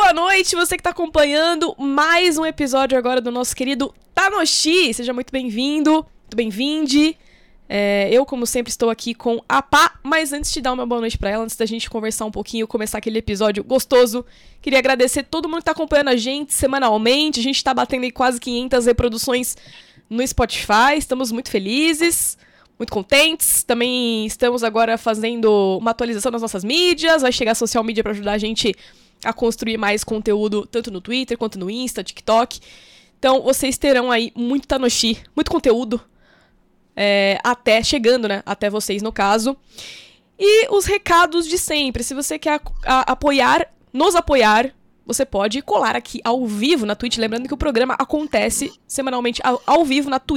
boa noite, você que tá acompanhando mais um episódio agora do nosso querido Tanoshi. Seja muito bem-vindo, muito bem-vinde. Eu, como sempre, estou aqui com a Pá, mas antes de dar uma boa noite pra ela, antes da gente conversar um pouquinho, começar aquele episódio gostoso, queria agradecer todo mundo que tá acompanhando a gente semanalmente. A gente tá batendo aí quase 500 reproduções no Spotify, estamos muito felizes, muito contentes. Também estamos agora fazendo uma atualização das nossas mídias, vai chegar a social media pra ajudar a gente a construir mais conteúdo, tanto no Twitter, quanto no Insta, TikTok. Então, vocês terão aí muito Tanoshi, muito conteúdo, até chegando, né, até vocês no caso. E os recados de sempre, se você quer nos apoiar, você pode colar aqui ao vivo na Twitch, lembrando que o programa acontece semanalmente ao vivo na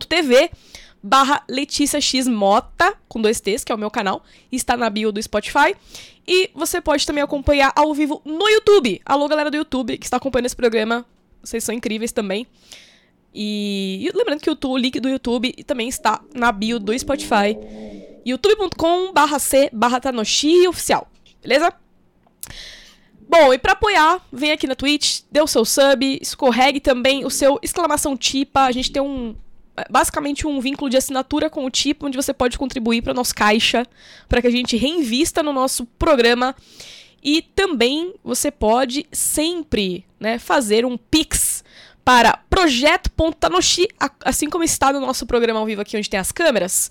twitch.tv/LeticiaXMota, com 2 T's, que é o meu canal, e está na bio do Spotify. E você pode também acompanhar ao vivo no YouTube. Alô, galera do YouTube que está acompanhando esse programa, vocês são incríveis também. E lembrando que o link do YouTube também está na bio do Spotify, youtube.com/c/Tanoshi oficial, beleza? Bom, e pra apoiar, vem aqui na Twitch, dê o seu sub, escorregue também o seu exclamação Tipa. A gente tem basicamente um vínculo de assinatura com o Tipa, onde você pode contribuir para o nosso caixa, para que a gente reinvista no nosso programa. E também você pode sempre, né, fazer um Pix para projeto.tanoshi, assim como está no nosso programa ao vivo aqui, onde tem as câmeras,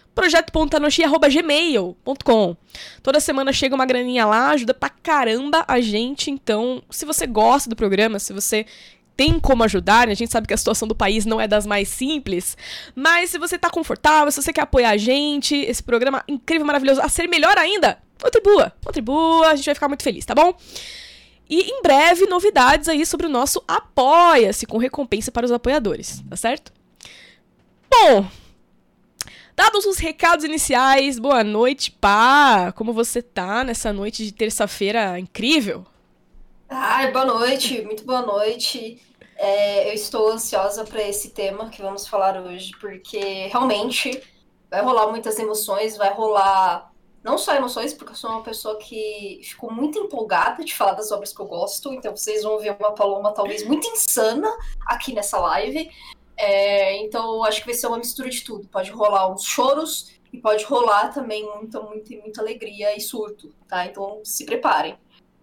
projeto.tanoshi@gmail.com. Toda semana chega uma graninha lá, ajuda pra caramba a gente. Então, se você gosta do programa, se você tem como ajudar, né? A gente sabe que a situação do país não é das mais simples, mas se você tá confortável, se você quer apoiar a gente, esse programa incrível, maravilhoso, a ser melhor ainda, contribua, a gente vai ficar muito feliz, tá bom? E em breve, novidades aí sobre o nosso Apoia-se, com recompensa para os apoiadores, tá certo? Bom, dados os recados iniciais, boa noite, Pá! Como você tá nessa noite de terça-feira incrível? Ai, boa noite, muito boa noite. Eu estou ansiosa para esse tema que vamos falar hoje, porque realmente vai rolar muitas emoções, vai rolar não só emoções, porque eu sou uma pessoa que ficou muito empolgada de falar das obras que eu gosto, então vocês vão ver uma Paloma talvez muito insana aqui nessa live. Então acho que vai ser uma mistura de tudo. Pode rolar uns choros e pode rolar também muita alegria e surto, tá? Então se preparem.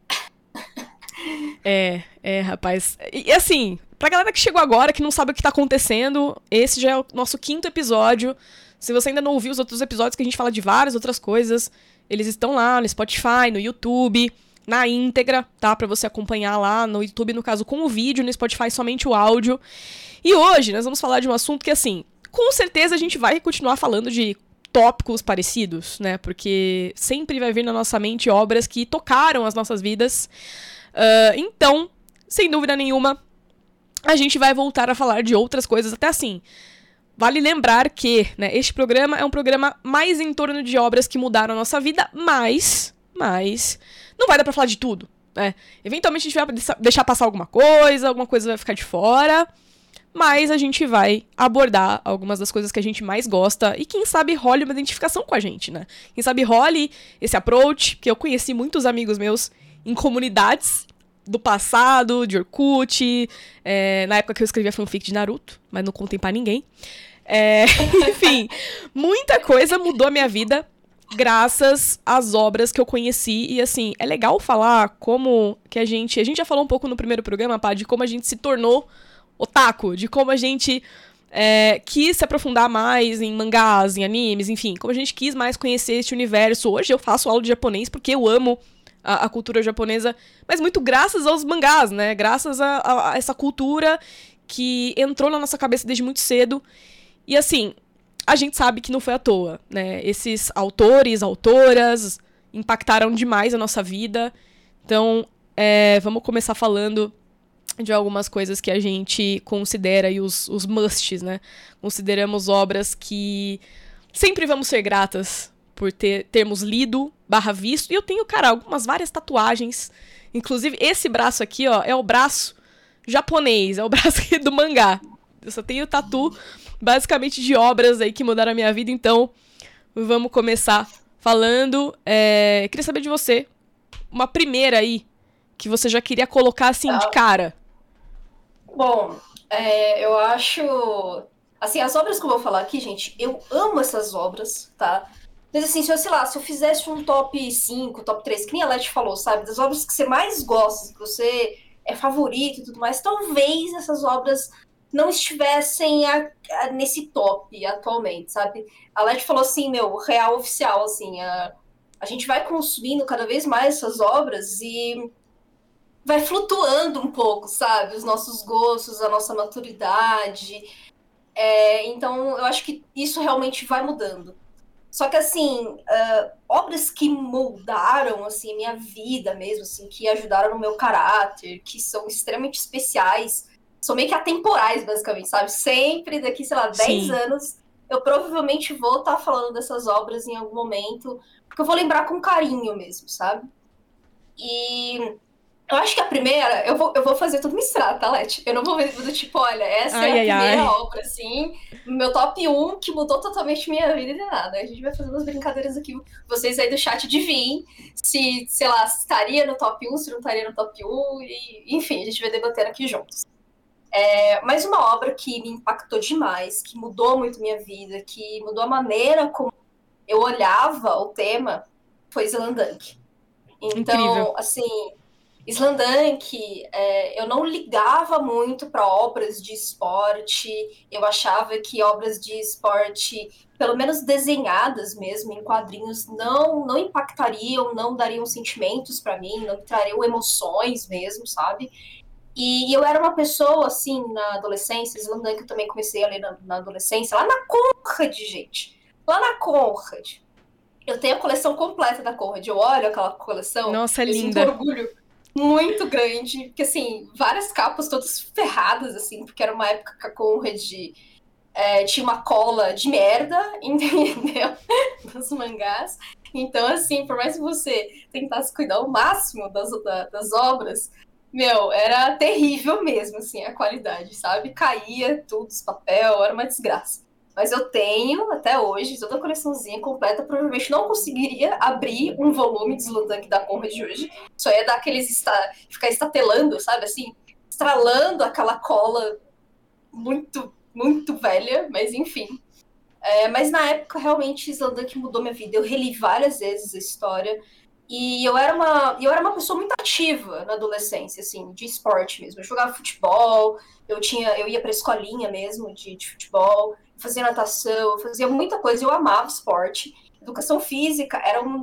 Rapaz. E assim, pra galera que chegou agora, que não sabe o que tá acontecendo, esse já é o nosso 5º episódio. Se você ainda não ouviu os outros episódios, que a gente fala de várias outras coisas, eles estão lá no Spotify, no YouTube, na íntegra, tá? Pra você acompanhar lá no YouTube, no caso, com o vídeo, no Spotify somente o áudio. E hoje nós vamos falar de um assunto que, assim, com certeza a gente vai continuar falando de tópicos parecidos, né? Porque sempre vai vir na nossa mente obras que tocaram as nossas vidas. Então, sem dúvida nenhuma, a gente vai voltar a falar de outras coisas, até assim. Vale lembrar que, né, este programa é um programa mais em torno de obras que mudaram a nossa vida, mas não vai dar pra falar de tudo, né? Eventualmente a gente vai deixar passar alguma coisa vai ficar de fora, mas a gente vai abordar algumas das coisas que a gente mais gosta e quem sabe role uma identificação com a gente, né? Quem sabe role esse approach, que eu conheci muitos amigos meus em comunidades do passado, de Orkut, na época que eu escrevia fanfic de Naruto, mas não contei pra ninguém. Enfim, muita coisa mudou a minha vida graças às obras que eu conheci. E assim, é legal falar como que a gente já falou um pouco no primeiro programa, Pá, de como a gente se tornou otaku, de como a gente quis se aprofundar mais em mangás, em animes, enfim, como a gente quis mais conhecer este universo. Hoje eu faço aula de japonês porque eu amo a cultura japonesa, mas muito graças aos mangás, né? Graças a essa cultura que entrou na nossa cabeça desde muito cedo. E assim, a gente sabe que não foi à toa, né? Esses autores, autoras impactaram demais a nossa vida. Então, vamos começar falando de algumas coisas que a gente considera aí os musts, né? Consideramos obras que sempre vamos ser gratas por termos lido / visto. E eu tenho, cara, várias tatuagens. Inclusive, esse braço aqui, ó, é o braço japonês. É o braço aqui do mangá. Eu só tenho tatu, basicamente, de obras aí que mudaram a minha vida. Então, vamos começar falando. Queria saber de você uma primeira aí que você já queria colocar, assim, de cara? Bom, eu acho... Assim, as obras que eu vou falar aqui, gente, eu amo essas obras, tá? Mas assim, se eu, sei lá, se eu fizesse um top 5, top 3, que nem a Leti falou, sabe? Das obras que você mais gosta, que você é favorito e tudo mais, talvez essas obras não estivessem nesse top atualmente, sabe? A Leti falou assim, meu, real oficial, assim, a gente vai consumindo cada vez mais essas obras e vai flutuando um pouco, sabe? Os nossos gostos, a nossa maturidade. Então, eu acho que isso realmente vai mudando. Só que, assim, obras que moldaram, assim, minha vida mesmo, assim, que ajudaram no meu caráter, que são extremamente especiais, são meio que atemporais, basicamente, sabe? Sempre daqui, sei lá, 10 Sim. anos, eu provavelmente vou estar falando dessas obras em algum momento, porque eu vou lembrar com carinho mesmo, sabe? E eu acho que a primeira, eu vou fazer tudo misturado, tá, Leti? Eu não vou ver do tipo, olha, essa é Ai, a ai, primeira ai. obra, assim, meu top 1 que mudou totalmente minha vida e nada. A gente vai fazer umas brincadeiras aqui, vocês aí do chat adivinhem se, sei lá, se estaria no top 1, se não estaria no top 1, e, enfim, a gente vai debater aqui juntos. Mas uma obra que me impactou demais, que mudou muito minha vida, que mudou a maneira como eu olhava o tema, foi Slamdunk. Incrível. Então, assim, Slamdunk, eu não ligava muito para obras de esporte, eu achava que obras de esporte, pelo menos desenhadas mesmo, em quadrinhos, não impactariam, não dariam sentimentos para mim, não me trariam emoções mesmo, sabe? E eu era uma pessoa, assim, na adolescência, Slamdunk eu também comecei a ler na adolescência, lá na Conrad, gente. Lá na Conrad. Eu tenho a coleção completa da Conrad. Eu olho aquela coleção, Nossa, eu sinto linda. orgulho muito grande, porque assim, várias capas todas ferradas, assim, porque era uma época que a Conrad tinha uma cola de merda, entendeu? Nos mangás. Então, assim, por mais que você tentasse cuidar ao máximo das obras, meu, era terrível mesmo, assim, a qualidade, sabe? Caía tudo, os papel, era uma desgraça. Mas eu tenho, até hoje, toda a coleçãozinha completa. Provavelmente não conseguiria abrir um volume de Slamdunk da Conrad de hoje. Só ia dar ficar estatelando, sabe? Assim, estralando aquela cola muito, muito velha. Mas enfim. Mas na época, realmente, Slamdunk mudou minha vida. Eu reli várias vezes a história. E eu era uma pessoa muito ativa na adolescência, assim, de esporte mesmo. Eu jogava futebol, eu ia pra escolinha mesmo de futebol, fazia natação, eu fazia muita coisa, eu amava esporte. Educação física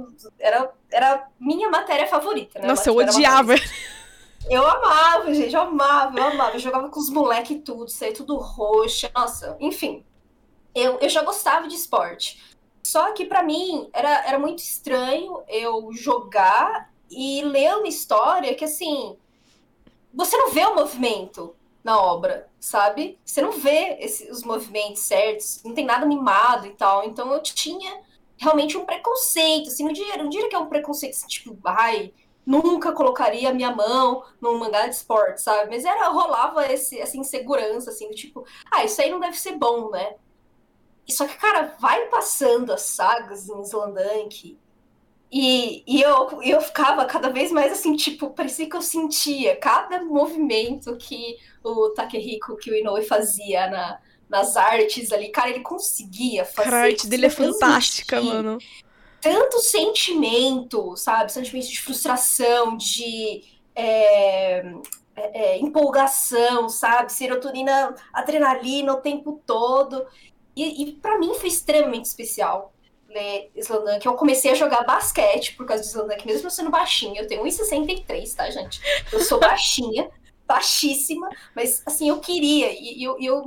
era minha matéria favorita, né? Nossa, eu Era a matéria odiava. eu amava, gente, eu amava. Eu jogava com os moleques e tudo, saía tudo roxa. Nossa, enfim. Eu já gostava de esporte. Só que pra mim era muito estranho eu jogar e ler uma história que, assim, você não vê o movimento na obra, sabe? Você não vê os movimentos certos, não tem nada animado e tal. Então eu tinha realmente um preconceito, assim, não diria que é um preconceito, assim, tipo, ai, nunca colocaria minha mão num mangá de esporte, sabe? Mas rolava essa insegurança, assim, do tipo, isso aí não deve ser bom, né? Só que, cara, vai passando as sagas em Slamdunk e eu ficava cada vez mais assim, tipo, parecia que eu sentia cada movimento que o Takehiko que o Inoue fazia nas artes ali. Cara, ele conseguia Cara, a fazer, arte dele é conseguia fantástica, transmitir mano. tanto sentimento, sabe? Sentimento de frustração, de empolgação, sabe? Serotonina, adrenalina o tempo todo. E para mim foi extremamente especial ler Slamdunk. Eu comecei a jogar basquete por causa de Slamdunk, mesmo eu sendo baixinha. Eu tenho 1,63, tá, gente? Eu sou baixinha, baixíssima, mas assim, eu queria. E eu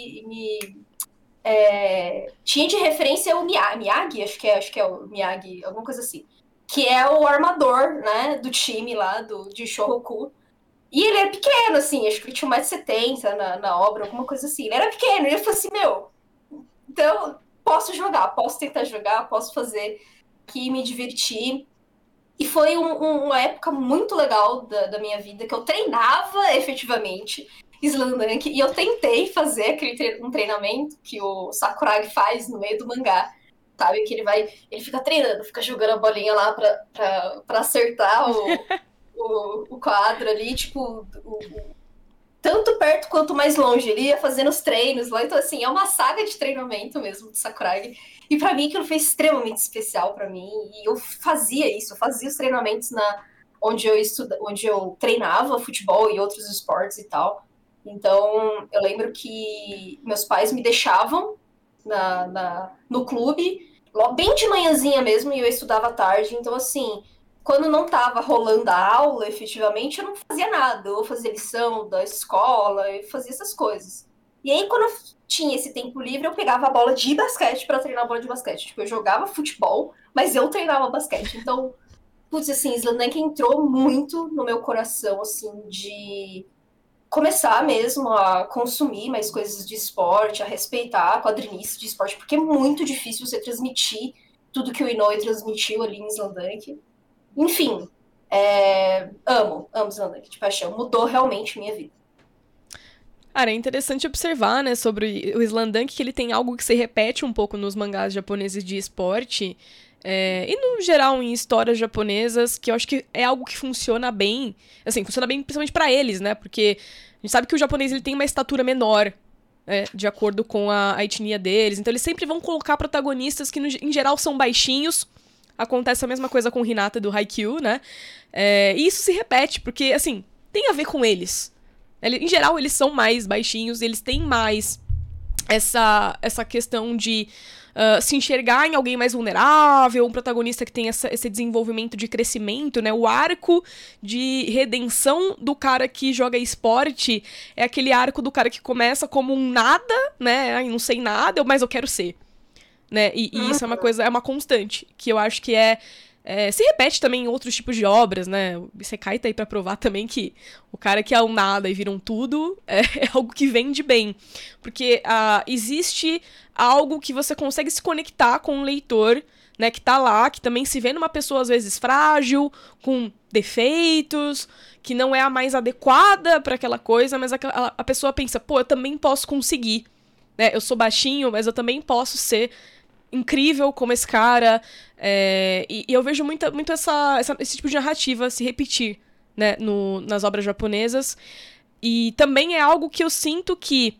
tinha de referência o Miyagi, acho que é o Miyagi, alguma coisa assim. Que é o armador, né, do time lá, de Shohoku. E ele era pequeno, assim, acho que ele tinha 1,70 m na obra, alguma coisa assim. Ele era pequeno, e ele falou assim, meu, então posso jogar, posso tentar jogar, posso fazer aqui, me divertir. E foi uma época muito legal da minha vida, que eu treinava efetivamente Slamdunk, e eu tentei fazer um treinamento que o Sakuragi faz no meio do mangá, sabe? Que ele fica treinando, fica jogando a bolinha lá pra acertar o quadro ali, tipo, tanto perto quanto mais longe. Ele ia fazendo os treinos lá. Então, assim, é uma saga de treinamento mesmo do Sakuragi. E pra mim aquilo foi extremamente especial pra mim. E eu fazia isso, eu fazia os treinamentos onde eu treinava futebol e outros esportes e tal. Então, eu lembro que meus pais me deixavam no clube, bem de manhãzinha mesmo, e eu estudava à tarde. Então, assim, quando não estava rolando a aula, efetivamente, eu não fazia nada. Eu fazia lição da escola, eu fazia essas coisas. E aí, quando eu tinha esse tempo livre, eu pegava a bola de basquete para treinar a bola de basquete. Tipo, eu jogava futebol, mas eu treinava basquete. Então, putz, assim, Slandank entrou muito no meu coração, assim, de começar mesmo a consumir mais coisas de esporte, a respeitar a quadrinista de esporte, porque é muito difícil você transmitir tudo que o Inoue transmitiu ali em Slandank. Enfim, amo Slandank de paixão. Mudou realmente minha vida. Cara, é interessante observar, né, sobre o Slandank, que ele tem algo que se repete um pouco nos mangás japoneses de esporte, e no geral em histórias japonesas, que eu acho que é algo que funciona bem, assim, funciona bem principalmente pra eles, né, porque a gente sabe que o japonês ele tem uma estatura menor, de acordo com a etnia deles, então eles sempre vão colocar protagonistas que em geral são baixinhos. Acontece a mesma coisa com o Hinata do Haikyuu, né, e isso se repete, porque, assim, tem a ver com eles. Em geral, eles são mais baixinhos, eles têm mais essa questão de se enxergar em alguém mais vulnerável, um protagonista que tem esse desenvolvimento de crescimento, né? O arco de redenção do cara que joga esporte é aquele arco do cara que começa como um nada, né? Ai, não sei nada, mas eu quero ser. Né? E isso é uma constante, que eu acho que se repete também em outros tipos de obras, né? O Isekai tá aí pra provar também que o cara que é um nada e vira um tudo é algo que vende bem. Porque existe algo que você consegue se conectar com o leitor, né? Que tá lá, que também se vê numa pessoa às vezes frágil, com defeitos, que não é a mais adequada pra aquela coisa, mas a pessoa pensa, pô, eu também posso conseguir. Né? Eu sou baixinho, mas eu também posso ser incrível como esse cara, e eu vejo muito esse tipo de narrativa se repetir, né, nas obras japonesas, e também é algo que eu sinto que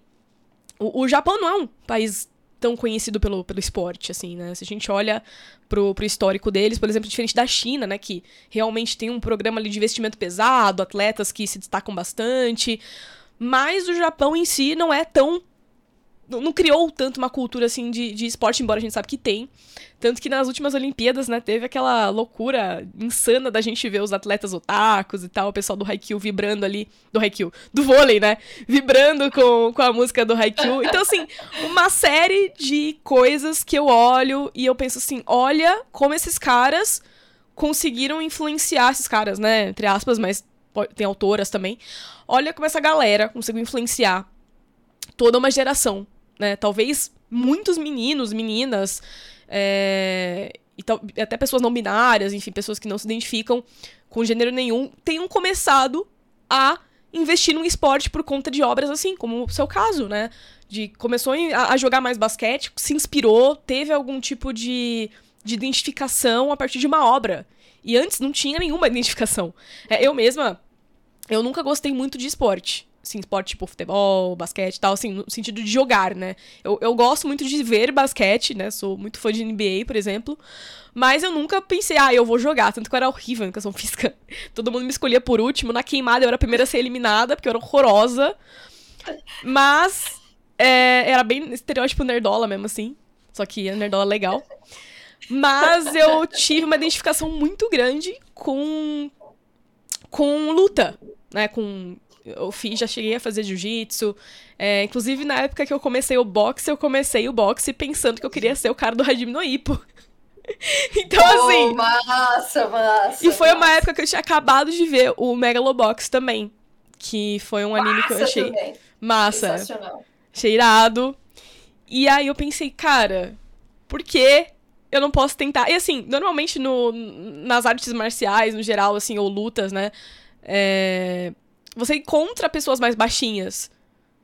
o Japão não é um país tão conhecido pelo esporte, assim, né, se a gente olha pro histórico deles, por exemplo, diferente da China, né, que realmente tem um programa ali de investimento pesado, atletas que se destacam bastante, mas o Japão em si não é tão não criou tanto uma cultura, assim, de esporte, embora a gente sabe que tem. Tanto que nas últimas Olimpíadas, né, teve aquela loucura insana da gente ver os atletas otakus e tal, o pessoal do Haikyuu vibrando ali, do vôlei, né, vibrando com a música do Haikyuu. Então, assim, uma série de coisas que eu olho e eu penso assim, olha como esses caras conseguiram influenciar esses caras, né, entre aspas, mas tem autoras também. Olha como essa galera conseguiu influenciar toda uma geração. Né? Talvez muitos meninos, meninas, e até pessoas não binárias, enfim, pessoas que não se identificam com gênero nenhum, tenham começado a investir num esporte por conta de obras assim, como o seu caso, né? Começou a jogar mais basquete, se inspirou, teve algum tipo de identificação a partir de uma obra. E antes não tinha nenhuma identificação. Eu nunca gostei muito de esporte. Assim, esporte tipo futebol, basquete e tal, assim, no sentido de jogar, né? Eu gosto muito de ver basquete, né? Sou muito fã de NBA, por exemplo. Mas eu nunca pensei, eu vou jogar. Tanto que eu era horrível em educação física. Todo mundo me escolhia por último. Na queimada eu era a primeira a ser eliminada, porque eu era horrorosa. Mas era bem estereótipo nerdola mesmo, assim. Só que a nerdola legal. Mas eu tive uma identificação muito grande com luta, né? Já cheguei a fazer jiu-jitsu. Inclusive, na época que eu comecei o boxe pensando que eu queria ser o cara do Hajime no Ippo. Então, assim... Massa! E foi uma época que eu tinha acabado de ver o Megalobox também. Que foi um anime que eu achei também. massa. Sensacional. Achei irado. E aí eu pensei, cara, por que eu não posso tentar? E assim, normalmente nas artes marciais, no geral, assim, ou lutas, né? Você encontra pessoas mais baixinhas.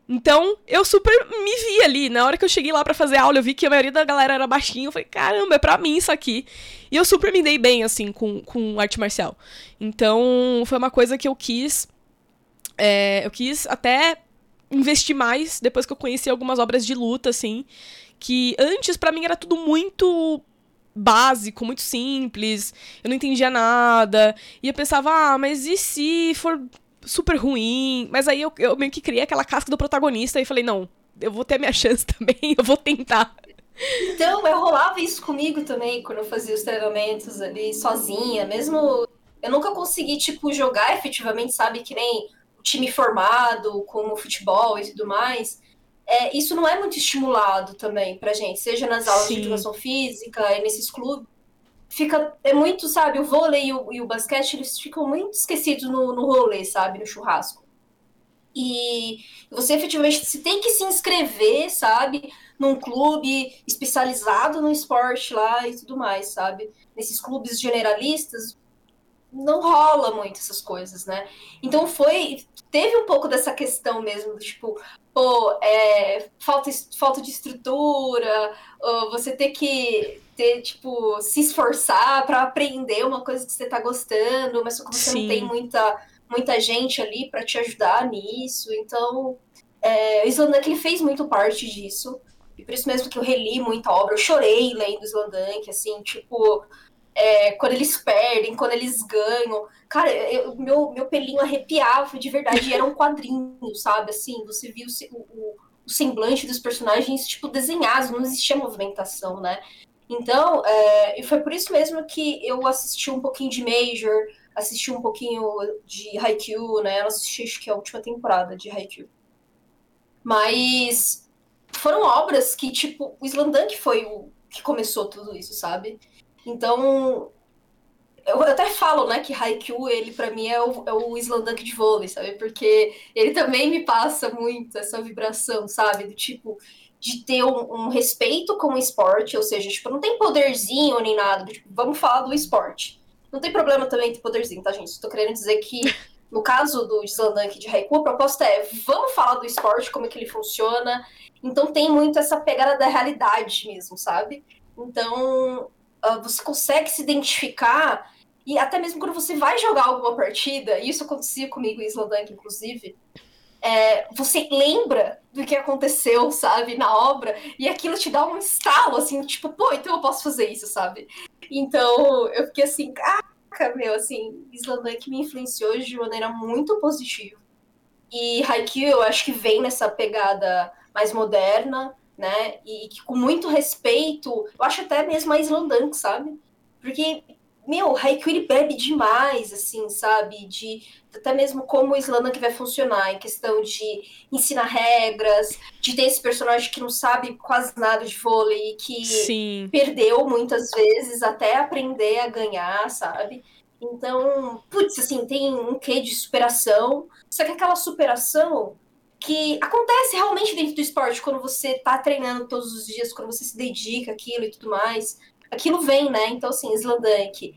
Então, eu super me vi ali. Na hora que eu cheguei lá pra fazer aula, eu vi que a maioria da galera era baixinha. Eu falei, caramba, é pra mim isso aqui. E eu super me dei bem, assim, com arte marcial. Então, foi uma coisa que eu quis... eu quis até investir mais depois que eu conheci algumas obras de luta, assim. Que antes, pra mim, era tudo muito básico, muito simples. Eu não entendia nada. E eu pensava, mas e se for super ruim? Mas aí eu meio que criei aquela casca do protagonista e falei, não, eu vou ter a minha chance também, eu vou tentar. Então, eu rolava isso comigo também, quando eu fazia os treinamentos ali sozinha, mesmo... Eu nunca consegui, tipo, jogar efetivamente, sabe, que nem o time formado, como futebol e tudo mais. Isso não é muito estimulado também pra gente, seja nas aulas de Sim, educação física e nesses clubes. É muito, sabe, o vôlei e o basquete, eles ficam muito esquecidos no rolê, sabe, no churrasco. E você efetivamente se tem que se inscrever, sabe, num clube especializado no esporte lá e tudo mais, sabe? Nesses clubes generalistas, não rola muito essas coisas, né? Então teve um pouco dessa questão mesmo, do tipo, pô, falta de estrutura, você ter que ter, tipo, se esforçar para aprender uma coisa que você tá gostando, mas só que você não tem sim, muita gente ali para te ajudar nisso. Então, o Slamdunk, ele fez muito parte disso. E por isso mesmo que eu reli muita obra, eu chorei lendo Slamdunk, assim, tipo, quando eles perdem, quando eles ganham. Cara, meu pelinho arrepiava de verdade. E era um quadrinho, sabe? Assim, você viu o semblante dos personagens, tipo, desenhados, não existia movimentação, né? Então, e foi por isso mesmo que eu assisti um pouquinho de Major, assisti um pouquinho de Haikyuu, né? Eu assisti, acho que a última temporada de Haikyuu. Mas foram obras que, tipo, o Slamdunk foi o que começou tudo isso, sabe? Então, eu até falo, né, que Haikyuu, ele pra mim é o Slamdunk de vôlei, sabe? Porque ele também me passa muito essa vibração, sabe? Do tipo, de ter um respeito com o esporte, ou seja, tipo, não tem poderzinho nem nada, do tipo, vamos falar do esporte. Não tem problema também ter poderzinho, tá, gente? Estou querendo dizer que, no caso do Slamdunk de Haikyuu, a proposta vamos falar do esporte, como é que ele funciona. Então tem muito essa pegada da realidade mesmo, sabe? Então, você consegue se identificar e até mesmo quando você vai jogar alguma partida, e isso acontecia comigo em Slamdunk, inclusive, você lembra do que aconteceu, sabe, na obra, e aquilo te dá um estalo, assim, tipo, pô, então eu posso fazer isso, sabe? Então, eu fiquei assim, caraca, meu, assim, Slamdunk me influenciou de maneira muito positiva. E Haikyuu, eu acho que vem nessa pegada mais moderna, né, e que com muito respeito, eu acho até mesmo a Slamdunk, sabe? Porque meu, o Haikyuu ele bebe demais, assim, sabe? Até mesmo como o Slamdunk vai funcionar, em questão de ensinar regras, de ter esse personagem que não sabe quase nada de vôlei, que sim, perdeu muitas vezes até aprender a ganhar, sabe? Então, putz, assim, tem um quê de superação, só que aquela superação que acontece realmente dentro do esporte, quando você tá treinando todos os dias, quando você se dedica àquilo e tudo mais, aquilo vem, né? Então, assim, Slamdunk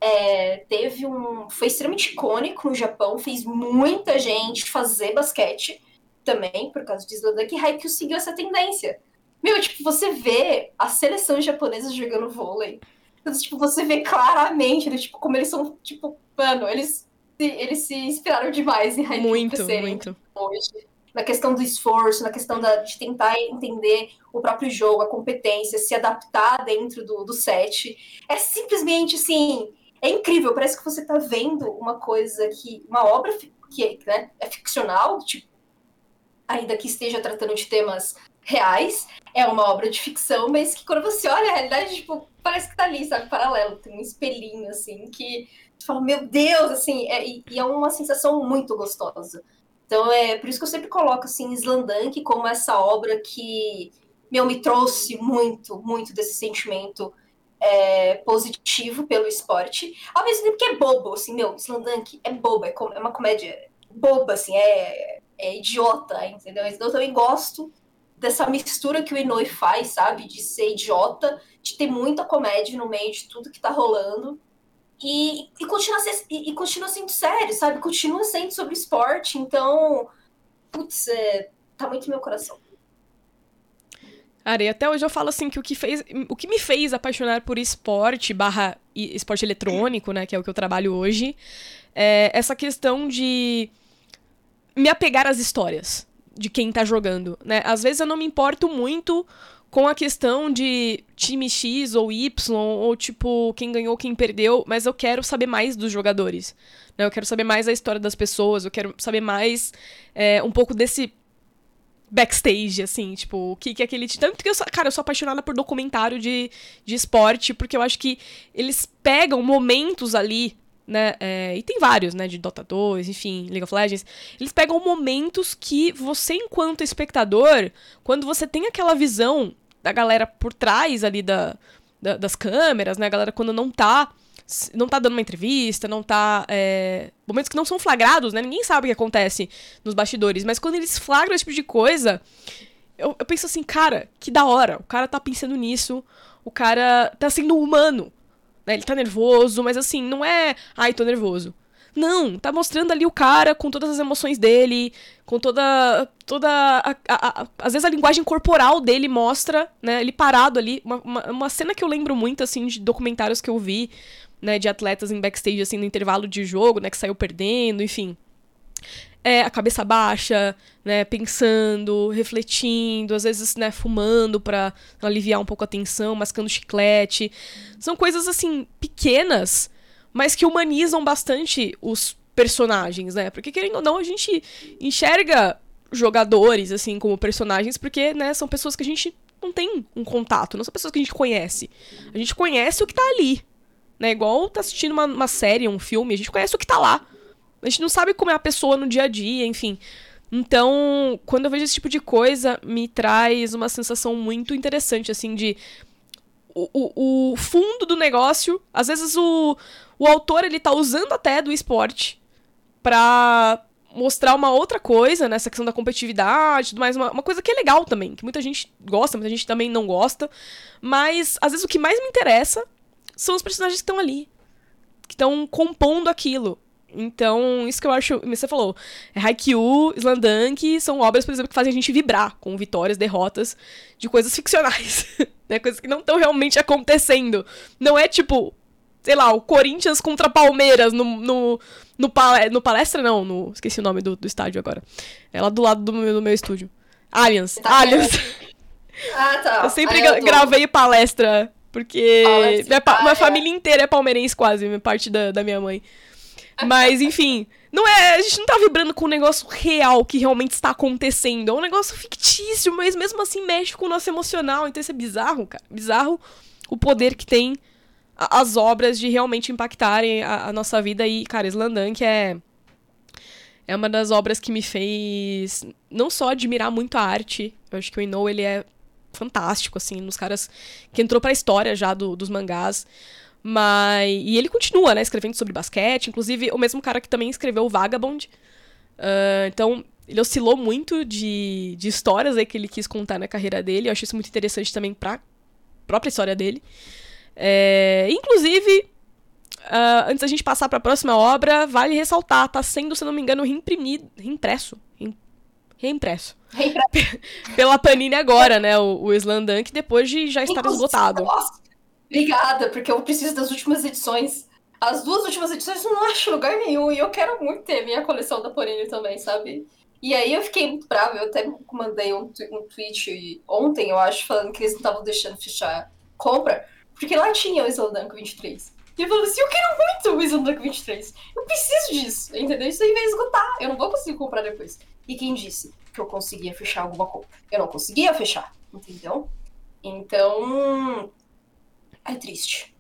foi extremamente icônico no Japão, fez muita gente fazer basquete também, por causa de Slamdunk, e Haikyuu seguiu essa tendência. Meu, tipo, você vê a seleção japonesa jogando vôlei, então, tipo, você vê claramente, né, tipo, como eles são, tipo, mano, eles se inspiraram demais em Haikyuu pra muito, serem muito. hoje. Na questão do esforço, na questão de tentar entender o próprio jogo, a competência, se adaptar dentro do set. É simplesmente, assim, é incrível. Parece que você tá vendo uma obra que né, é ficcional, tipo, ainda que esteja tratando de temas reais, é uma obra de ficção, mas que quando você olha a realidade, tipo, parece que tá ali, sabe, paralelo, tem um espelhinho, assim, que tu fala, meu Deus, assim, e é uma sensação muito gostosa. Então é por isso que eu sempre coloco, assim, Slamdunk como essa obra que, meu, me trouxe muito, muito desse sentimento positivo pelo esporte, ao mesmo tempo que é bobo, assim, meu, Slamdunk é bobo, é uma comédia boba, assim, é idiota, entendeu? Então eu também gosto dessa mistura que o Inoue faz, sabe? De ser idiota, de ter muita comédia no meio de tudo que tá rolando. Continua sendo sério, sabe? Continua sendo sobre esporte. Então, putz, tá muito no meu coração. Cara, e até hoje eu falo assim que o que me fez apaixonar por esporte / esporte eletrônico, né, que é o que eu trabalho hoje, é essa questão de me apegar às histórias de quem tá jogando, né? Às vezes eu não me importo muito com a questão de time X ou Y, ou tipo, quem ganhou, quem perdeu, mas eu quero saber mais dos jogadores, né? Eu quero saber mais a história das pessoas, eu quero saber mais um pouco desse backstage, assim, tipo, o que é aquele... Tanto que eu sou apaixonada por documentário de esporte, porque eu acho que eles pegam momentos ali, né, e tem vários, né, de Dota 2, enfim, League of Legends, eles pegam momentos que você, enquanto espectador, quando você tem aquela visão da galera por trás ali das câmeras, né, a galera quando não tá dando uma entrevista, não tá... momentos que não são flagrados, né? Ninguém sabe o que acontece nos bastidores. Mas quando eles flagram esse tipo de coisa, eu penso assim, cara, que da hora. O cara tá pensando nisso, o cara tá sendo humano, né? Ele tá nervoso, mas assim, não é... Ai, tô nervoso. Não, tá mostrando ali o cara com todas as emoções dele, com toda às vezes a linguagem corporal dele mostra, né? Ele parado ali. Uma cena que eu lembro muito, assim, de documentários que eu vi, né, de atletas em backstage, assim, no intervalo de jogo, né, que saiu perdendo, enfim. A cabeça baixa, né, pensando, refletindo, às vezes, né, fumando pra aliviar um pouco a tensão, mascando chiclete. São coisas, assim, pequenas, mas que humanizam bastante os personagens, né, porque, querendo ou não, a gente enxerga jogadores, assim, como personagens, porque, né, são pessoas que a gente não tem um contato, não são pessoas que a gente conhece. A gente conhece o que tá ali, né, igual tá assistindo uma série, um filme, a gente conhece o que tá lá. A gente não sabe como é a pessoa no dia a dia, enfim. Então, quando eu vejo esse tipo de coisa, me traz uma sensação muito interessante, assim, de... O fundo do negócio, às vezes o autor, ele tá usando até do esporte pra mostrar uma outra coisa, né, essa questão da competitividade, tudo mais, uma coisa que é legal também, que muita gente gosta, muita gente também não gosta, mas, às vezes, o que mais me interessa são os personagens que estão ali, que estão compondo aquilo. Então, isso que eu acho... Você falou, Haikyuu, Slamdunk são obras, por exemplo, que fazem a gente vibrar com vitórias, derrotas de coisas ficcionais, né? Coisas que não estão realmente acontecendo. Não é tipo, sei lá, o Corinthians contra Palmeiras no Palestra, não, esqueci o nome do estádio agora. É lá do lado do meu estúdio. Allianz. Ah, tá. Eu sempre gravei Palestra, porque minha família inteira é palmeirense quase, parte da minha mãe. Mas, enfim, a gente não tá vibrando com um negócio real que realmente está acontecendo. É um negócio fictício, mas mesmo assim mexe com o nosso emocional. Então isso é bizarro, cara. Bizarro o poder que tem as obras de realmente impactarem a nossa vida. E, cara, Slamdunk é uma das obras que me fez não só admirar muito a arte. Eu acho que o Inoue, ele é fantástico, assim, nos caras que entrou pra história já dos mangás. E ele continua, né, escrevendo sobre basquete, inclusive o mesmo cara que também escreveu o Vagabond. Então, ele oscilou muito de histórias aí que ele quis contar na carreira dele. Eu acho isso muito interessante também pra própria história dele. Inclusive, antes da gente passar pra próxima obra, vale ressaltar, tá sendo, se não me engano, reimpresso. Pela Panini agora, né, o Slamdunk, depois de já estar esgotado. Nossa. Obrigada, porque eu preciso das últimas edições. As 2 últimas edições eu não acho em lugar nenhum. E eu quero muito ter minha coleção da Panini também, sabe? E aí eu fiquei muito brava. Eu até mandei um tweet ontem, eu acho, falando que eles não estavam deixando fechar compra. Porque lá tinha o Slamdunk 23. E eu falei assim, eu quero muito o Slamdunk 23. Eu preciso disso, entendeu? Isso aí vai esgotar. Eu não vou conseguir comprar depois. E quem disse que eu conseguia fechar alguma compra? Eu não conseguia fechar, entendeu? Então... é triste.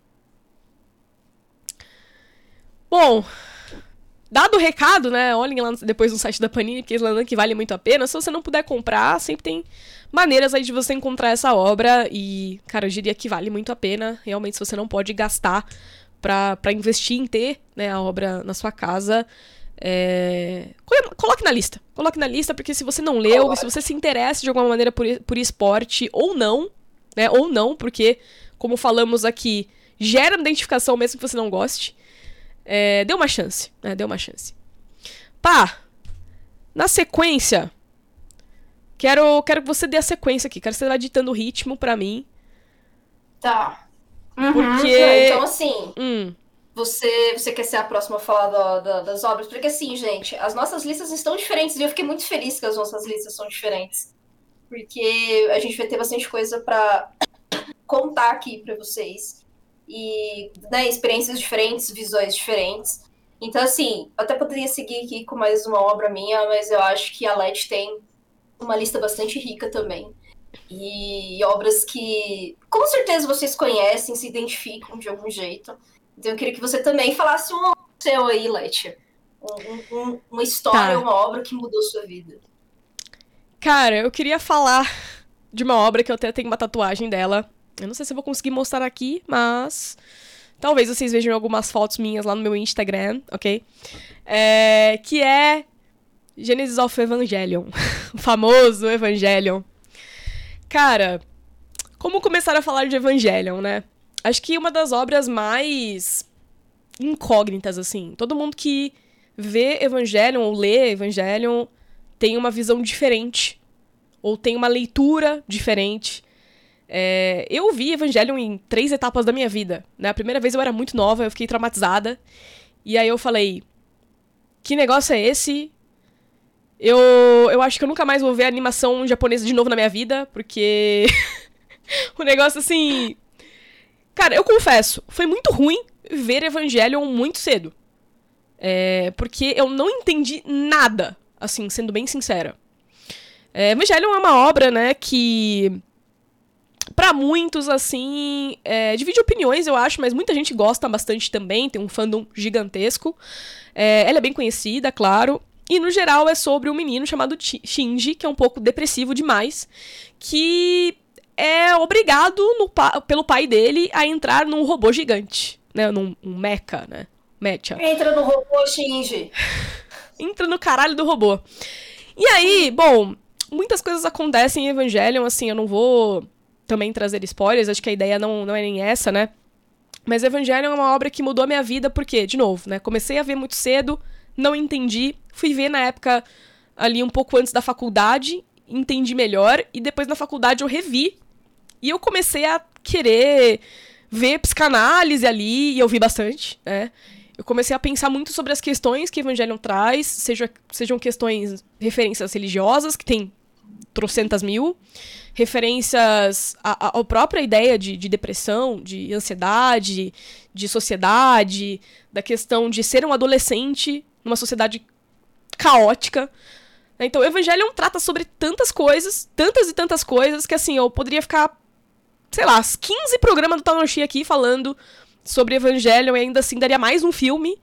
Bom, dado o recado, né, olhem lá depois no site da Panini, porque Slamdunk vale muito a pena. Se você não puder comprar, sempre tem maneiras aí de você encontrar essa obra. E, cara, eu diria que vale muito a pena. Realmente, se você não pode gastar pra investir em ter, né, a obra na sua casa, coloque na lista. Coloque na lista, porque se você não leu, se você se interessa de alguma maneira por esporte, ou não, né, porque... como falamos aqui, gera identificação mesmo que você não goste. Dê uma chance, né? Dê uma chance. Na sequência, Quero que você dê a sequência aqui. Quero que você vá ditando o ritmo pra mim. Tá. Porque... Então, assim, você quer ser a próxima a falar das obras? Porque, assim, gente, as nossas listas estão diferentes e eu fiquei muito feliz que as nossas listas são diferentes. Porque a gente vai ter bastante coisa pra contar aqui pra vocês. E, né, experiências diferentes, visões diferentes. Então, assim, eu até poderia seguir aqui com mais uma obra minha, mas eu acho que a Leti tem uma lista bastante rica também. E obras que, com certeza, vocês conhecem, se identificam de algum jeito. Então, eu queria que você também falasse um seu aí, Leti. Uma história, uma obra que mudou sua vida. Cara, eu queria falar de uma obra que eu até tenho uma tatuagem dela. Eu não sei se eu vou conseguir mostrar aqui, mas... talvez vocês vejam algumas fotos minhas lá no meu Instagram, ok? Que é Genesis of Evangelion. O famoso Evangelion. Cara, como começar a falar de Evangelion, né? Acho que uma das obras mais incógnitas, assim. Todo mundo que vê Evangelion ou lê Evangelion tem uma visão diferente. Ou tem uma leitura diferente. Eu vi Evangelion em 3 etapas da minha vida, né? A primeira vez eu era muito nova, eu fiquei traumatizada. E aí eu falei, que negócio é esse? Eu acho que eu nunca mais vou ver animação japonesa de novo na minha vida, porque o negócio, assim... Cara, eu confesso, foi muito ruim ver Evangelion muito cedo. Porque eu não entendi nada, assim, sendo bem sincera. Evangelion é uma obra, né, que... pra muitos, assim, divide opiniões, eu acho, mas muita gente gosta bastante também, tem um fandom gigantesco. Ela é bem conhecida, claro. E, no geral, é sobre um menino chamado Shinji, que é um pouco depressivo demais, que é obrigado pelo pai dele a entrar num robô gigante, né? Num mecha, né? Mecha. Entra no robô, Shinji. Entra no caralho do robô. E aí, bom, muitas coisas acontecem em Evangelion, assim, eu não vou também trazer spoilers, acho que a ideia não é nem essa, né? Mas Evangelion é uma obra que mudou a minha vida, porque, de novo, né? Comecei a ver muito cedo, não entendi, fui ver na época ali um pouco antes da faculdade, entendi melhor, e depois na faculdade eu revi, e eu comecei a querer ver psicanálise ali, e eu vi bastante, né? Eu comecei a pensar muito sobre as questões que Evangelion traz, sejam questões, referências religiosas, que tem trocentas mil, referências à própria ideia de depressão, de ansiedade, de sociedade, da questão de ser um adolescente numa sociedade caótica. Então, o Evangelion trata sobre tantas coisas, tantas e tantas coisas, que assim, eu poderia ficar, sei lá, 15 programas do Tanoshi aqui falando sobre Evangelion e ainda assim daria mais um filme.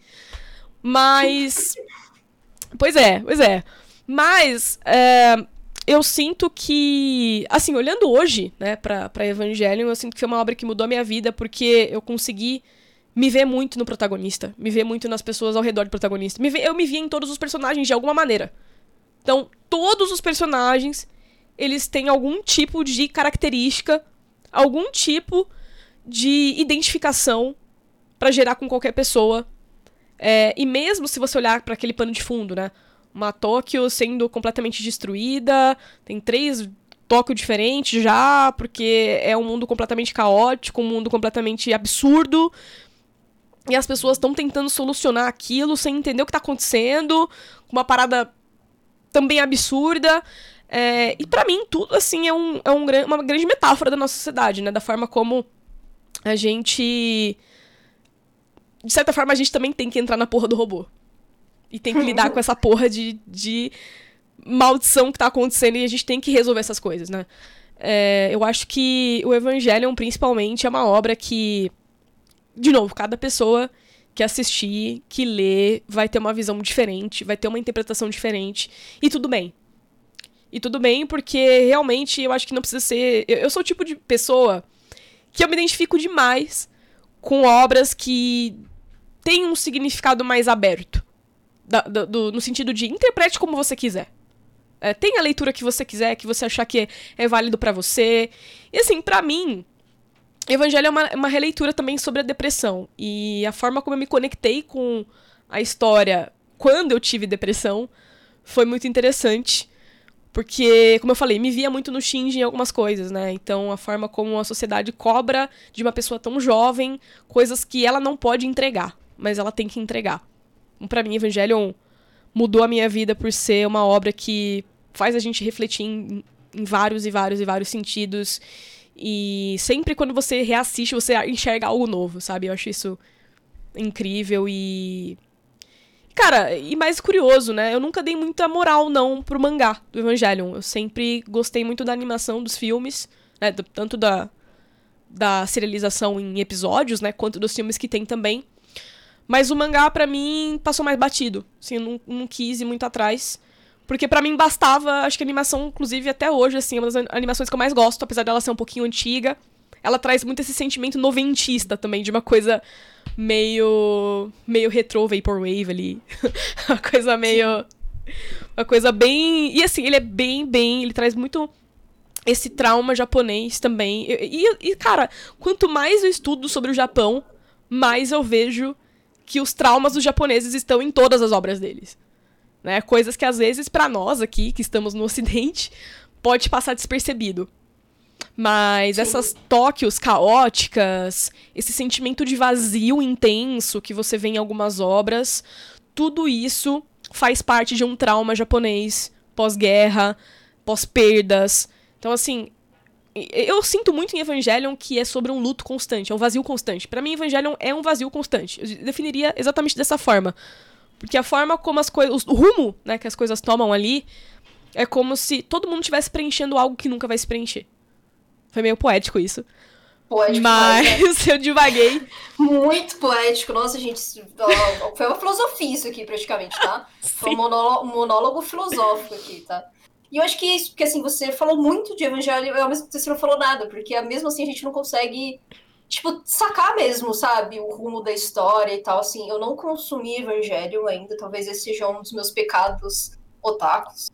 Mas... Pois é. Mas... eu sinto que, assim, olhando hoje, né, pra Evangelion, eu sinto que foi uma obra que mudou a minha vida, porque eu consegui me ver muito no protagonista, me ver muito nas pessoas ao redor do protagonista. Eu me via em todos os personagens de alguma maneira. Então, todos os personagens, eles têm algum tipo de característica, algum tipo de identificação pra gerar com qualquer pessoa. E mesmo se você olhar pra aquele pano de fundo, né, uma Tóquio sendo completamente destruída, tem 3 Tóquio diferentes já, porque é um mundo completamente caótico, um mundo completamente absurdo, e as pessoas estão tentando solucionar aquilo sem entender o que tá acontecendo, uma parada também absurda, e pra mim tudo, assim, uma grande metáfora da nossa sociedade, né, da forma como a gente... De certa forma, a gente também tem que entrar na porra do robô. E tem que lidar com essa porra de maldição que tá acontecendo e a gente tem que resolver essas coisas, né? Eu acho que o Evangelion, principalmente, é uma obra que, de novo, cada pessoa que assistir, que lê, vai ter uma visão diferente, vai ter uma interpretação diferente. E tudo bem. E tudo bem, porque realmente eu acho que não precisa ser... Eu sou o tipo de pessoa que eu me identifico demais com obras que têm um significado mais aberto. No sentido de interprete como você quiser. Tenha a leitura que você quiser, que você achar que é válido pra você. E assim, pra mim, Evangelho é uma releitura também sobre a depressão. E a forma como eu me conectei com a história quando eu tive depressão foi muito interessante. Porque, como eu falei, me via muito no Shinji em algumas coisas, né? Então, a forma como a sociedade cobra de uma pessoa tão jovem coisas que ela não pode entregar, mas ela tem que entregar. Então, pra mim, Evangelion mudou a minha vida por ser uma obra que faz a gente refletir em vários e vários e vários sentidos. E sempre quando você reassiste, você enxerga algo novo, sabe? Eu acho isso incrível e... Cara, e mais curioso, né? Eu nunca dei muita moral, não, pro mangá do Evangelion. Eu sempre gostei muito da animação dos filmes, né? Tanto da serialização em episódios, né? Quanto dos filmes que tem também. Mas o mangá, pra mim, passou mais batido. Assim, eu não quis ir muito atrás. Porque pra mim bastava, acho que a animação, inclusive, até hoje, assim, é uma das animações que eu mais gosto, apesar dela ser um pouquinho antiga. Ela traz muito esse sentimento noventista também, de uma coisa meio retrô, vaporwave ali. Uma coisa bem... E assim, ele é bem... Ele traz muito esse trauma japonês também. E, cara, quanto mais eu estudo sobre o Japão, mais eu vejo que os traumas dos japoneses estão em todas as obras deles. Né? Coisas que, às vezes, pra nós aqui, que estamos no Ocidente, pode passar despercebido. Mas sim, essas Tóquios caóticas, esse sentimento de vazio intenso que você vê em algumas obras, tudo isso faz parte de um trauma japonês pós-guerra, pós-perdas. Então, assim, eu sinto muito em Evangelion que é sobre um luto constante, é um vazio constante. Pra mim, Evangelion é um vazio constante. Eu definiria exatamente dessa forma. Porque a forma como as coisas... O rumo, né, que as coisas tomam ali é como se todo mundo estivesse preenchendo algo que nunca vai se preencher. Foi meio poético isso. Poético, mas eu divaguei. Muito poético. Nossa, gente, foi uma filosofia isso aqui, praticamente, tá? Foi um monólogo filosófico aqui, tá? E eu acho que é isso, porque assim, você falou muito de Evangelho, ao mesmo tempo você não falou nada, porque mesmo assim a gente não consegue, tipo, sacar mesmo, sabe, o rumo da história e tal, assim. Eu não consumi Evangelho ainda, talvez esse seja um dos meus pecados otakus.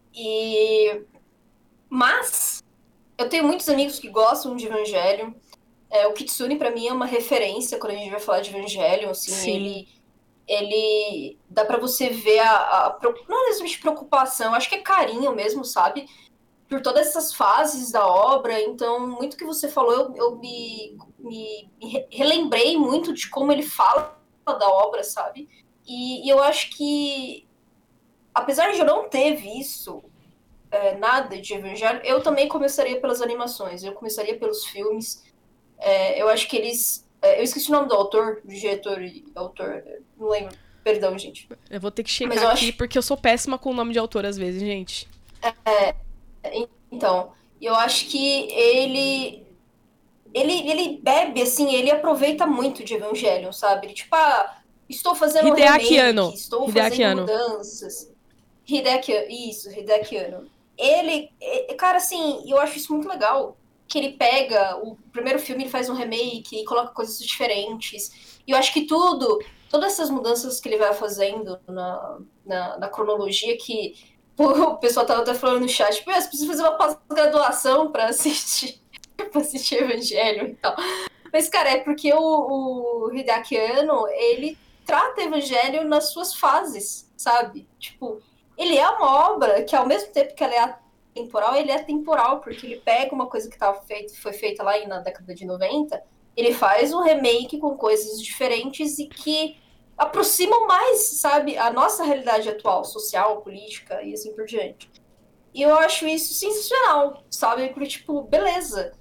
Mas eu tenho muitos amigos que gostam de Evangelion. O Kitsune, pra mim, é uma referência quando a gente vai falar de Evangelion. Assim, ele dá pra você ver não é exatamente preocupação, acho que é carinho mesmo, sabe? Por todas essas fases da obra. Então, muito que você falou, eu me relembrei muito de como ele fala da obra, sabe? E eu acho que, apesar de eu não ter visto nada de Evangelho, eu também começaria pelas animações, eu começaria pelos filmes. Eu acho que eles... eu esqueci o nome do autor, do diretor e autor, não lembro, perdão, gente. Eu vou ter que checar aqui, porque eu sou péssima com o nome de autor às vezes, gente. Então, eu acho que ele bebe, assim, ele aproveita muito de Evangelion, sabe? Ele, tipo, estou fazendo Hideaki remake, Anno. estou Hideaki fazendo Anno. mudanças. Hideaki Anno. Ele, cara, assim, eu acho isso muito legal, que ele pega o primeiro filme, ele faz um remake e coloca coisas diferentes. E eu acho que todas essas mudanças que ele vai fazendo na cronologia, que o pessoal tava até falando no chat, tipo, você precisa fazer uma pós-graduação pra assistir Evangelho e tal. Mas, cara, é porque o Hideaki Anno, ele trata Evangelho nas suas fases, sabe? Tipo, ele é uma obra que, ao mesmo tempo que ela é atemporal, ele é temporal, porque ele pega uma coisa que foi feita lá na década de 90, ele faz um remake com coisas diferentes e que aproximam mais, sabe, a nossa realidade atual, social, política e assim por diante. E eu acho isso sensacional, sabe? Porque, tipo, beleza.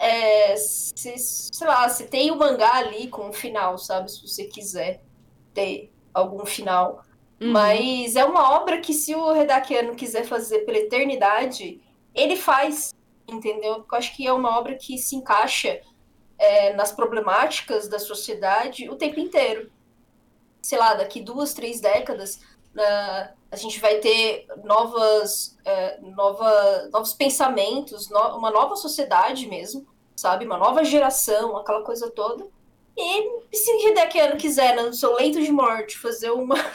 Sei lá, você tem o mangá ali com um final, sabe? Se você quiser ter algum final. Uhum. Mas é uma obra que, se o Hideaki Anno quiser fazer pela eternidade, ele faz, entendeu? Porque eu acho que é uma obra que se encaixa nas problemáticas da sociedade o tempo inteiro. Sei lá, daqui 2, 3 décadas, a gente vai ter novos pensamentos, uma nova sociedade mesmo, sabe? Uma nova geração, aquela coisa toda. E se o Hideaki Anno quiser, no seu leito de morte, fazer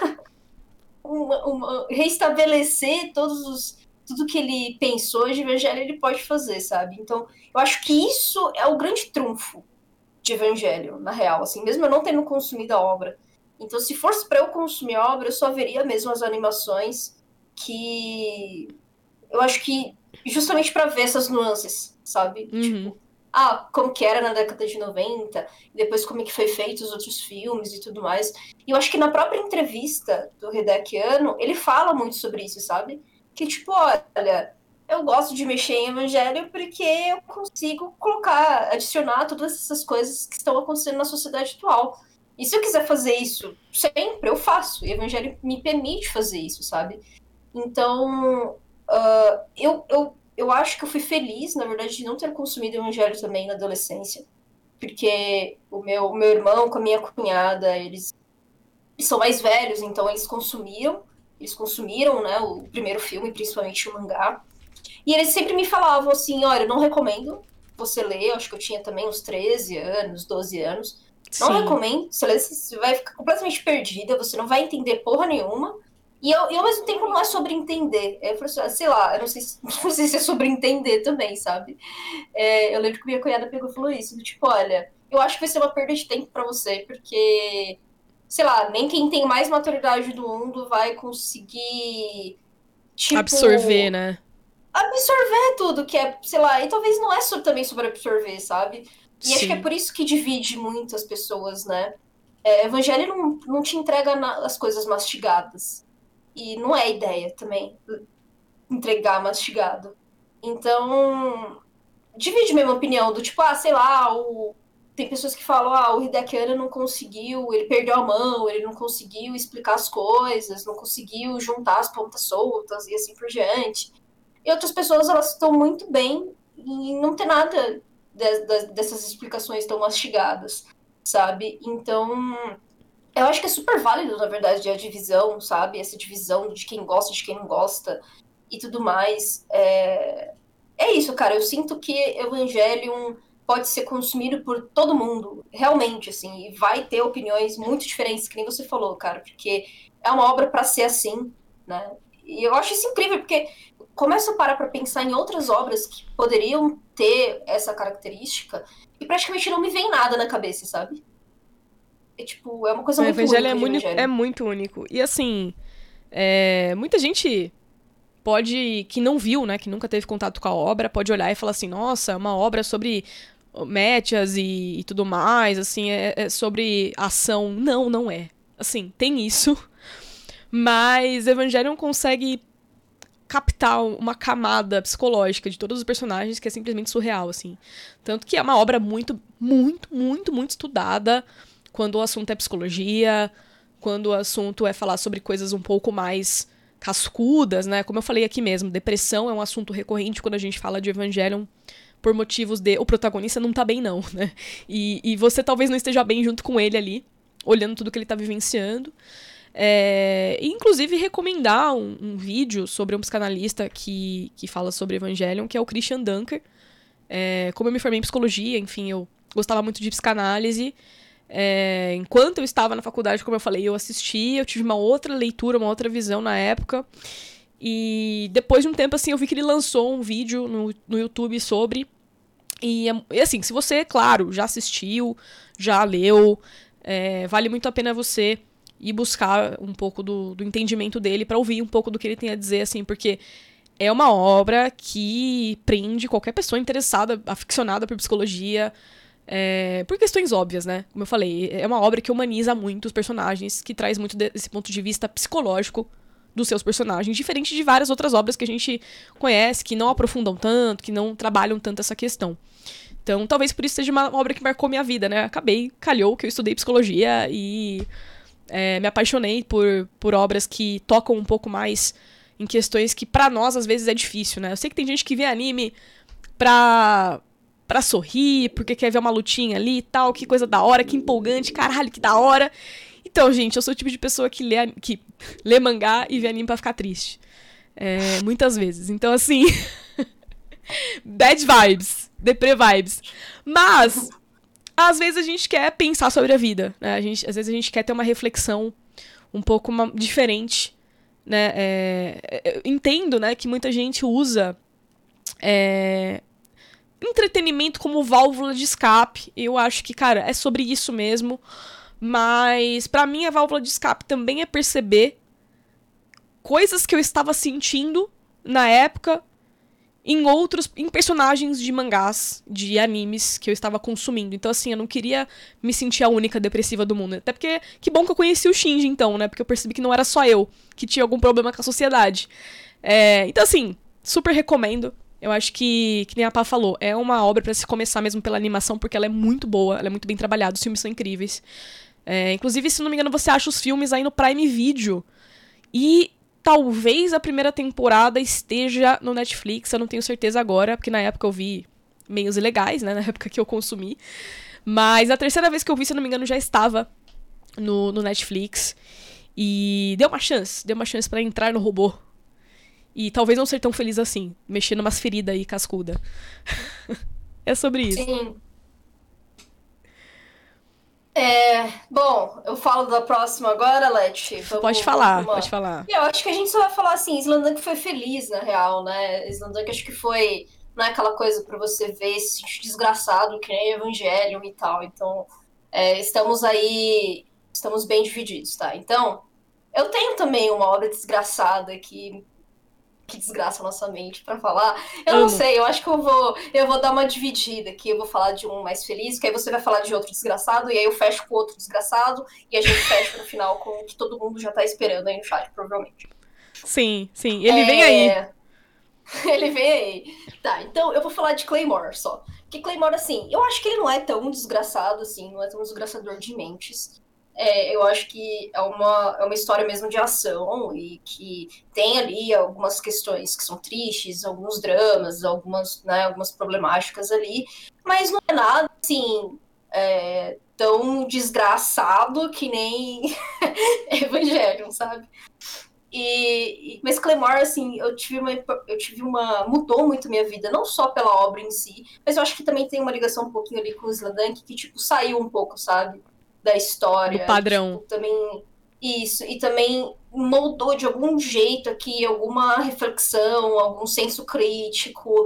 reestabelecer tudo que ele pensou de Evangelho, ele pode fazer, sabe? Então, eu acho que isso é o grande trunfo de Evangelho, na real, assim, mesmo eu não tendo consumido a obra. Então, se fosse para eu consumir a obra, eu só veria mesmo as animações que eu acho que justamente pra ver essas nuances, sabe? Uhum. Tipo, como que era na década de 90, e depois como é que foi feito os outros filmes e tudo mais. E eu acho que na própria entrevista do Hideaki ele fala muito sobre isso, sabe? Que tipo, olha, eu gosto de mexer em evangelho porque eu consigo colocar, adicionar todas essas coisas que estão acontecendo na sociedade atual. E se eu quiser fazer isso sempre, eu faço. E o evangelho me permite fazer isso, sabe? Então, eu acho que eu fui feliz, na verdade, de não ter consumido evangelho também na adolescência. Porque o meu irmão com a minha cunhada, eles são mais velhos, então eles consumiram, né, o primeiro filme, principalmente o mangá. E eles sempre me falavam assim, olha, eu não recomendo você ler, acho que eu tinha também uns 13 anos, 12 anos. Não Sim. recomendo, você lê, você vai ficar completamente perdida, você não vai entender porra nenhuma. E ao mesmo tempo não é sobre entender. Eu falei assim, sei lá, eu não sei, não sei se é sobre entender também, sabe? Eu lembro que minha cunhada pegou e falou isso, do tipo, olha, eu acho que vai ser uma perda de tempo pra você, porque, sei lá, nem quem tem mais maturidade do mundo vai conseguir, Absorver, tipo, né? absorver tudo que é, sei lá, e talvez não é também sobre absorver, sabe? E acho que é Sim. por isso que divide muito as pessoas, né? Evangelho não te entrega as coisas mastigadas. E não é ideia também entregar mastigado. Então, divide mesmo a opinião do tipo, sei lá, tem pessoas que falam, o Hideaki não conseguiu, ele perdeu a mão, ele não conseguiu explicar as coisas, não conseguiu juntar as pontas soltas e assim por diante. E outras pessoas, elas estão muito bem e não tem nada dessas explicações tão mastigadas, sabe? Então, eu acho que é super válido, na verdade, a divisão, sabe? Essa divisão de quem gosta, de quem não gosta e tudo mais. É isso, cara. Eu sinto que Evangelion pode ser consumido por todo mundo, realmente, assim, e vai ter opiniões muito diferentes, que nem você falou, cara, porque é uma obra para ser assim, né? E eu acho isso incrível, porque começo a parar pra pensar em outras obras que poderiam ter essa característica e praticamente não me vem nada na cabeça, sabe? Tipo, é uma coisa O muito Evangelho única de é Evangelho. muito único. E assim, muita gente pode, que não viu, né, que nunca teve contato com a obra, pode olhar e falar assim, nossa, é uma obra sobre mechas e tudo mais, assim, é sobre ação. Não, não é. Assim, tem isso, mas Evangelion consegue captar uma camada psicológica de todos os personagens que é simplesmente surreal, assim. Tanto que é uma obra muito, muito, muito, muito estudada quando o assunto é psicologia, quando o assunto é falar sobre coisas um pouco mais cascudas, né? Como eu falei aqui mesmo, depressão é um assunto recorrente quando a gente fala de Evangelion por motivos de o protagonista não tá bem não, né? E você talvez não esteja bem junto com ele ali, olhando tudo que ele tá vivenciando. Inclusive recomendar um vídeo sobre um psicanalista que fala sobre Evangelion, que é o Christian Dunker. Como eu me formei em psicologia, enfim, eu gostava muito de psicanálise. Enquanto eu estava na faculdade, como eu falei, eu assisti, eu tive uma outra leitura, uma outra visão na época. E depois de um tempo, assim, eu vi que ele lançou um vídeo no YouTube sobre. E assim, se você, claro, já assistiu, já leu, vale muito a pena você ir buscar um pouco do entendimento dele pra ouvir um pouco do que ele tem a dizer, assim, porque é uma obra que prende qualquer pessoa interessada, aficionada por psicologia, por questões óbvias, né? Como eu falei, é uma obra que humaniza muito os personagens, que traz muito desse ponto de vista psicológico dos seus personagens, diferente de várias outras obras que a gente conhece, que não aprofundam tanto, que não trabalham tanto essa questão. Então, talvez por isso seja uma obra que marcou minha vida, né? Calhou que eu estudei psicologia e me apaixonei por obras que tocam um pouco mais em questões que pra nós às vezes é difícil, né? Eu sei que tem gente que vê anime pra sorrir, porque quer ver uma lutinha ali e tal, que coisa da hora, que empolgante, caralho, que da hora. Então, gente, eu sou o tipo de pessoa que lê mangá e vê anime pra ficar triste. Muitas vezes. Então, assim, bad vibes, deprê vibes. Mas, às vezes a gente quer pensar sobre a vida, né? Às vezes a gente quer ter uma reflexão um pouco diferente, né? Eu entendo, né, que muita gente usa entretenimento como válvula de escape. Eu acho que, cara, é sobre isso mesmo. Mas, pra mim, a válvula de escape também é perceber coisas que eu estava sentindo na época, em personagens de mangás, de animes que eu estava consumindo. Então, assim, eu não queria me sentir a única depressiva do mundo. Até porque, que bom que eu conheci o Shinji, então, né? Porque eu percebi que não era só eu que tinha algum problema com a sociedade. Então, assim, super recomendo. Eu acho que nem a Pá falou, é uma obra pra se começar mesmo pela animação, porque ela é muito boa, ela é muito bem trabalhada, os filmes são incríveis. Inclusive, se não me engano, você acha os filmes aí no Prime Video. E talvez a primeira temporada esteja no Netflix, eu não tenho certeza agora, porque na época eu vi meios ilegais, né, na época que eu consumi. Mas a terceira vez que eu vi, se não me engano, já estava no Netflix. E deu uma chance pra entrar no robô. E talvez não ser tão feliz assim, mexendo umas feridas aí cascuda. É sobre isso. Sim. Bom, eu falo da próxima agora, Leti. Pode falar, pode falar. Eu acho que a gente só vai falar assim, Slandunk foi feliz, na real, né? Slandunk acho que foi, não é aquela coisa pra você ver esse desgraçado que nem Evangelion e tal. Então, estamos bem divididos, tá? Então, eu tenho também uma obra desgraçada que desgraça a nossa mente pra falar. Eu não sei, eu acho que eu vou dar uma dividida aqui. Eu vou falar de um mais feliz, que aí você vai falar de outro desgraçado, e aí eu fecho com outro desgraçado, e a gente fecha no final com o que todo mundo já tá esperando aí no chat, provavelmente. Sim. Ele vem aí. Ele vem aí. Tá, então eu vou falar de Claymore só. Porque Claymore, assim, eu acho que ele não é tão desgraçado, assim, não é tão desgraçador de mentes. Eu acho que é uma história mesmo de ação e que tem ali algumas questões que são tristes, alguns dramas, algumas problemáticas ali, mas não é nada, assim, tão desgraçado que nem Evangelion, sabe? Mas Claymore, assim, mudou muito minha vida, não só pela obra em si, mas eu acho que também tem uma ligação um pouquinho ali com o Slandunk, que, tipo, saiu um pouco, sabe, da história. Do padrão. E, tipo, também, isso, e também moldou de algum jeito aqui, alguma reflexão, algum senso crítico,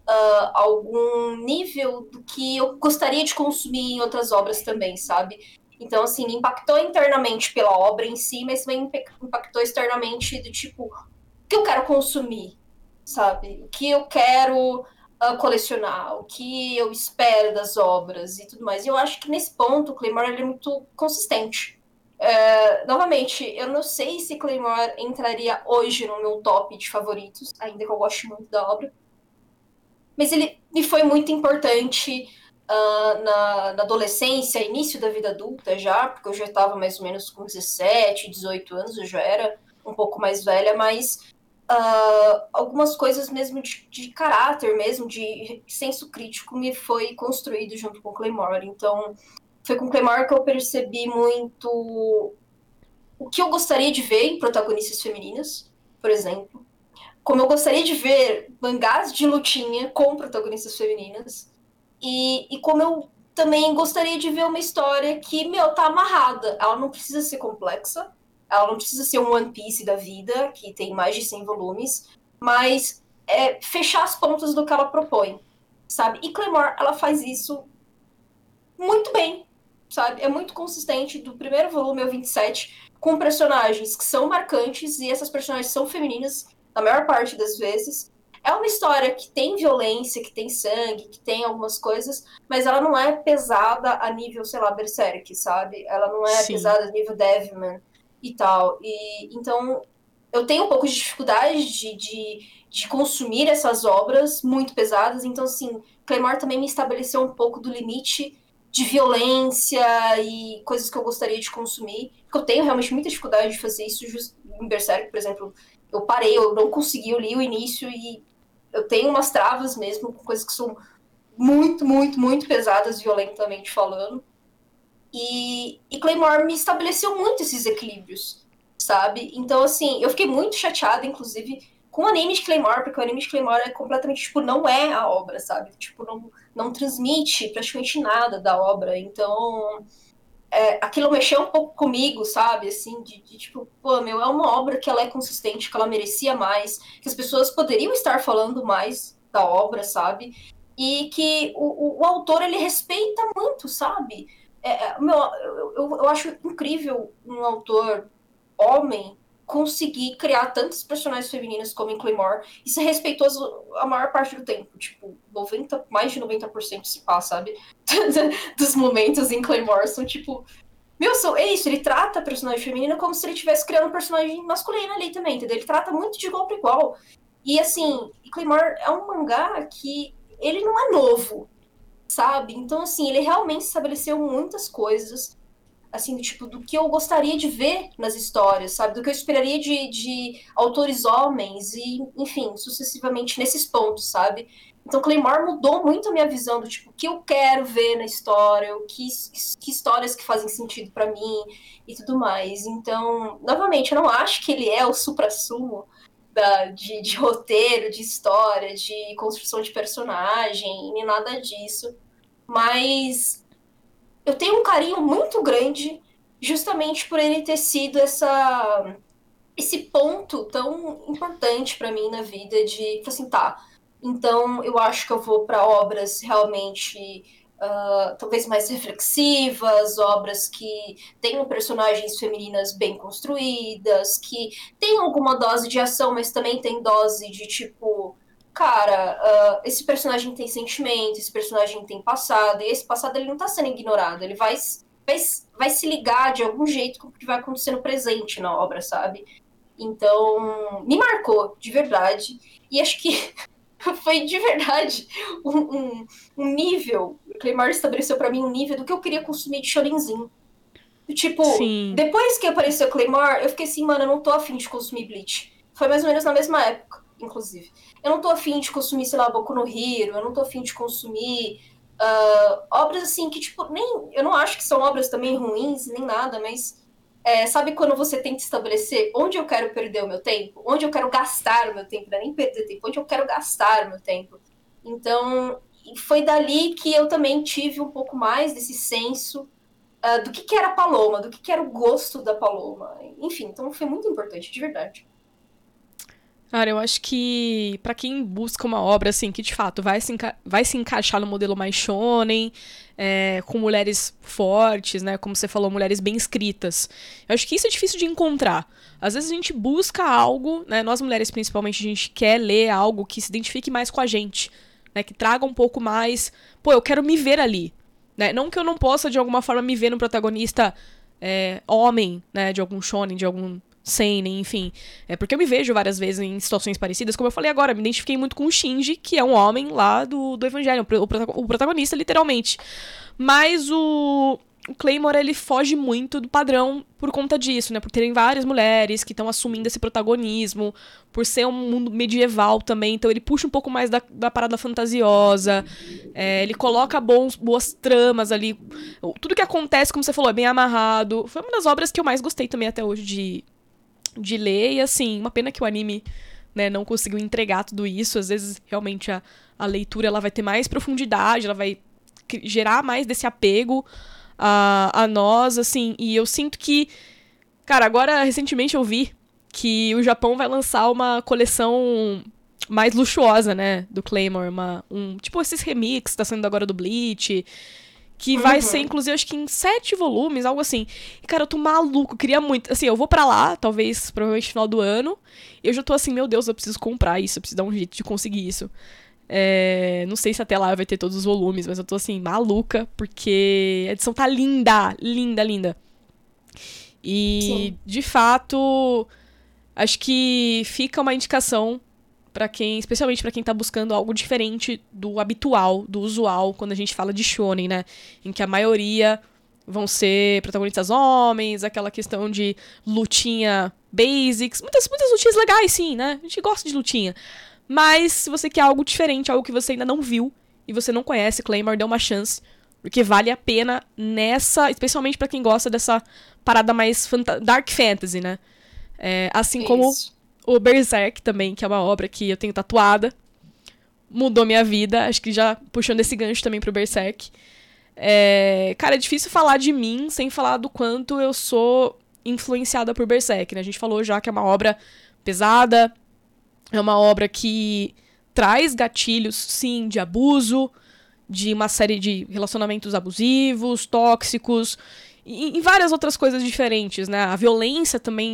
algum nível do que eu gostaria de consumir em outras obras também, sabe? Então, assim, me impactou internamente pela obra em si, mas também impactou externamente do tipo, o que eu quero consumir, sabe? O que eu quero colecionar, o que eu espero das obras e tudo mais. E eu acho que nesse ponto o Claymore ele é muito consistente. Novamente, eu não sei se Claymore entraria hoje no meu top de favoritos, ainda que eu goste muito da obra, mas ele me foi muito importante na adolescência, início da vida adulta já, porque eu já estava mais ou menos com 17, 18 anos, eu já era um pouco mais velha, mas algumas coisas mesmo de caráter mesmo, de senso crítico me foi construído junto com Claymore. Então, foi com Claymore que eu percebi muito o que eu gostaria de ver em protagonistas femininas, por exemplo. Como eu gostaria de ver mangás de lutinha com protagonistas femininas. E como eu também gostaria de ver uma história que, tá amarrada. Ela não precisa ser complexa. Ela não precisa ser um One Piece da vida, que tem mais de 100 volumes. Mas fechar as pontas do que ela propõe, sabe? E Claymore, ela faz isso muito bem, sabe? É muito consistente do primeiro volume ao 27, com personagens que são marcantes, e essas personagens são femininas, na maior parte das vezes. É uma história que tem violência, que tem sangue, que tem algumas coisas, mas ela não é pesada a nível, sei lá, Berserk, sabe? Ela não é pesada a nível Devilman e tal. E então eu tenho um pouco de dificuldade de consumir essas obras muito pesadas. Então, assim, Claymore também me estabeleceu um pouco do limite de violência e coisas que eu gostaria de consumir. Porque eu tenho realmente muita dificuldade de fazer isso em Berserk, por exemplo. Eu parei, eu não consegui, eu li o início e eu tenho umas travas mesmo, com coisas que são muito, muito, muito pesadas, violentamente falando. E Claymore me estabeleceu muito esses equilíbrios, sabe? Então, assim, eu fiquei muito chateada, inclusive, com o anime de Claymore, porque o anime de Claymore é completamente, tipo, não é a obra, sabe? Tipo, não transmite praticamente nada da obra. Então, aquilo mexeu um pouco comigo, sabe? Assim, de tipo, pô, é uma obra que ela é consistente, que ela merecia mais, que as pessoas poderiam estar falando mais da obra, sabe? E que o autor, ele respeita muito, sabe? Eu acho incrível um autor homem conseguir criar tantos personagens femininos como em Claymore e ser respeitoso a maior parte do tempo. Tipo, mais de 90% se passa, sabe? Dos momentos em Claymore são tipo... é isso, ele trata a personagem feminina como se ele estivesse criando um personagem masculino ali também, entendeu? Ele trata muito de igual para igual. E assim, Claymore é um mangá que ele não é novo, sabe? Então, assim, ele realmente estabeleceu muitas coisas, assim, do que eu gostaria de ver nas histórias, sabe? Do que eu esperaria de autores homens e, enfim, sucessivamente nesses pontos, sabe? Então, Claymore mudou muito a minha visão do o que eu quero ver na história, que histórias que fazem sentido para mim e tudo mais. Então, novamente, eu não acho que ele é o suprassumo de roteiro, de história, de construção de personagem, nem nada disso. Mas eu tenho um carinho muito grande justamente por ele ter sido esse ponto tão importante para mim na vida de, assim, tá, então eu acho que eu vou para obras realmente talvez mais reflexivas, obras que tenham personagens femininas bem construídas, que tem alguma dose de ação, mas também tem dose de tipo, cara, esse personagem tem sentimento, esse personagem tem passado, e esse passado ele não tá sendo ignorado, ele vai se ligar de algum jeito com o que vai acontecer no presente na obra, sabe? Então, me marcou, de verdade. E acho que foi de verdade um nível. O Claymore estabeleceu pra mim um nível do que eu queria consumir de shonenzinho. Tipo, Sim. depois que apareceu o Claymore, eu fiquei assim, mano, eu não tô afim de consumir Bleach. Foi mais ou menos na mesma época, inclusive. Eu não tô afim de consumir, sei lá, Boku no Hero, eu não tô afim de consumir obras assim que, tipo, eu não acho que são obras também ruins, nem nada, mas sabe quando você tenta estabelecer onde eu quero perder o meu tempo? Onde eu quero gastar o meu tempo? Não é nem perder tempo, onde eu quero gastar o meu tempo. Então, foi dali que eu também tive um pouco mais desse senso do que era a Paloma, do que era o gosto da Paloma. Enfim, então foi muito importante, de verdade. Cara, eu acho que pra quem busca uma obra, assim, que de fato vai se encaixar no modelo mais shonen, com mulheres fortes, né, como você falou, mulheres bem escritas, eu acho que isso é difícil de encontrar. Às vezes a gente busca algo, né, nós mulheres principalmente, a gente quer ler algo que se identifique mais com a gente, né, que traga um pouco mais, pô, eu quero me ver ali, né, não que eu não possa de alguma forma me ver no protagonista homem, né, de algum shonen, de algum seinen, enfim. Porque eu me vejo várias vezes em situações parecidas, como eu falei agora, me identifiquei muito com o Shinji, que é um homem lá do Evangelho, o protagonista, literalmente. Mas o Claymore, ele foge muito do padrão por conta disso, né? Por terem várias mulheres que estão assumindo esse protagonismo, por ser um mundo medieval também, então ele puxa um pouco mais da parada fantasiosa, ele coloca boas tramas ali. Tudo que acontece, como você falou, é bem amarrado. Foi uma das obras que eu mais gostei também até hoje de ler, e assim, uma pena que o anime, né, não conseguiu entregar tudo isso. Às vezes, realmente, a leitura ela vai ter mais profundidade, ela vai gerar mais desse apego a nós, assim, e eu sinto que, cara, agora, recentemente eu vi que o Japão vai lançar uma coleção mais luxuosa, né, do Claymore, tipo esses remix que tá saindo agora do Bleach, que vai ser, inclusive, acho que em 7 volumes, algo assim. E, cara, eu tô maluco, queria muito. Assim, eu vou pra lá, talvez, provavelmente no final do ano. E eu já tô assim, meu Deus, eu preciso comprar isso, eu preciso dar um jeito de conseguir isso. Não sei se até lá vai ter todos os volumes, mas eu tô, assim, maluca, porque a edição tá linda, linda, linda. E, sim, de fato, acho que fica uma indicação para quem, especialmente para quem tá buscando algo diferente do habitual, do usual, quando a gente fala de shonen, né? Em que a maioria vão ser protagonistas homens, aquela questão de lutinha basics, muitas lutinhas legais, sim, né? A gente gosta de lutinha. Mas se você quer algo diferente, algo que você ainda não viu e você não conhece, Claymore, dê uma chance, porque vale a pena especialmente para quem gosta dessa parada mais dark fantasy, né? Assim como o Berserk também, que é uma obra que eu tenho tatuada. Mudou minha vida. Acho que já puxando esse gancho também pro Berserk. Cara, é difícil falar de mim sem falar do quanto eu sou influenciada por Berserk, né? A gente falou já que é uma obra pesada. É uma obra que traz gatilhos, sim, de abuso, de uma série de relacionamentos abusivos, tóxicos, e várias outras coisas diferentes, né? A violência também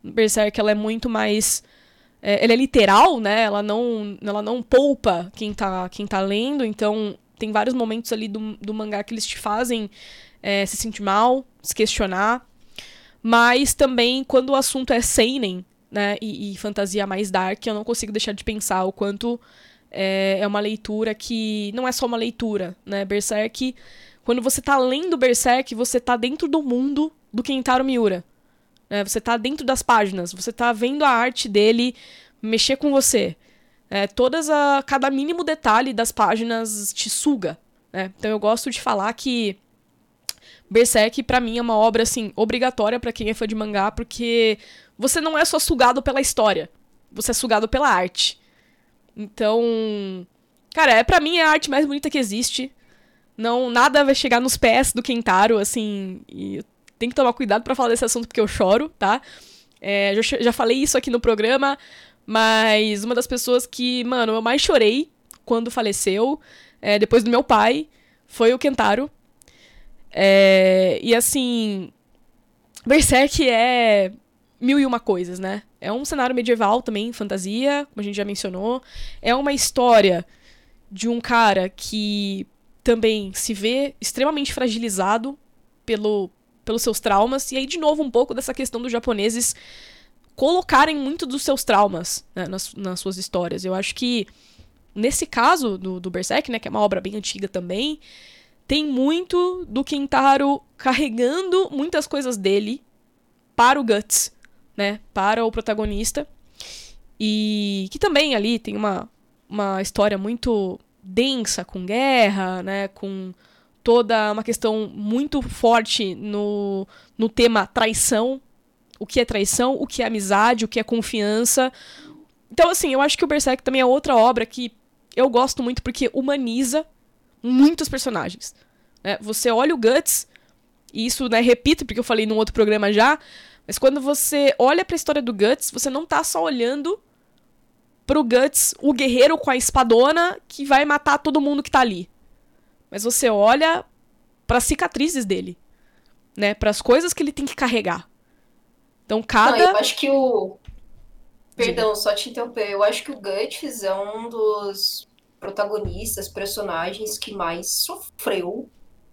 Berserk, ela é muito mais... ela é literal, né? Ela não poupa quem tá lendo, então tem vários momentos ali do mangá que eles te fazem se sentir mal, se questionar. Mas também, quando o assunto é seinen, né, e fantasia mais dark, eu não consigo deixar de pensar o quanto é uma leitura que não é só uma leitura, né? Berserk, quando você tá lendo Berserk, você tá dentro do mundo do Kentaro Miura. Né? Você tá dentro das páginas, você tá vendo a arte dele mexer com você. Cada mínimo detalhe das páginas te suga. Né? Então eu gosto de falar que Berserk, pra mim, é uma obra, assim, obrigatória pra quem é fã de mangá, porque você não é só sugado pela história, você é sugado pela arte. Então, cara, pra mim é a arte mais bonita que existe. Não, nada vai chegar nos pés do Kentaro, assim, e tem que tomar cuidado pra falar desse assunto porque eu choro, tá? Já falei isso aqui no programa, mas uma das pessoas que, mano, eu mais chorei quando faleceu, depois do meu pai, foi o Kentaro. E assim, Berserk é mil e uma coisas, né? É um cenário medieval também, fantasia, como a gente já mencionou. É uma história de um cara que também se vê extremamente fragilizado pelos seus traumas. E aí, de novo, um pouco dessa questão dos japoneses colocarem muito dos seus traumas, né, nas suas histórias. Eu acho que, nesse caso do Berserk, né, que é uma obra bem antiga também, tem muito do Kentaro carregando muitas coisas dele para o Guts, né? Para o protagonista. E que também ali tem uma história muito densa com guerra, né? Com toda uma questão muito forte no tema traição. O que é traição, o que é amizade, o que é confiança. Então, assim, eu acho que o Berserk também é outra obra que eu gosto muito porque humaniza muitos personagens. Né? Você olha o Guts, e isso, né, repito, porque eu falei num outro programa já, mas quando você olha pra história do Guts, você não tá só olhando pro Guts, o guerreiro com a espadona que vai matar todo mundo que tá ali. Mas você olha pras cicatrizes dele, né, pras coisas que ele tem que carregar. Então, cada... Não, eu acho que Perdão, só te interromper. Eu acho que o Guts é um dos protagonistas, personagens que mais sofreu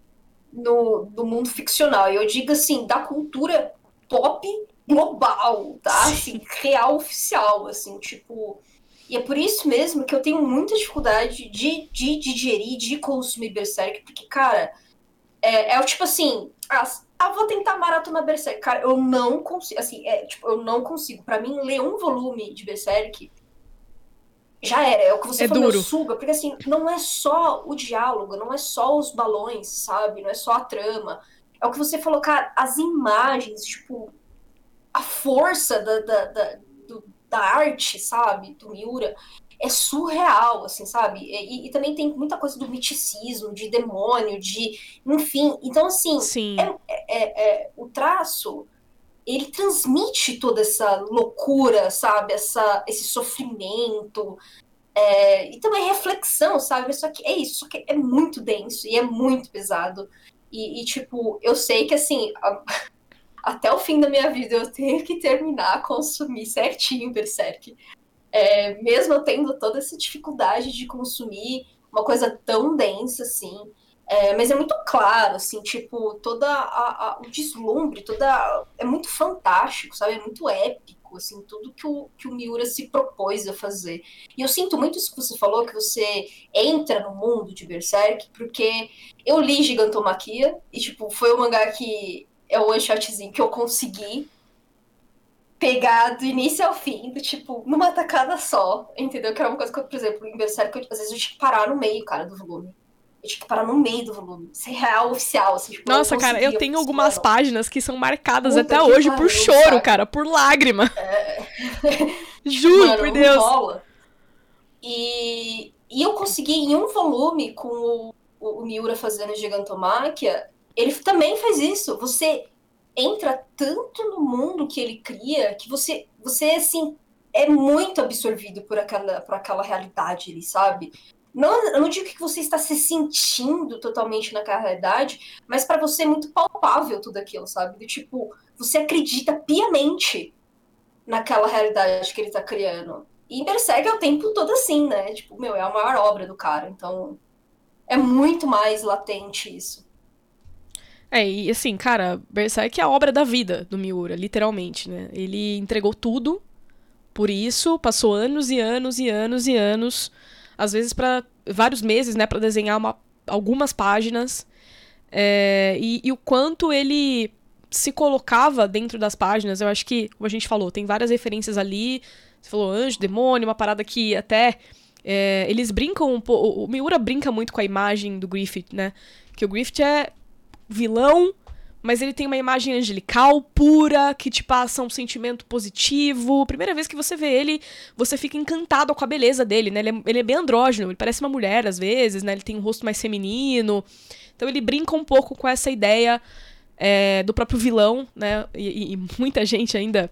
no mundo ficcional. E eu digo assim, da cultura pop global, tá? Assim, real oficial, assim, tipo. E é por isso mesmo que eu tenho muita dificuldade de digerir, de consumir Berserk, porque, cara, é o tipo assim, vou tentar maratonar Berserk. Cara, eu não consigo, assim, eu não consigo. Pra mim, ler um volume de Berserk já era, é o que você falou, duro. suga, porque assim, não é só o diálogo, não é só os balões, sabe? Não é só a trama. É o que você falou, cara, as imagens, tipo, a força da arte, sabe? Do Miura é surreal, assim, sabe? E também tem muita coisa do miticismo, de demônio, enfim. Então, assim, Sim. o traço, ele transmite toda essa loucura, sabe? Esse sofrimento, e também reflexão, sabe? Só que só que é muito denso e é muito pesado. Tipo, eu sei que, assim, até o fim da minha vida eu tenho que terminar a consumir certinho Berserk. Mesmo eu tendo toda essa dificuldade de consumir uma coisa tão densa, assim. Mas é muito claro, assim, tipo, o deslumbre, é muito fantástico, sabe? É muito épico, assim, tudo que o Miura se propôs a fazer. E eu sinto muito isso que você falou, que você entra no mundo de Berserk, porque eu li Gigantomachia, e, tipo, foi o mangá que é o one-shotzinho que eu consegui pegar do início ao fim, tipo, numa tacada só, entendeu? Que era uma coisa que, por exemplo, em Berserk, às vezes eu tinha que parar no meio, cara, do volume. Eu tinha que parar no meio do volume. Ser real, oficial, assim, tipo, Nossa, cara, eu tenho algumas páginas que são marcadas até hoje por choro, sabe? cara, por lágrima. Juro, mano, por Deus. Rola. E eu consegui, em um volume, com o Miura fazendo Gigantomachia, ele também faz isso. Você entra tanto no mundo que ele cria que você assim, é muito absorvido por aquela realidade ali, sabe? Não, eu não digo que você está se sentindo totalmente naquela realidade, mas para você é muito palpável tudo aquilo, sabe? Do tipo, você acredita piamente naquela realidade que ele tá criando. E Berserk é o tempo todo assim, né? Tipo, meu, é a maior obra do cara, então é muito mais latente isso. E assim, cara, Berserk é a obra da vida do Miura, literalmente, né? Ele entregou tudo por isso, passou anos e anos e anos e anos, às vezes para vários meses, né, para desenhar algumas páginas. E o quanto ele se colocava dentro das páginas, eu acho que, como a gente falou, tem várias referências ali. Você falou anjo, demônio, uma parada que até eles brincam um pouco. O Miura brinca muito com a imagem do Griffith, né? Que o Griffith é vilão, mas ele tem uma imagem angelical, pura, que te passa um sentimento positivo. Primeira vez que você vê ele, você fica encantado com a beleza dele, né? Ele é bem andrógeno, ele parece uma mulher às vezes, né? Ele tem um rosto mais feminino. Então ele brinca um pouco com essa ideia do próprio vilão, né? E muita gente ainda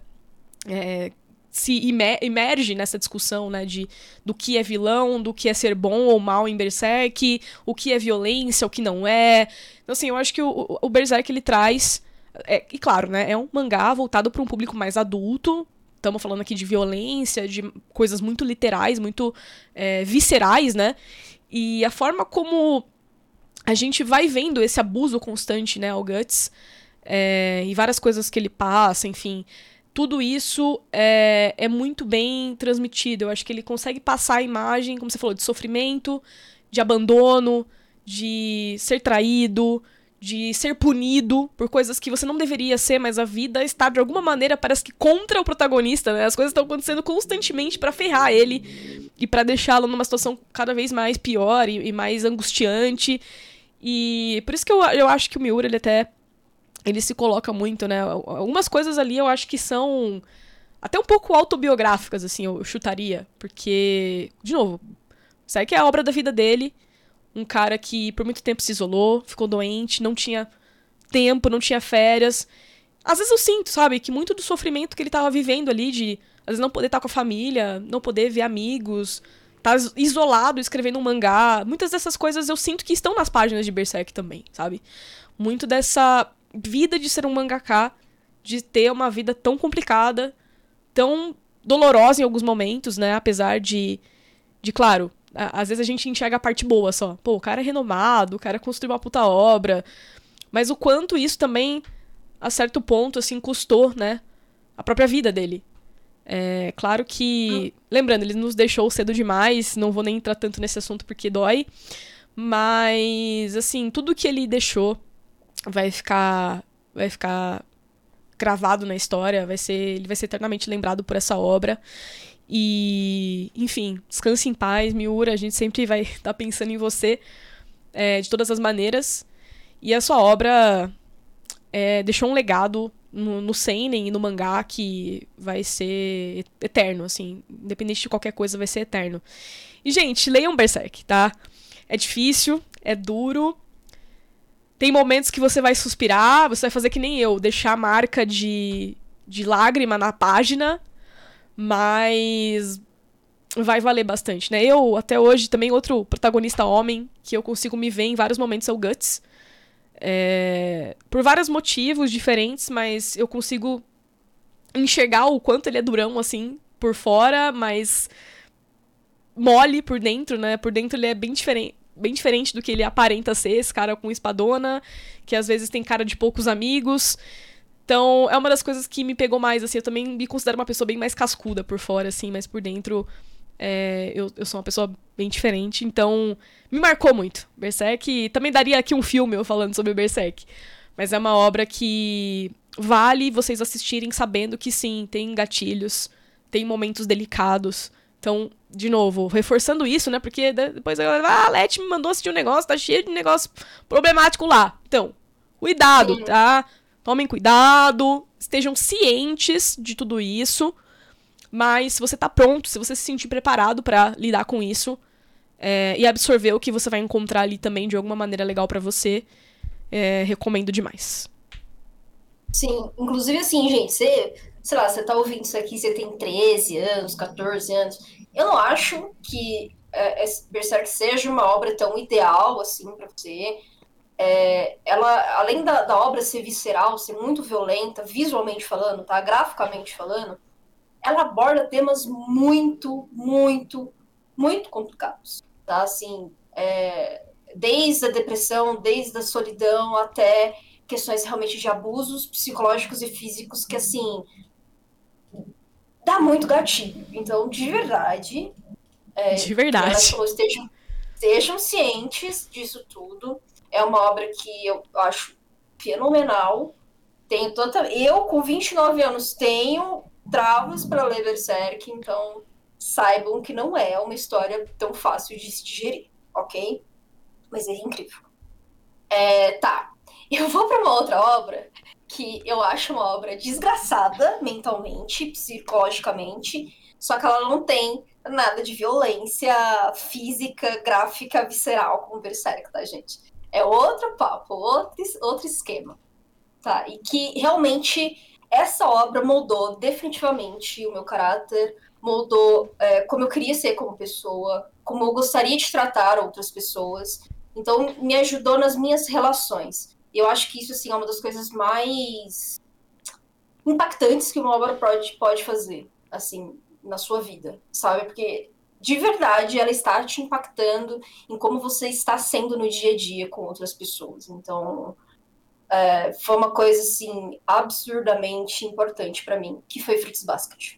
se imerge nessa discussão, né, do que é vilão, do que é ser bom ou mal em Berserk, o que é violência, o que não é. Então, assim, eu acho que o Berserk, ele traz... e claro, né, é um mangá voltado para um público mais adulto. Estamos falando aqui de violência, de coisas muito literais, muito viscerais, né? E a forma como a gente vai vendo esse abuso constante, né, ao Guts, e várias coisas que ele passa, enfim... Tudo isso é muito bem transmitido. Eu acho que ele consegue passar a imagem, como você falou, de sofrimento, de abandono, de ser traído, de ser punido por coisas que você não deveria ser, mas a vida está, de alguma maneira, parece que contra o protagonista, né? As coisas estão acontecendo constantemente para ferrar ele e para deixá-lo numa situação cada vez mais pior e mais angustiante. E por isso que eu acho que o Miura, ele se coloca muito, né? Algumas coisas ali eu acho que são até um pouco autobiográficas, assim, eu chutaria. Porque, de novo, sabe que é a obra da vida dele. Um cara que por muito tempo se isolou, ficou doente, não tinha tempo, não tinha férias. Às vezes eu sinto, sabe, que muito do sofrimento que ele tava vivendo ali, de às vezes não poder estar com a família, não poder ver amigos, tá isolado escrevendo um mangá. Muitas dessas coisas eu sinto que estão nas páginas de Berserk também, sabe? Muito dessa vida de ser um mangaka, de ter uma vida tão complicada, tão dolorosa em alguns momentos, né? Apesar claro, às vezes a gente enxerga a parte boa só. Pô, o cara é renomado, o cara construiu uma puta obra. Mas o quanto isso também, a certo ponto, assim, custou, né? A própria vida dele. É claro que... Lembrando, ele nos deixou cedo demais, não vou nem entrar tanto nesse assunto porque dói. Mas, assim, tudo que ele deixou vai ficar gravado na história, ele vai ser eternamente lembrado por essa obra. E, enfim, descanse em paz, Miura, a gente sempre vai estar pensando em você de todas as maneiras. E a sua obra deixou um legado no seinen e no mangá que vai ser eterno, assim, independente de qualquer coisa, vai ser eterno. E, gente, leiam Berserk, tá? É difícil, é duro. Tem momentos que você vai suspirar, você vai fazer que nem eu, deixar marca de lágrima na página, mas vai valer bastante, né? Eu, até hoje, também outro protagonista homem que eu consigo me ver em vários momentos é o Guts. Por vários motivos diferentes, mas eu consigo enxergar o quanto ele é durão, assim, por fora, mas mole por dentro, né? Por dentro ele é bem diferente do que ele aparenta ser, esse cara com espadona, que às vezes tem cara de poucos amigos. Então, é uma das coisas que me pegou mais, assim, eu também me considero uma pessoa bem mais cascuda por fora, assim, mas por dentro eu sou uma pessoa bem diferente, então me marcou muito. Berserk, também daria aqui um filme eu falando sobre Berserk, mas é uma obra que vale vocês assistirem sabendo que sim, tem gatilhos, tem momentos delicados. Então, de novo, reforçando isso, né? Porque depois a galera a Leti me mandou assistir um negócio, tá cheio de negócio problemático lá. Então, cuidado, tá? Tomem cuidado, estejam cientes de tudo isso. Mas se você tá pronto, se você se sentir preparado pra lidar com isso e absorver o que você vai encontrar ali também de alguma maneira legal pra você, recomendo demais. Sim, inclusive assim, gente, sei lá, você tá ouvindo isso aqui, você tem 13 anos, 14 anos. Eu não acho que Berserk seja uma obra tão ideal assim pra você. Ela, além da obra ser visceral, ser muito violenta, visualmente falando, tá? Graficamente falando, ela aborda temas muito, muito, muito complicados, tá? Assim, desde a depressão, desde a solidão, até questões realmente de abusos psicológicos e físicos, que, assim, dá muito gatilho. Então, de verdade, De que ela verdade. falou, estejam cientes disso tudo. É uma obra que eu acho fenomenal. Eu, com 29 anos, tenho travas para ler Berserk, então saibam que não é uma história tão fácil de se digerir, ok? Mas é incrível. Tá, eu vou para uma outra obra que eu acho uma obra desgraçada mentalmente, psicologicamente, só que ela não tem nada de violência física, gráfica, visceral como Berserk, tá, gente? É outro papo, outro esquema, tá? E que realmente essa obra moldou definitivamente o meu caráter, moldou como eu queria ser como pessoa, como eu gostaria de tratar outras pessoas. Então, me ajudou nas minhas relações. E eu acho que isso, assim, é uma das coisas mais impactantes que uma obra pode fazer, assim, na sua vida, sabe? Porque, de verdade, ela está te impactando em como você está sendo no dia a dia com outras pessoas. Então, foi uma coisa, assim, absurdamente importante para mim, que foi Fruits Basket.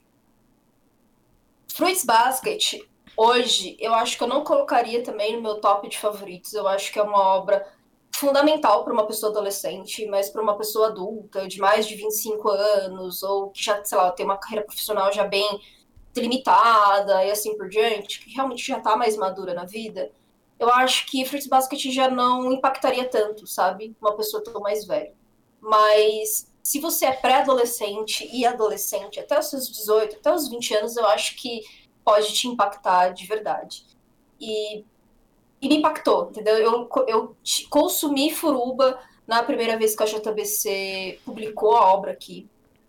Fruits Basket, hoje, eu acho que eu não colocaria também no meu top de favoritos. Eu acho que é uma obra fundamental para uma pessoa adolescente, mas para uma pessoa adulta, de mais de 25 anos, ou que já, sei lá, tem uma carreira profissional já bem delimitada e assim por diante, que realmente já está mais madura na vida, eu acho que Fruits Basket já não impactaria tanto, sabe? Uma pessoa tão mais velha. Mas se você é pré-adolescente e adolescente, até os seus 18, até os 20 anos, eu acho que pode te impactar de verdade. E me impactou, entendeu? Eu consumi Furuba na primeira vez que a JBC publicou a obra aqui.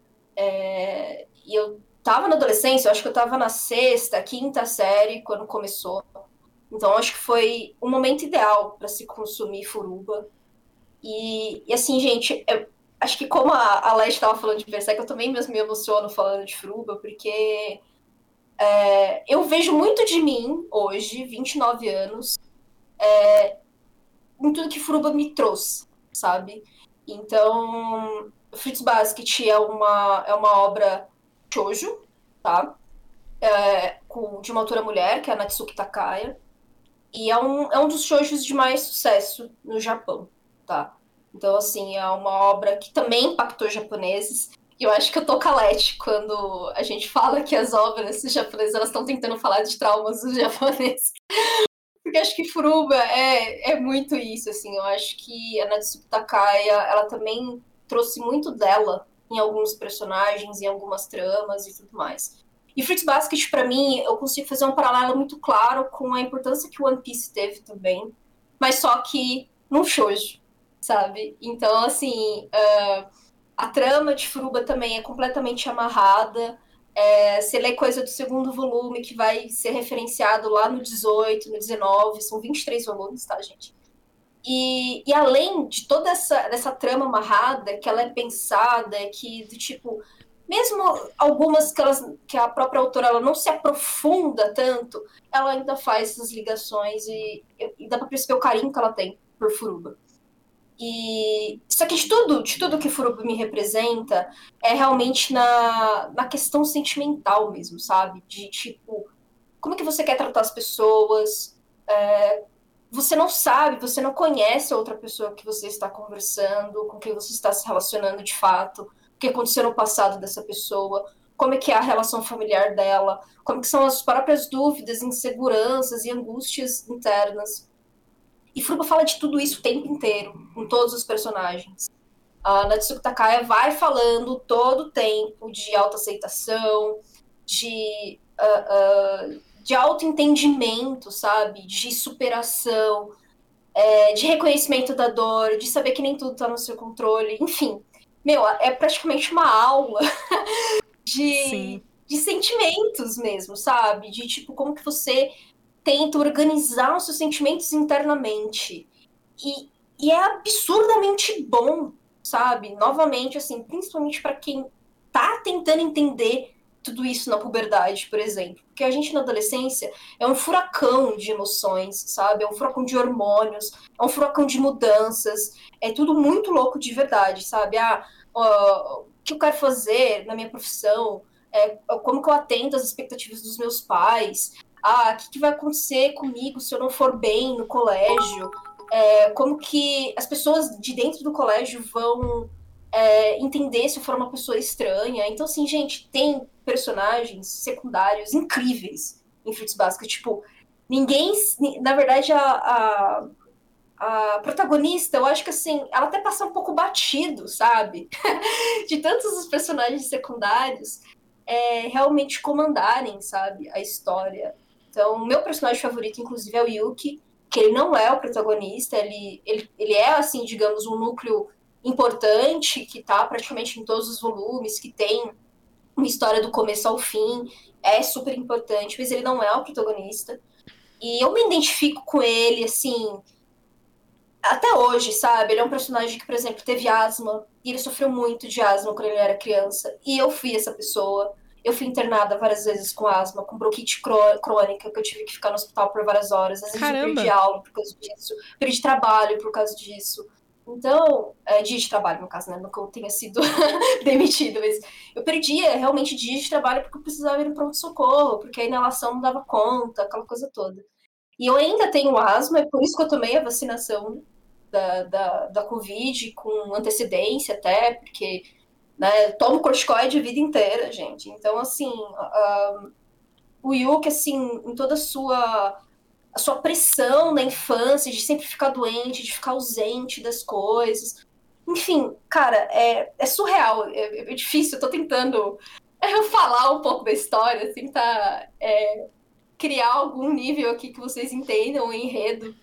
E eu tava na adolescência, eu acho que eu tava na sexta, quinta série quando começou. Então acho que foi um momento ideal para se consumir Furuba. E assim, gente, acho que como a Leste estava falando de Berserk, eu também mesmo me emociono falando de Furuba, porque eu vejo muito de mim hoje, 29 anos, em tudo que Furuba me trouxe, sabe? Então, Fruits Basket é uma obra shoujo, tá? De uma autora mulher, que é a Natsuki Takaya, e é um dos shoujos de mais sucesso no Japão, tá? Então, assim, é uma obra que também impactou japoneses, e eu acho que eu tô calete quando a gente fala que as obras japonesas elas estão tentando falar de traumas dos japoneses. Porque acho que Furuba é muito isso, assim. Eu acho que a Natsuki Takaya, ela também trouxe muito dela em alguns personagens, em algumas tramas e tudo mais. E Fruits Basket, pra mim, eu consigo fazer um paralelo muito claro com a importância que One Piece teve também, mas só que num shoujo, sabe? Então, assim, a trama de Furuba também é completamente amarrada. Você lê coisa do segundo volume que vai ser referenciado lá no 18, no 19, são 23 volumes, tá, gente? E além de toda essa trama amarrada, que ela é pensada, que do tipo, mesmo algumas que a própria autora ela não se aprofunda tanto, ela ainda faz essas ligações e dá pra perceber o carinho que ela tem por Furuba. E só que de tudo que Furuba me representa é realmente na questão sentimental mesmo, sabe? De tipo, como que você quer tratar as pessoas? Você não sabe, você não conhece a outra pessoa que você está conversando, com quem você está se relacionando de fato, o que aconteceu no passado dessa pessoa, como é que é a relação familiar dela, como que são as próprias dúvidas, inseguranças e angústias internas. E Furuba fala de tudo isso o tempo inteiro, com todos os personagens. A Natsuko Takaya vai falando todo o tempo de autoaceitação, de autoentendimento, sabe? De superação, de reconhecimento da dor, de saber que nem tudo tá no seu controle. Enfim, meu, é praticamente uma aula Sim. de sentimentos mesmo, sabe? De tipo, como que você tenta organizar os seus sentimentos internamente. E é absurdamente bom, sabe? Novamente, assim, principalmente para quem tá tentando entender tudo isso na puberdade, por exemplo. Porque a gente na adolescência é um furacão de emoções, sabe? É um furacão de hormônios, é um furacão de mudanças, é tudo muito louco de verdade, sabe? O que eu quero fazer na minha profissão, como que eu atendo às expectativas dos meus pais, o que vai acontecer comigo se eu não for bem no colégio, como que as pessoas de dentro do colégio vão entender se eu for uma pessoa estranha. Então, assim, gente, tem personagens secundários incríveis em Fruits Basket. Tipo, ninguém... Na verdade, a protagonista, eu acho que, assim, ela até passa um pouco batido, sabe? De tantos os personagens secundários realmente comandarem, sabe? A história. Então, o meu personagem favorito, inclusive, é o Yuki, que ele não é o protagonista, ele é, assim, digamos, um núcleo importante, que tá praticamente em todos os volumes, que tem uma história do começo ao fim, é super importante, mas ele não é o protagonista. E eu me identifico com ele, assim, até hoje, sabe? Ele é um personagem que, por exemplo, teve asma, e ele sofreu muito de asma quando ele era criança, e eu fui essa pessoa. Eu fui internada várias vezes com asma, com bronquite crônica, que eu tive que ficar no hospital por várias horas. Às vezes eu perdi Caramba! aula por causa disso, perdi trabalho por causa disso. Então, dia de trabalho, no caso, né? Nunca eu tenha sido demitida, mas eu perdia realmente dias de trabalho porque eu precisava ir no pronto-socorro, porque a inalação não dava conta, aquela coisa toda. E eu ainda tenho asma, é por isso que eu tomei a vacinação da Covid com antecedência até, porque né, tomo corticoide a vida inteira, gente. Então, assim, o Yuki, assim, em toda a sua pressão na infância, de sempre ficar doente, de ficar ausente das coisas. Enfim, cara, é surreal, é difícil, eu tô tentando falar um pouco da história, tentar criar algum nível aqui que vocês entendam o enredo.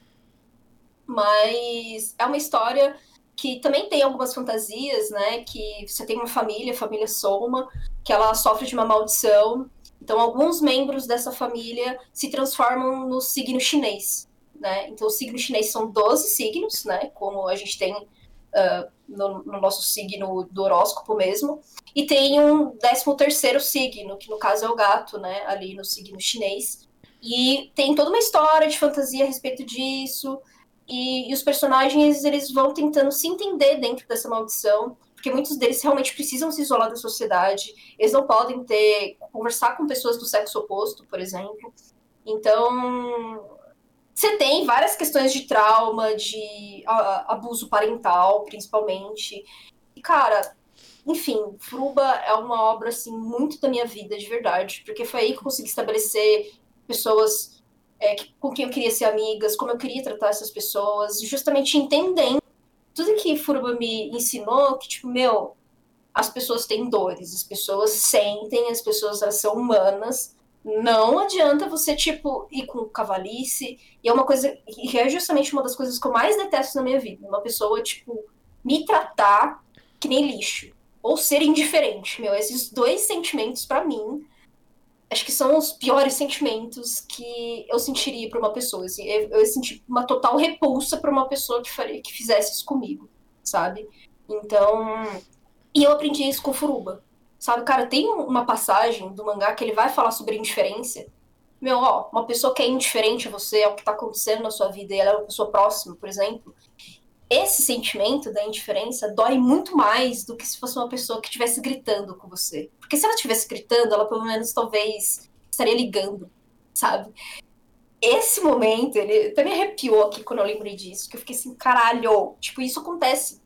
Mas é uma história que também tem algumas fantasias, né? Que você tem uma família, a família Soma, que ela sofre de uma maldição. Então, alguns membros dessa família se transformam no signo chinês, né? Então, o signo chinês são 12 signos, né? Como a gente tem no nosso signo do horóscopo mesmo. E tem um 13º signo, que no caso é o gato, né? Ali no signo chinês. E tem toda uma história de fantasia a respeito disso. E os personagens, eles vão tentando se entender dentro dessa maldição, porque muitos deles realmente precisam se isolar da sociedade, eles não podem conversar com pessoas do sexo oposto, por exemplo. Então, você tem várias questões de trauma, de abuso parental, principalmente. E, cara, enfim, Fruba é uma obra, assim, muito da minha vida, de verdade, porque foi aí que eu consegui estabelecer pessoas com quem eu queria ser amigas, como eu queria tratar essas pessoas, justamente entendendo tudo que Furuba me ensinou, que, tipo, meu, as pessoas têm dores, as pessoas sentem, as pessoas elas são humanas, não adianta você, tipo, ir com cavalice, e é uma coisa, que é justamente uma das coisas que eu mais detesto na minha vida, uma pessoa, tipo, me tratar que nem lixo, ou ser indiferente, meu, esses dois sentimentos, pra mim, acho que são os piores sentimentos que eu sentiria para uma pessoa. Assim, eu senti uma total repulsa para uma pessoa que fizesse isso comigo, sabe? Então. E eu aprendi isso com o Furuba. Sabe, cara, tem uma passagem do mangá que ele vai falar sobre indiferença. Meu, ó, uma pessoa que é indiferente a você, ao que tá acontecendo na sua vida, e ela é uma pessoa próxima, por exemplo, esse sentimento da indiferença dói muito mais do que se fosse uma pessoa que estivesse gritando com você. Porque se ela estivesse gritando, ela pelo menos talvez estaria ligando, sabe? Esse momento, ele até me arrepiou aqui quando eu lembrei disso, que eu fiquei assim, caralho, tipo, isso acontece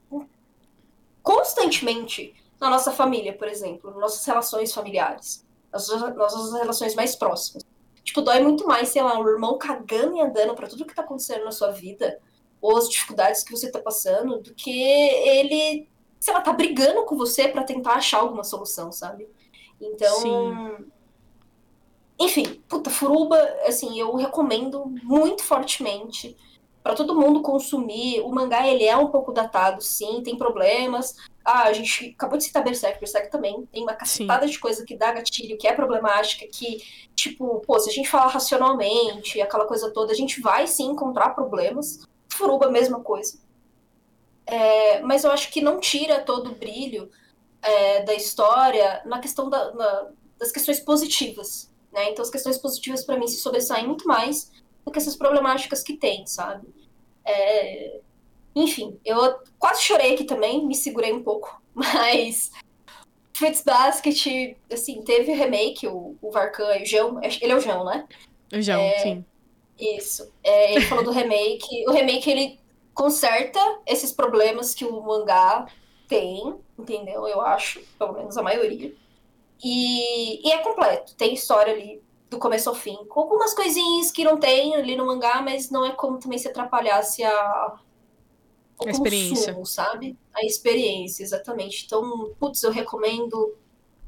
constantemente na nossa família, por exemplo, nas nossas relações familiares, nas nossas relações mais próximas. Tipo, dói muito mais, sei lá, um irmão cagando e andando pra tudo que tá acontecendo na sua vida, ou as dificuldades que você tá passando, do que ele, sei lá, tá brigando com você pra tentar achar alguma solução, sabe? Sim. Então, enfim, puta, Furuba, assim, eu recomendo muito fortemente pra todo mundo consumir. O mangá, ele é um pouco datado, sim, tem problemas. A gente acabou de citar Berserk, Berserk também tem uma Sim. cacetada de coisa que dá gatilho, que é problemática, que, tipo, pô, se a gente falar racionalmente, aquela coisa toda, a gente vai sim encontrar problemas. Furuba, mesma coisa. Mas eu acho que não tira todo o brilho da história na questão das questões positivas, né? Então as questões positivas para mim se sobressaem muito mais do que essas problemáticas que tem, sabe? Enfim, eu quase chorei aqui também, me segurei um pouco, mas Fruits Basket, assim, teve remake, o Varkan e o João, ele é o João, né? O João, sim. Isso. Ele falou do remake. O remake, ele conserta esses problemas que o mangá tem, entendeu? Eu acho, pelo menos a maioria. E é completo. Tem história ali do começo ao fim. Com algumas coisinhas que não tem ali no mangá, mas não é como também se atrapalhasse o A experiência. consumo, sabe? A experiência, exatamente. Então, putz, eu recomendo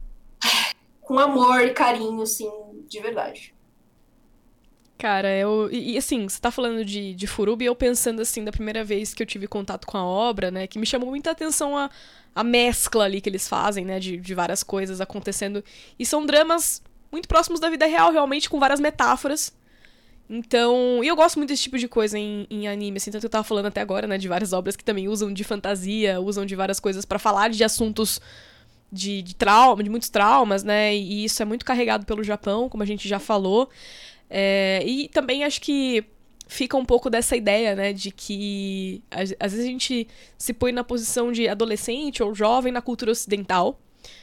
com amor e carinho, assim, de verdade. Cara, assim, você tá falando de Furubi, eu pensando assim, da primeira vez que eu tive contato com a obra, né, que me chamou muita atenção a mescla ali que eles fazem, né, de várias coisas acontecendo. E são dramas muito próximos da vida real, realmente, com várias metáforas. Então, e eu gosto muito desse tipo de coisa em anime, assim, tanto que eu tava falando até agora, né, de várias obras que também usam de fantasia, usam de várias coisas pra falar de assuntos de trauma, de muitos traumas, né, e isso é muito carregado pelo Japão, como a gente já falou. E também acho que fica um pouco dessa ideia, né, de que às vezes a gente se põe na posição de adolescente ou jovem na cultura ocidental,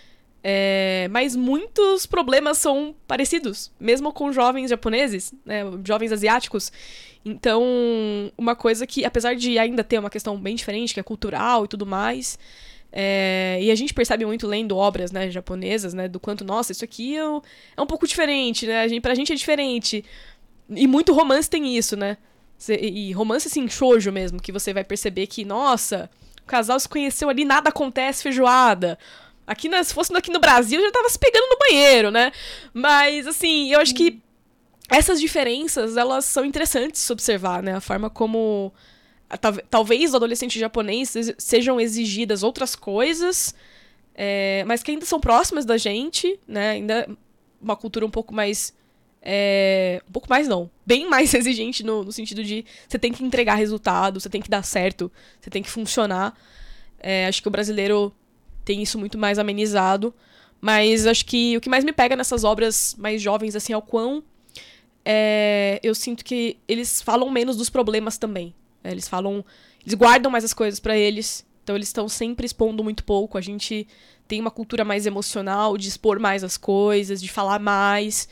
mas muitos problemas são parecidos, mesmo com jovens japoneses, né, jovens asiáticos. Então, uma coisa que, apesar de ainda ter uma questão bem diferente, que é cultural e tudo mais, e a gente percebe muito lendo obras, né, japonesas, né, do quanto, nossa, isso aqui é um pouco diferente, né, pra gente é diferente. E muito romance tem isso, né? E romance, assim, shoujo mesmo, que você vai perceber que, nossa, o casal se conheceu ali, nada acontece, feijoada. Aqui, se fosse aqui no Brasil, já tava se pegando no banheiro, né? Mas, assim, eu acho que essas diferenças, elas são interessantes de se observar, né? A forma como talvez do adolescente japonês sejam exigidas outras coisas, mas que ainda são próximas da gente, né? Ainda uma cultura um pouco mais... um pouco mais não, bem mais exigente no sentido de você tem que entregar resultado, você tem que dar certo, você tem que funcionar. Acho que o brasileiro tem isso muito mais amenizado, mas acho que o que mais me pega nessas obras mais jovens, assim, é o quão eu sinto que eles falam menos dos problemas também. Eles guardam mais as coisas pra eles, então eles estão sempre expondo muito pouco. A gente tem uma cultura mais emocional, de expor mais as coisas, de falar mais.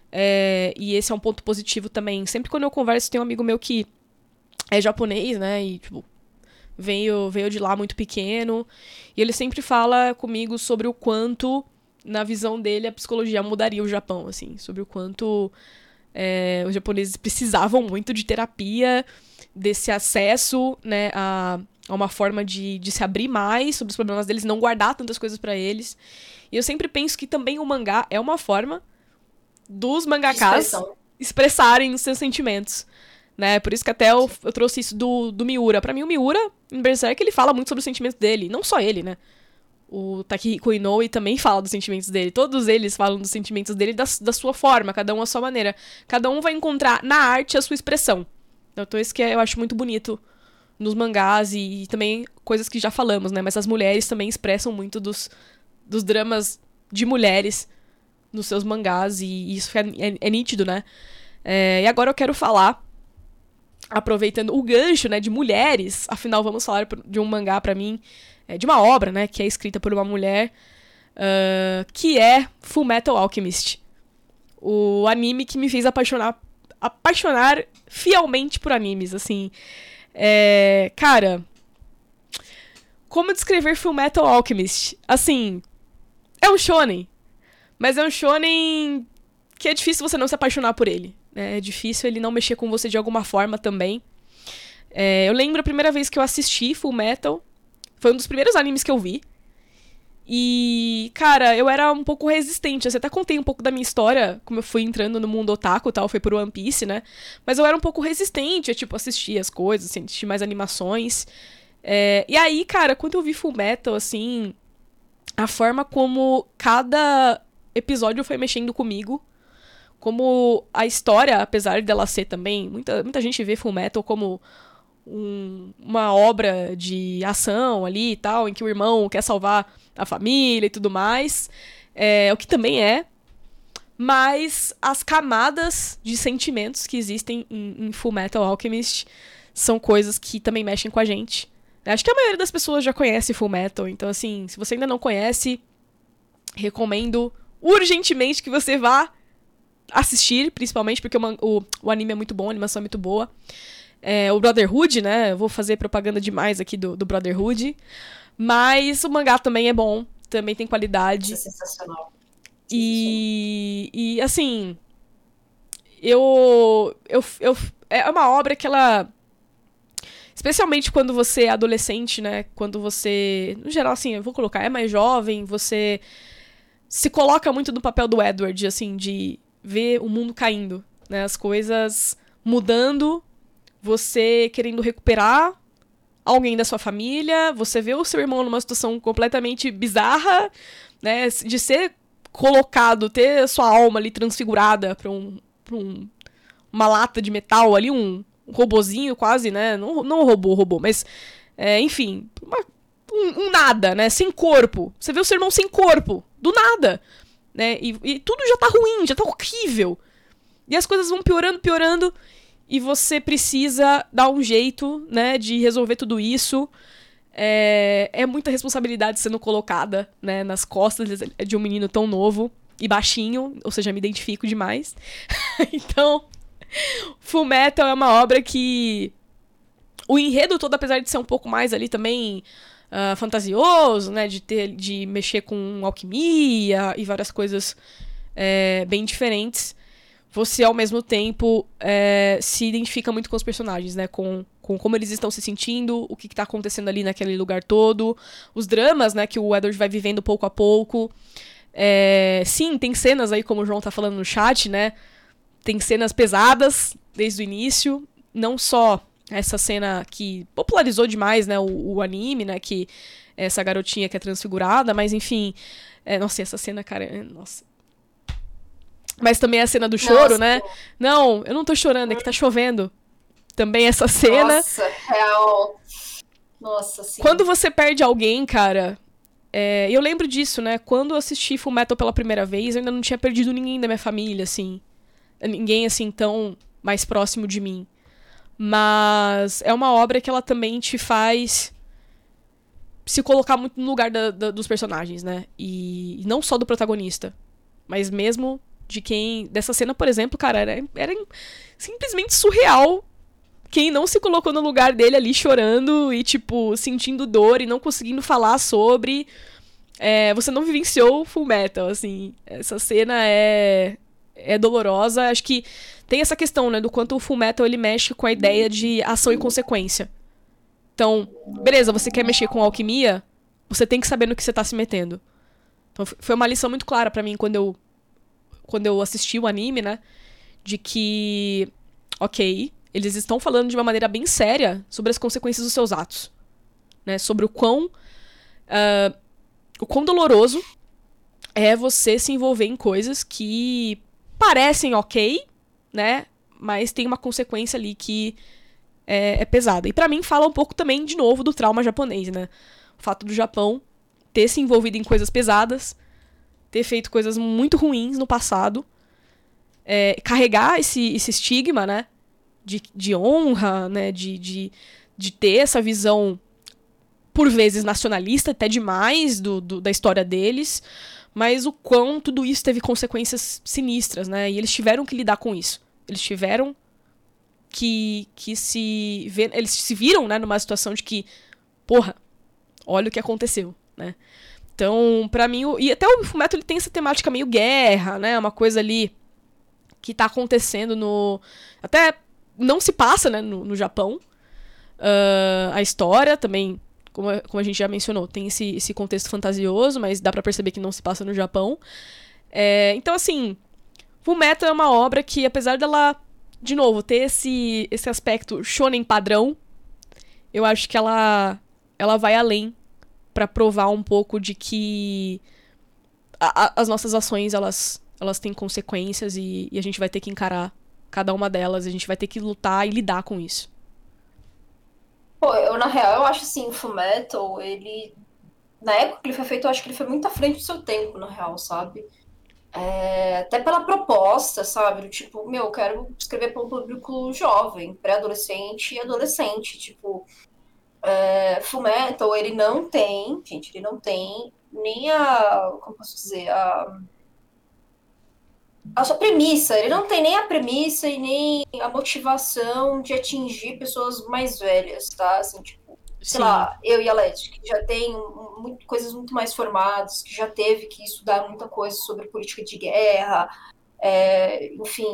E esse é um ponto positivo também. Sempre quando eu converso, tem um amigo meu que é japonês, né, e, tipo, veio de lá muito pequeno, e ele sempre fala comigo sobre o quanto, na visão dele, a psicologia mudaria o Japão, assim, sobre o quanto os japoneses precisavam muito de terapia, desse acesso, né, a uma forma de se abrir mais sobre os problemas deles, não guardar tantas coisas pra eles. E eu sempre penso que também o mangá é uma forma dos mangakas expressarem os seus sentimentos, né? Por isso que até eu trouxe isso do Miura. Pra mim, o Miura, em Berserk, ele fala muito sobre os sentimentos dele. Não só ele, né? O Takehiko Inoue também fala dos sentimentos dele. Todos eles falam dos sentimentos dele da sua forma, cada um à sua maneira. Cada um vai encontrar na arte a sua expressão. Então isso que eu acho muito bonito nos mangás e também coisas que já falamos, né? Mas as mulheres também expressam muito dos dramas de mulheres nos seus mangás, e isso é nítido, né? E agora eu quero falar, aproveitando o gancho, né, de mulheres, afinal vamos falar de um mangá pra mim, de uma obra, né, que é escrita por uma mulher, que é Fullmetal Alchemist. O anime que me fez apaixonar fielmente por animes, assim. Cara, como descrever Fullmetal Alchemist? Assim, é um shonen, mas é um shonen que é difícil você não se apaixonar por ele. É difícil ele não mexer com você de alguma forma também. Eu lembro a primeira vez que eu assisti Fullmetal. Foi um dos primeiros animes que eu vi. E, cara, eu era um pouco resistente. Eu até contei um pouco da minha história, como eu fui entrando no mundo otaku e tal, foi por One Piece, né? Mas eu era um pouco resistente a, tipo, assistir as coisas, assistir mais animações. E aí, cara, quando eu vi Fullmetal, assim, a forma como cada episódio foi mexendo comigo, como a história, apesar dela ser também... Muita gente vê Fullmetal como uma obra de ação ali e tal, em que o irmão quer salvar a família e tudo mais. O que também é. mas as camadas de sentimentos que existem em Fullmetal Alchemist são coisas que também mexem com a gente. Acho que a maioria das pessoas já conhece Fullmetal, então assim, se você ainda não conhece, recomendo urgentemente que você vá assistir, principalmente porque o anime é muito bom, a animação é muito boa. O Brotherhood, né? Eu vou fazer propaganda demais aqui do Brotherhood. Mas o mangá também é bom, também tem qualidade. Isso é sensacional. E assim, é uma obra que ela... Especialmente quando você é adolescente, né? Quando você... No geral, assim, eu vou colocar, é mais jovem, você se coloca muito no papel do Edward, assim, de ver o mundo caindo, né? As coisas mudando, você querendo recuperar alguém da sua família, você vê o seu irmão numa situação completamente bizarra, né? De ser colocado, ter a sua alma ali transfigurada pra uma lata de metal ali, um robozinho quase, né? Não um robô, mas... enfim, um nada, né? Sem corpo. Você vê o seu irmão sem corpo. Do nada. Né? E tudo já tá ruim, já tá horrível. E as coisas vão piorando. E você precisa dar um jeito, né? De resolver tudo isso. É muita responsabilidade sendo colocada, né? Nas costas de um menino tão novo e baixinho. Ou seja, me identifico demais. Então... Fullmetal é uma obra que o enredo todo, apesar de ser um pouco mais ali também fantasioso, né, de mexer com alquimia e várias coisas bem diferentes, você ao mesmo tempo se identifica muito com os personagens, né, com como eles estão se sentindo, o que está acontecendo ali naquele lugar todo, os dramas, né, que o Edward vai vivendo pouco a pouco. Sim, tem cenas aí, como o João tá falando no chat, né, tem cenas pesadas desde o início, não só essa cena que popularizou demais, né, o anime, né, que essa garotinha que é transfigurada, mas enfim, nossa, essa cena, cara, nossa. Mas também a cena do choro, né? Não, eu não tô chorando, é que tá chovendo. Também essa cena. Nossa, real. Nossa, sim. Quando você perde alguém, cara, eu lembro disso, né, quando eu assisti Fullmetal pela primeira vez, eu ainda não tinha perdido ninguém da minha família, assim. Ninguém, assim, tão mais próximo de mim. Mas é uma obra que ela também te faz se colocar muito no lugar dos personagens, né? E não só do protagonista, mas mesmo de quem... Dessa cena, por exemplo, cara, era simplesmente surreal quem não se colocou no lugar dele ali chorando e, tipo, sentindo dor e não conseguindo falar sobre... você não vivenciou Fullmetal, assim. Essa cena é dolorosa. Acho que tem essa questão, né, do quanto o Fullmetal ele mexe com a ideia de ação e consequência. Então, beleza, você quer mexer com alquimia, você tem que saber no que você tá se metendo. Então, foi uma lição muito clara pra mim quando eu assisti o anime, né, de que, ok, eles estão falando de uma maneira bem séria sobre as consequências dos seus atos, né, sobre o quão doloroso é você se envolver em coisas que parecem ok, né? Mas tem uma consequência ali que é pesada. E pra mim fala um pouco também, de novo, do trauma japonês, né? O fato do Japão ter se envolvido em coisas pesadas, ter feito coisas muito ruins no passado, carregar esse estigma, né? De honra, né? De ter essa visão, por vezes, nacionalista, até demais, da história deles, mas o quão tudo isso teve consequências sinistras, né? E eles tiveram que lidar com isso. Eles tiveram eles se viram, né, numa situação de que, porra, olha o que aconteceu, né? Então, pra mim, e até o Fullmetal ele tem essa temática meio guerra, né? Uma coisa ali que tá acontecendo até não se passa, né, no Japão. A história também... Como a gente já mencionou, tem esse contexto fantasioso, mas dá pra perceber que não se passa no Japão. Então, assim, Fullmetal é uma obra que, apesar dela, de novo, ter esse aspecto shonen padrão, eu acho que ela vai além pra provar um pouco de que as nossas ações, elas têm consequências e a gente vai ter que encarar cada uma delas, a gente vai ter que lutar e lidar com isso. Pô, na real, eu acho assim, o Fullmetal, ele... Na época que ele foi feito, eu acho que ele foi muito à frente do seu tempo, na real, sabe? Até pela proposta, sabe? Do tipo, meu, eu quero escrever para um público jovem, pré-adolescente e adolescente. Tipo, Fullmetal, ele não tem, gente, ele não tem nem como posso dizer, a sua premissa. Ele não tem nem a premissa e nem a motivação de atingir pessoas mais velhas, tá? Assim, tipo, sei Sim. lá, eu e a Leti, que já tem coisas muito mais formadas, que já teve que estudar muita coisa sobre política de guerra, enfim.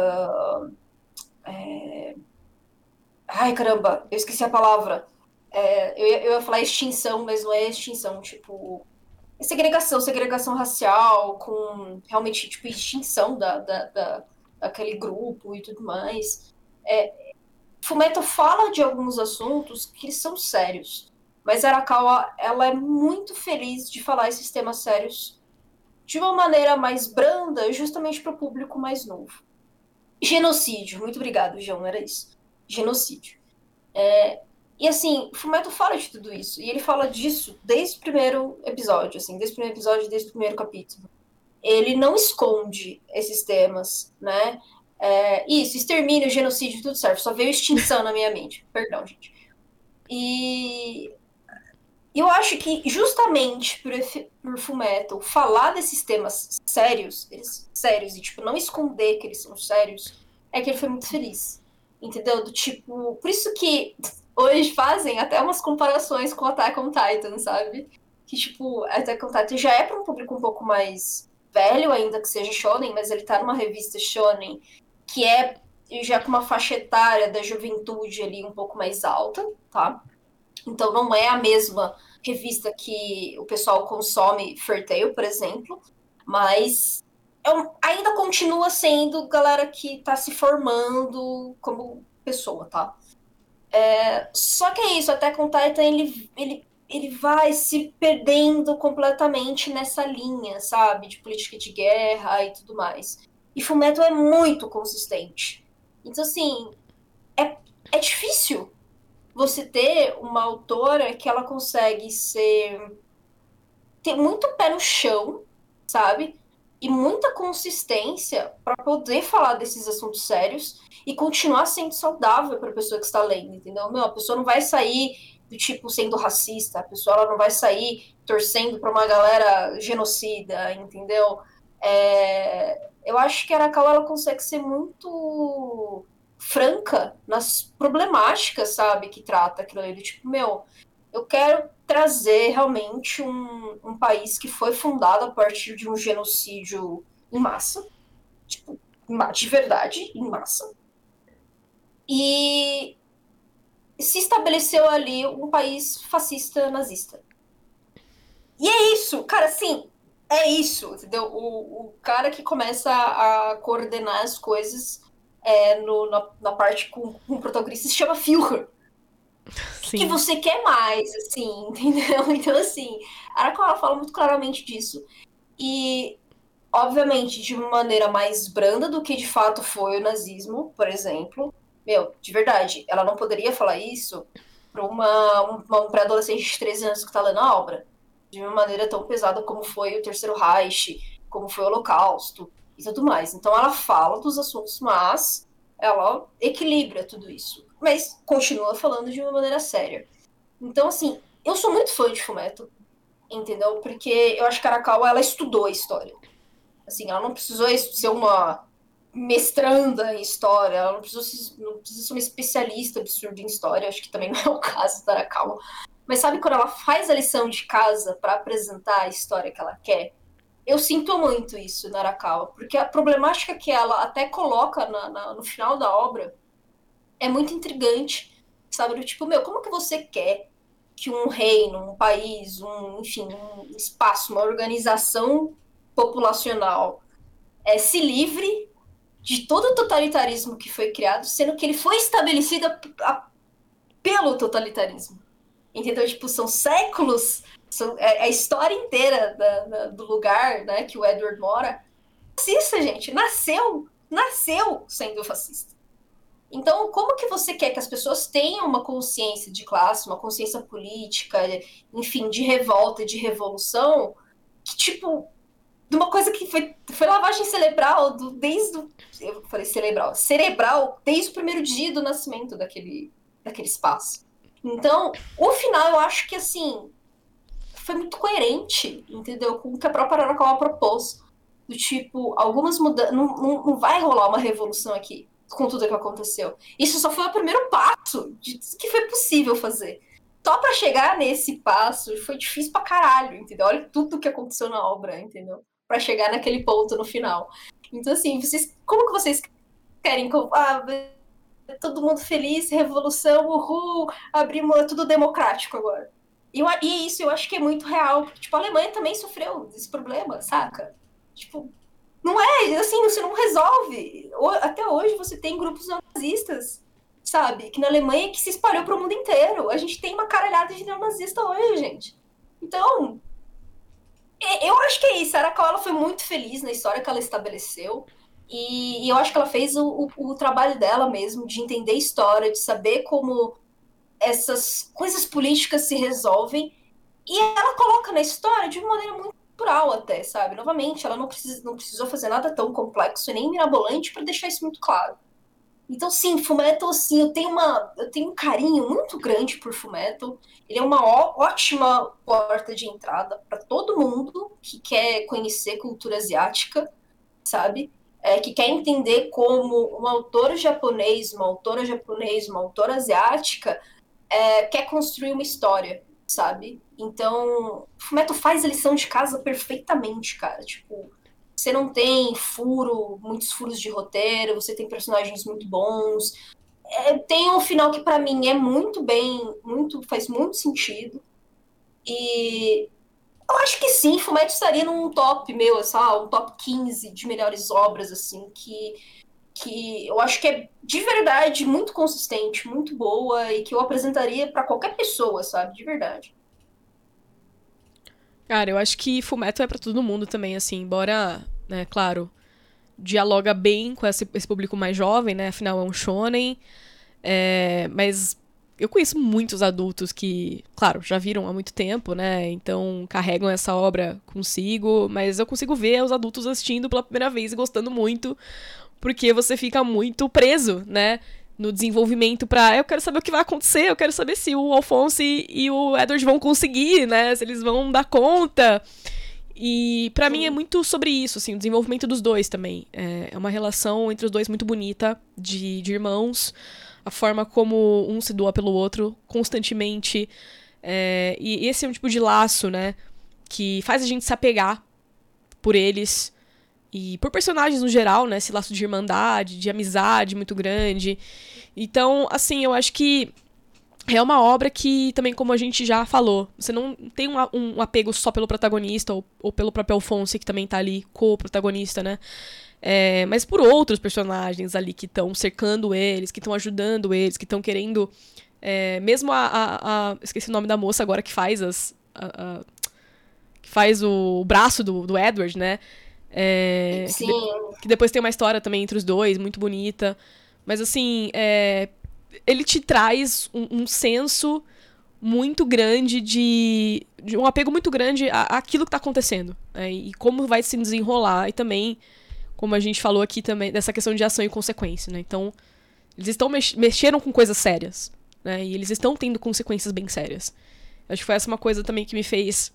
Ai, caramba, eu esqueci a palavra. Eu ia falar extinção, mas não é extinção, tipo. Segregação racial, com realmente tipo, extinção daquele grupo e tudo mais. Fullmetal fala de alguns assuntos que são sérios, mas Arakawa, ela é muito feliz de falar esses temas sérios de uma maneira mais branda, justamente para o público mais novo. Genocídio, muito obrigado, João, era isso. Genocídio. E assim, Fullmetal fala de tudo isso. E ele fala disso desde o primeiro episódio, assim, desde o primeiro episódio, desde o primeiro capítulo. Ele não esconde esses temas, né? Isso, extermínio, genocídio, tudo certo. Só veio extinção na minha mente. Perdão, gente. E eu acho que justamente por Fullmetal falar desses temas sérios, sérios, e tipo, não esconder que eles são sérios, é que ele foi muito feliz. Entendeu? Do tipo. Por isso que hoje fazem até umas comparações com Attack on Titan, sabe? Que, tipo, Attack on Titan já é para um público um pouco mais velho, ainda que seja shonen, mas ele tá numa revista shonen que é já com uma faixa etária da juventude ali um pouco mais alta, tá? Então não é a mesma revista que o pessoal consome Fairy Tail, por exemplo, mas ainda continua sendo galera que tá se formando como pessoa, tá? Só que é isso, até com Titan ele vai se perdendo completamente nessa linha, sabe? De política de guerra e tudo mais. E Fullmetal é muito consistente. Então, assim, é difícil você ter uma autora que ela consegue ter muito pé no chão, sabe? E muita consistência para poder falar desses assuntos sérios e continuar sendo saudável para a pessoa que está lendo, entendeu? Meu, a pessoa não vai sair do tipo sendo racista, a pessoa ela não vai sair torcendo para uma galera genocida, entendeu? Eu acho que a Arakawa ela consegue ser muito franca nas problemáticas, sabe, que trata aquilo ali. Tipo, meu, eu quero trazer realmente um país que foi fundado a partir de um genocídio em massa, tipo, de verdade, em massa. E se estabeleceu ali um país fascista nazista. E é isso, cara, assim, é isso, entendeu? O cara que começa a coordenar as coisas na parte com o protagonista se chama Führer. Que Sim. você quer mais, assim, entendeu? Então, assim, a Arakawa fala muito claramente disso. E, obviamente, de uma maneira mais branda do que de fato foi o nazismo, por exemplo. Meu, de verdade, ela não poderia falar isso para um pré-adolescente de 13 anos que está lendo a obra. De uma maneira tão pesada como foi o Terceiro Reich, como foi o Holocausto e tudo mais. Então, ela fala dos assuntos, mas ela equilibra tudo isso. Mas continua falando de uma maneira séria. Então, assim, eu sou muito fã de Fullmetal, entendeu? Porque eu acho que a Arakawa, ela estudou a história. Assim, ela não precisou ser uma mestranda em história, ela não precisa ser uma especialista absurda em história, acho que também não é o caso da Arakawa. Mas sabe quando ela faz a lição de casa para apresentar a história que ela quer? Eu sinto muito isso na Arakawa, porque a problemática que ela até coloca no final da obra é muito intrigante, sabe? Do tipo, meu, como que você quer que um reino, um país, enfim, um espaço, uma organização populacional se livre de todo o totalitarismo que foi criado, sendo que ele foi estabelecido pelo totalitarismo. Entendeu? Tipo, são séculos, a história inteira do lugar, né, que o Edward mora. Fascista, gente, nasceu sendo fascista. Então, como que você quer que as pessoas tenham uma consciência de classe, uma consciência política, enfim, de revolta, de revolução, que, tipo, de uma coisa que foi lavagem cerebral eu falei cerebral, desde o primeiro dia do nascimento daquele espaço. Então, o final eu acho que, assim, foi muito coerente, entendeu? Com o que a própria Araraquara propôs. Do tipo, algumas mudanças. Não vai rolar uma revolução aqui com tudo que aconteceu. Isso só foi o primeiro passo de que foi possível fazer. Só pra chegar nesse passo foi difícil pra caralho, entendeu? Olha tudo que aconteceu na obra, entendeu? Pra chegar naquele ponto no final. Então, assim, como que vocês querem todo mundo feliz, revolução, uhul, abrimos tudo democrático agora? E isso eu acho que é muito real, porque, tipo, a Alemanha também sofreu desse problema, saca? Tipo, não é, assim, você não resolve. Até hoje você tem grupos neonazistas, sabe? Que na Alemanha que se espalhou para o mundo inteiro. A gente tem uma caralhada de neonazista hoje, gente. Então, eu acho que é isso. A Arakawa foi muito feliz na história que ela estabeleceu. E eu acho que ela fez o trabalho dela mesmo, de entender a história, de saber como essas coisas políticas se resolvem. E ela coloca na história de uma maneira muito natural até, sabe? Novamente, ela não precisou fazer nada tão complexo e nem mirabolante para deixar isso muito claro. Então, sim, Fullmetal, assim, eu tenho um carinho muito grande por Fullmetal. Ele é uma ótima porta de entrada para todo mundo que quer conhecer cultura asiática, sabe? Que quer entender como um autor japonês, uma autora japonesa, uma autora asiática quer construir uma história, sabe? Então, Fullmetal faz a lição de casa perfeitamente, cara. Tipo, você não tem muitos furos de roteiro, você tem personagens muito bons. Tem um final que pra mim é faz muito sentido. E eu acho que sim, Fullmetal estaria num top meu, um top 15 de melhores obras, assim, que eu acho que é de verdade muito consistente, muito boa e que eu apresentaria pra qualquer pessoa, sabe? De verdade. Cara, eu acho que Fullmetal é pra todo mundo também, assim, embora, né, claro, dialoga bem com esse público mais jovem, né, afinal é um shonen, mas eu conheço muitos adultos que, claro, já viram há muito tempo, né, então carregam essa obra consigo, mas eu consigo ver os adultos assistindo pela primeira vez e gostando muito, porque você fica muito preso, né, no desenvolvimento eu quero saber o que vai acontecer, eu quero saber se o Alphonse e o Edward vão conseguir, né, se eles vão dar conta. E pra mim é muito sobre isso, assim, o desenvolvimento dos dois também. É uma relação entre os dois muito bonita, de irmãos, a forma como um se doa pelo outro constantemente. E esse é um tipo de laço, né, que faz a gente se apegar por eles e por personagens no geral, né, esse laço de irmandade, de amizade muito grande. Então, assim, eu acho que é uma obra que, também, como a gente já falou, você não tem um apego só pelo protagonista ou pelo próprio Alphonse, que também tá ali co-protagonista, né? Mas por outros personagens ali que estão cercando eles, que estão ajudando eles, que estão querendo... mesmo esqueci o nome da moça agora que faz que faz o braço do Edward, né? Sim. Que depois tem uma história também entre os dois, muito bonita. Mas, assim, ele te traz um senso muito grande de um apego muito grande àquilo que tá acontecendo, né? E como vai se desenrolar. E também, como a gente falou aqui também, dessa questão de ação e consequência, né? Então, eles mexeram com coisas sérias, né? E eles estão tendo consequências bem sérias. Acho que foi essa uma coisa também que me fez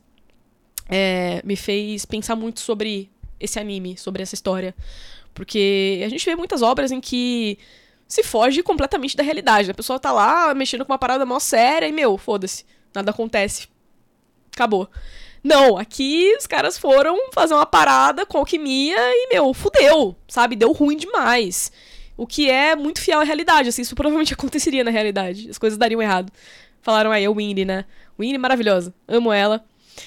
pensar muito sobre esse anime, sobre essa história. Porque a gente vê muitas obras em que se foge completamente da realidade. A pessoa tá lá mexendo com uma parada mó séria e, foda-se, nada acontece. Acabou. Não, aqui os caras foram fazer uma parada com alquimia e, fudeu, sabe? Deu ruim demais. O que é muito fiel à realidade, assim, isso provavelmente aconteceria na realidade. As coisas dariam errado. Falaram aí, a Winnie, né? Winnie maravilhosa, amo ela.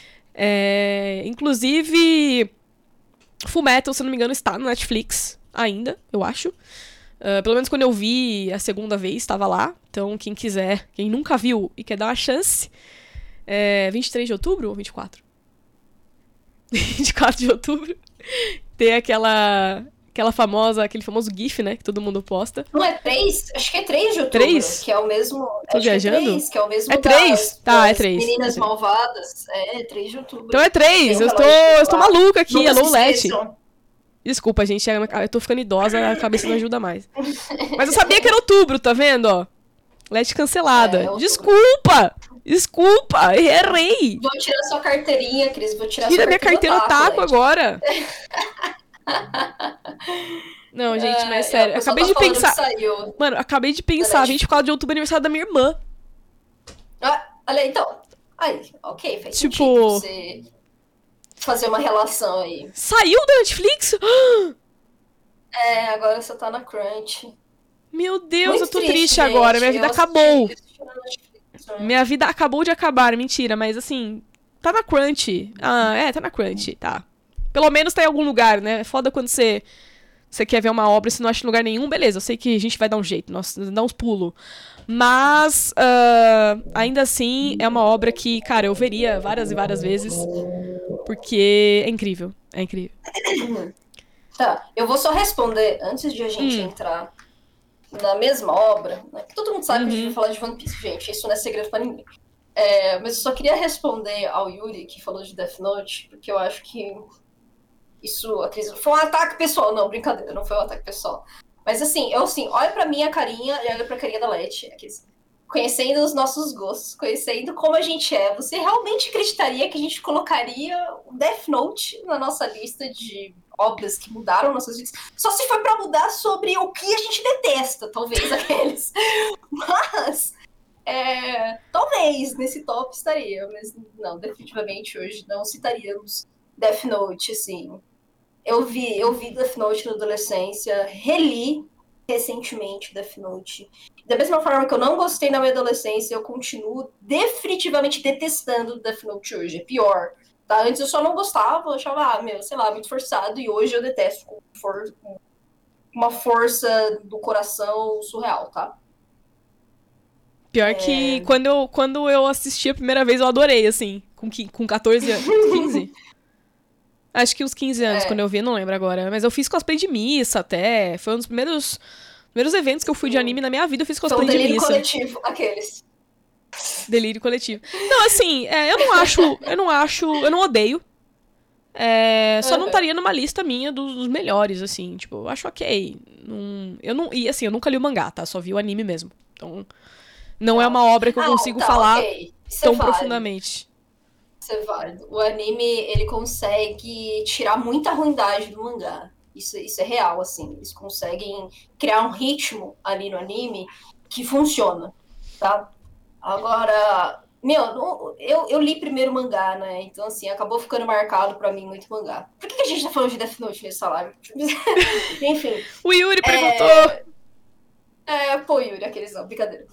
Inclusive, Fullmetal, se não me engano, está no Netflix ainda, eu acho. Pelo menos quando eu vi a segunda vez, estava lá. Então, quem quiser, quem nunca viu e quer dar uma chance, 23 de outubro ou 24? 24 de outubro. Tem aquela aquele famoso GIF, né, que todo mundo posta. Não é 3? Acho que é 3 de outubro. 3? Que é o mesmo... Tô viajando? Que é 3, que é o mesmo É 3? Tá, é 3. Meninas Malvadas. É 3 de outubro. Então é 3, eu estou maluca aqui, alô, Leti. Desculpa, gente, eu tô ficando idosa, a cabeça não ajuda mais. Mas eu sabia que era outubro, tá vendo, ó? Leti cancelada. Desculpa, errei. Vou tirar sua carteirinha, Cris, Tira minha carteira otaku agora. Não, gente, mas sério, acabei de pensar. Mano, acabei de pensar, 24 de outubro é aniversário da minha irmã. Olha, então. Aí, ok, faz tipo, sentido você fazer uma relação aí. Saiu da Netflix? Agora você tá na Crunch. Meu Deus, muito eu tô triste agora, minha vida acabou. Minha vida acabou de acabar, mentira, mas assim, tá na Crunch. Tá na Crunch, tá. Pelo menos tá em algum lugar, né? É foda quando você quer ver uma obra e você não acha em lugar nenhum, beleza, eu sei que a gente vai dar um jeito, nós dá uns pulos. Mas, ainda assim, é uma obra que, cara, eu veria várias e várias vezes, porque é incrível, é incrível. Tá, eu vou só responder, antes de a gente entrar na mesma obra, né? Todo mundo sabe que a gente vai falar de One Piece, gente, isso não é segredo pra ninguém. Mas eu só queria responder ao Yuri, que falou de Death Note, porque eu acho que isso, a Cris, foi um ataque pessoal. Não, brincadeira, não foi um ataque pessoal. Mas assim, olha pra minha carinha e olha pra carinha da Leti. Conhecendo os nossos gostos, conhecendo como a gente é, você realmente acreditaria que a gente colocaria o Death Note na nossa lista de obras que mudaram nossas vidas? Só se for pra mudar sobre o que a gente detesta, talvez, aqueles. Mas, talvez nesse top estaria, mas não, definitivamente hoje não citaríamos Death Note, assim. Eu vi Death Note na adolescência, reli recentemente Death Note. Da mesma forma que eu não gostei na minha adolescência, eu continuo definitivamente detestando Death Note hoje. É pior, tá? Antes eu só não gostava, eu achava, sei lá, muito forçado, e hoje eu detesto com uma força do coração surreal, tá? Pior que quando eu assisti a primeira vez, eu adorei, assim, com 14 anos, 15? Acho que uns 15 anos, quando eu vi, não lembro agora. Mas eu fiz cosplay de Missa até. Foi um dos primeiros eventos que eu fui de anime na minha vida, eu fiz cosplay de Missa. Delírio coletivo, aqueles. Delírio coletivo. Não, assim, eu não odeio. Só não estaria numa lista minha dos melhores, assim. Tipo, eu acho ok. E assim, eu nunca li o mangá, tá? Só vi o anime mesmo. Então, não é uma obra que eu consigo falar tão profundamente. Isso é válido. O anime, ele consegue tirar muita ruindade do mangá. Isso é real, assim. Eles conseguem criar um ritmo ali no anime que funciona, tá? Agora, eu li primeiro o mangá, né? Então, assim, acabou ficando marcado pra mim muito mangá. Por que a gente tá falando de Death Note nesse salário? Enfim. O Yuri perguntou. Pô, Yuri, aqueles não, brincadeira.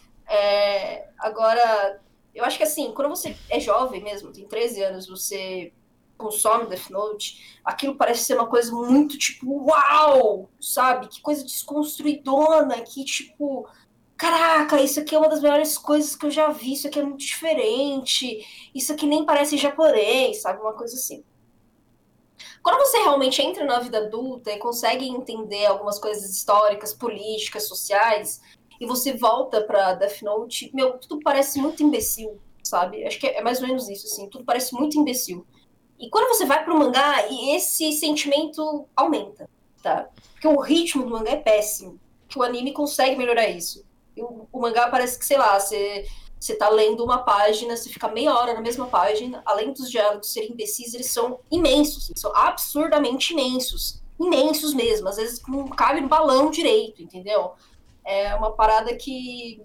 Agora, eu acho que assim, quando você é jovem mesmo, tem 13 anos, você consome Death Note, aquilo parece ser uma coisa muito tipo, uau! Sabe? Que coisa desconstruidona, que tipo, caraca, isso aqui é uma das melhores coisas que eu já vi, isso aqui é muito diferente, isso aqui nem parece japonês, sabe? Uma coisa assim. Quando você realmente entra na vida adulta e consegue entender algumas coisas históricas, políticas, sociais, e você volta pra Death Note, tudo parece muito imbecil, sabe? Acho que é mais ou menos isso, assim, tudo parece muito imbecil. E quando você vai pro mangá, esse sentimento aumenta, tá? Porque o ritmo do mangá é péssimo, que o anime consegue melhorar isso. E o mangá parece que, sei lá, você tá lendo uma página, você fica meia hora na mesma página, além dos diálogos serem imbecis, eles são imensos, eles são absurdamente imensos. Imensos mesmo, às vezes não cabe no balão direito, entendeu? É uma parada que...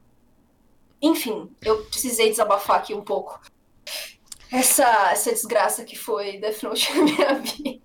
Enfim, eu precisei desabafar aqui um pouco. Essa desgraça que foi Death Note na minha vida.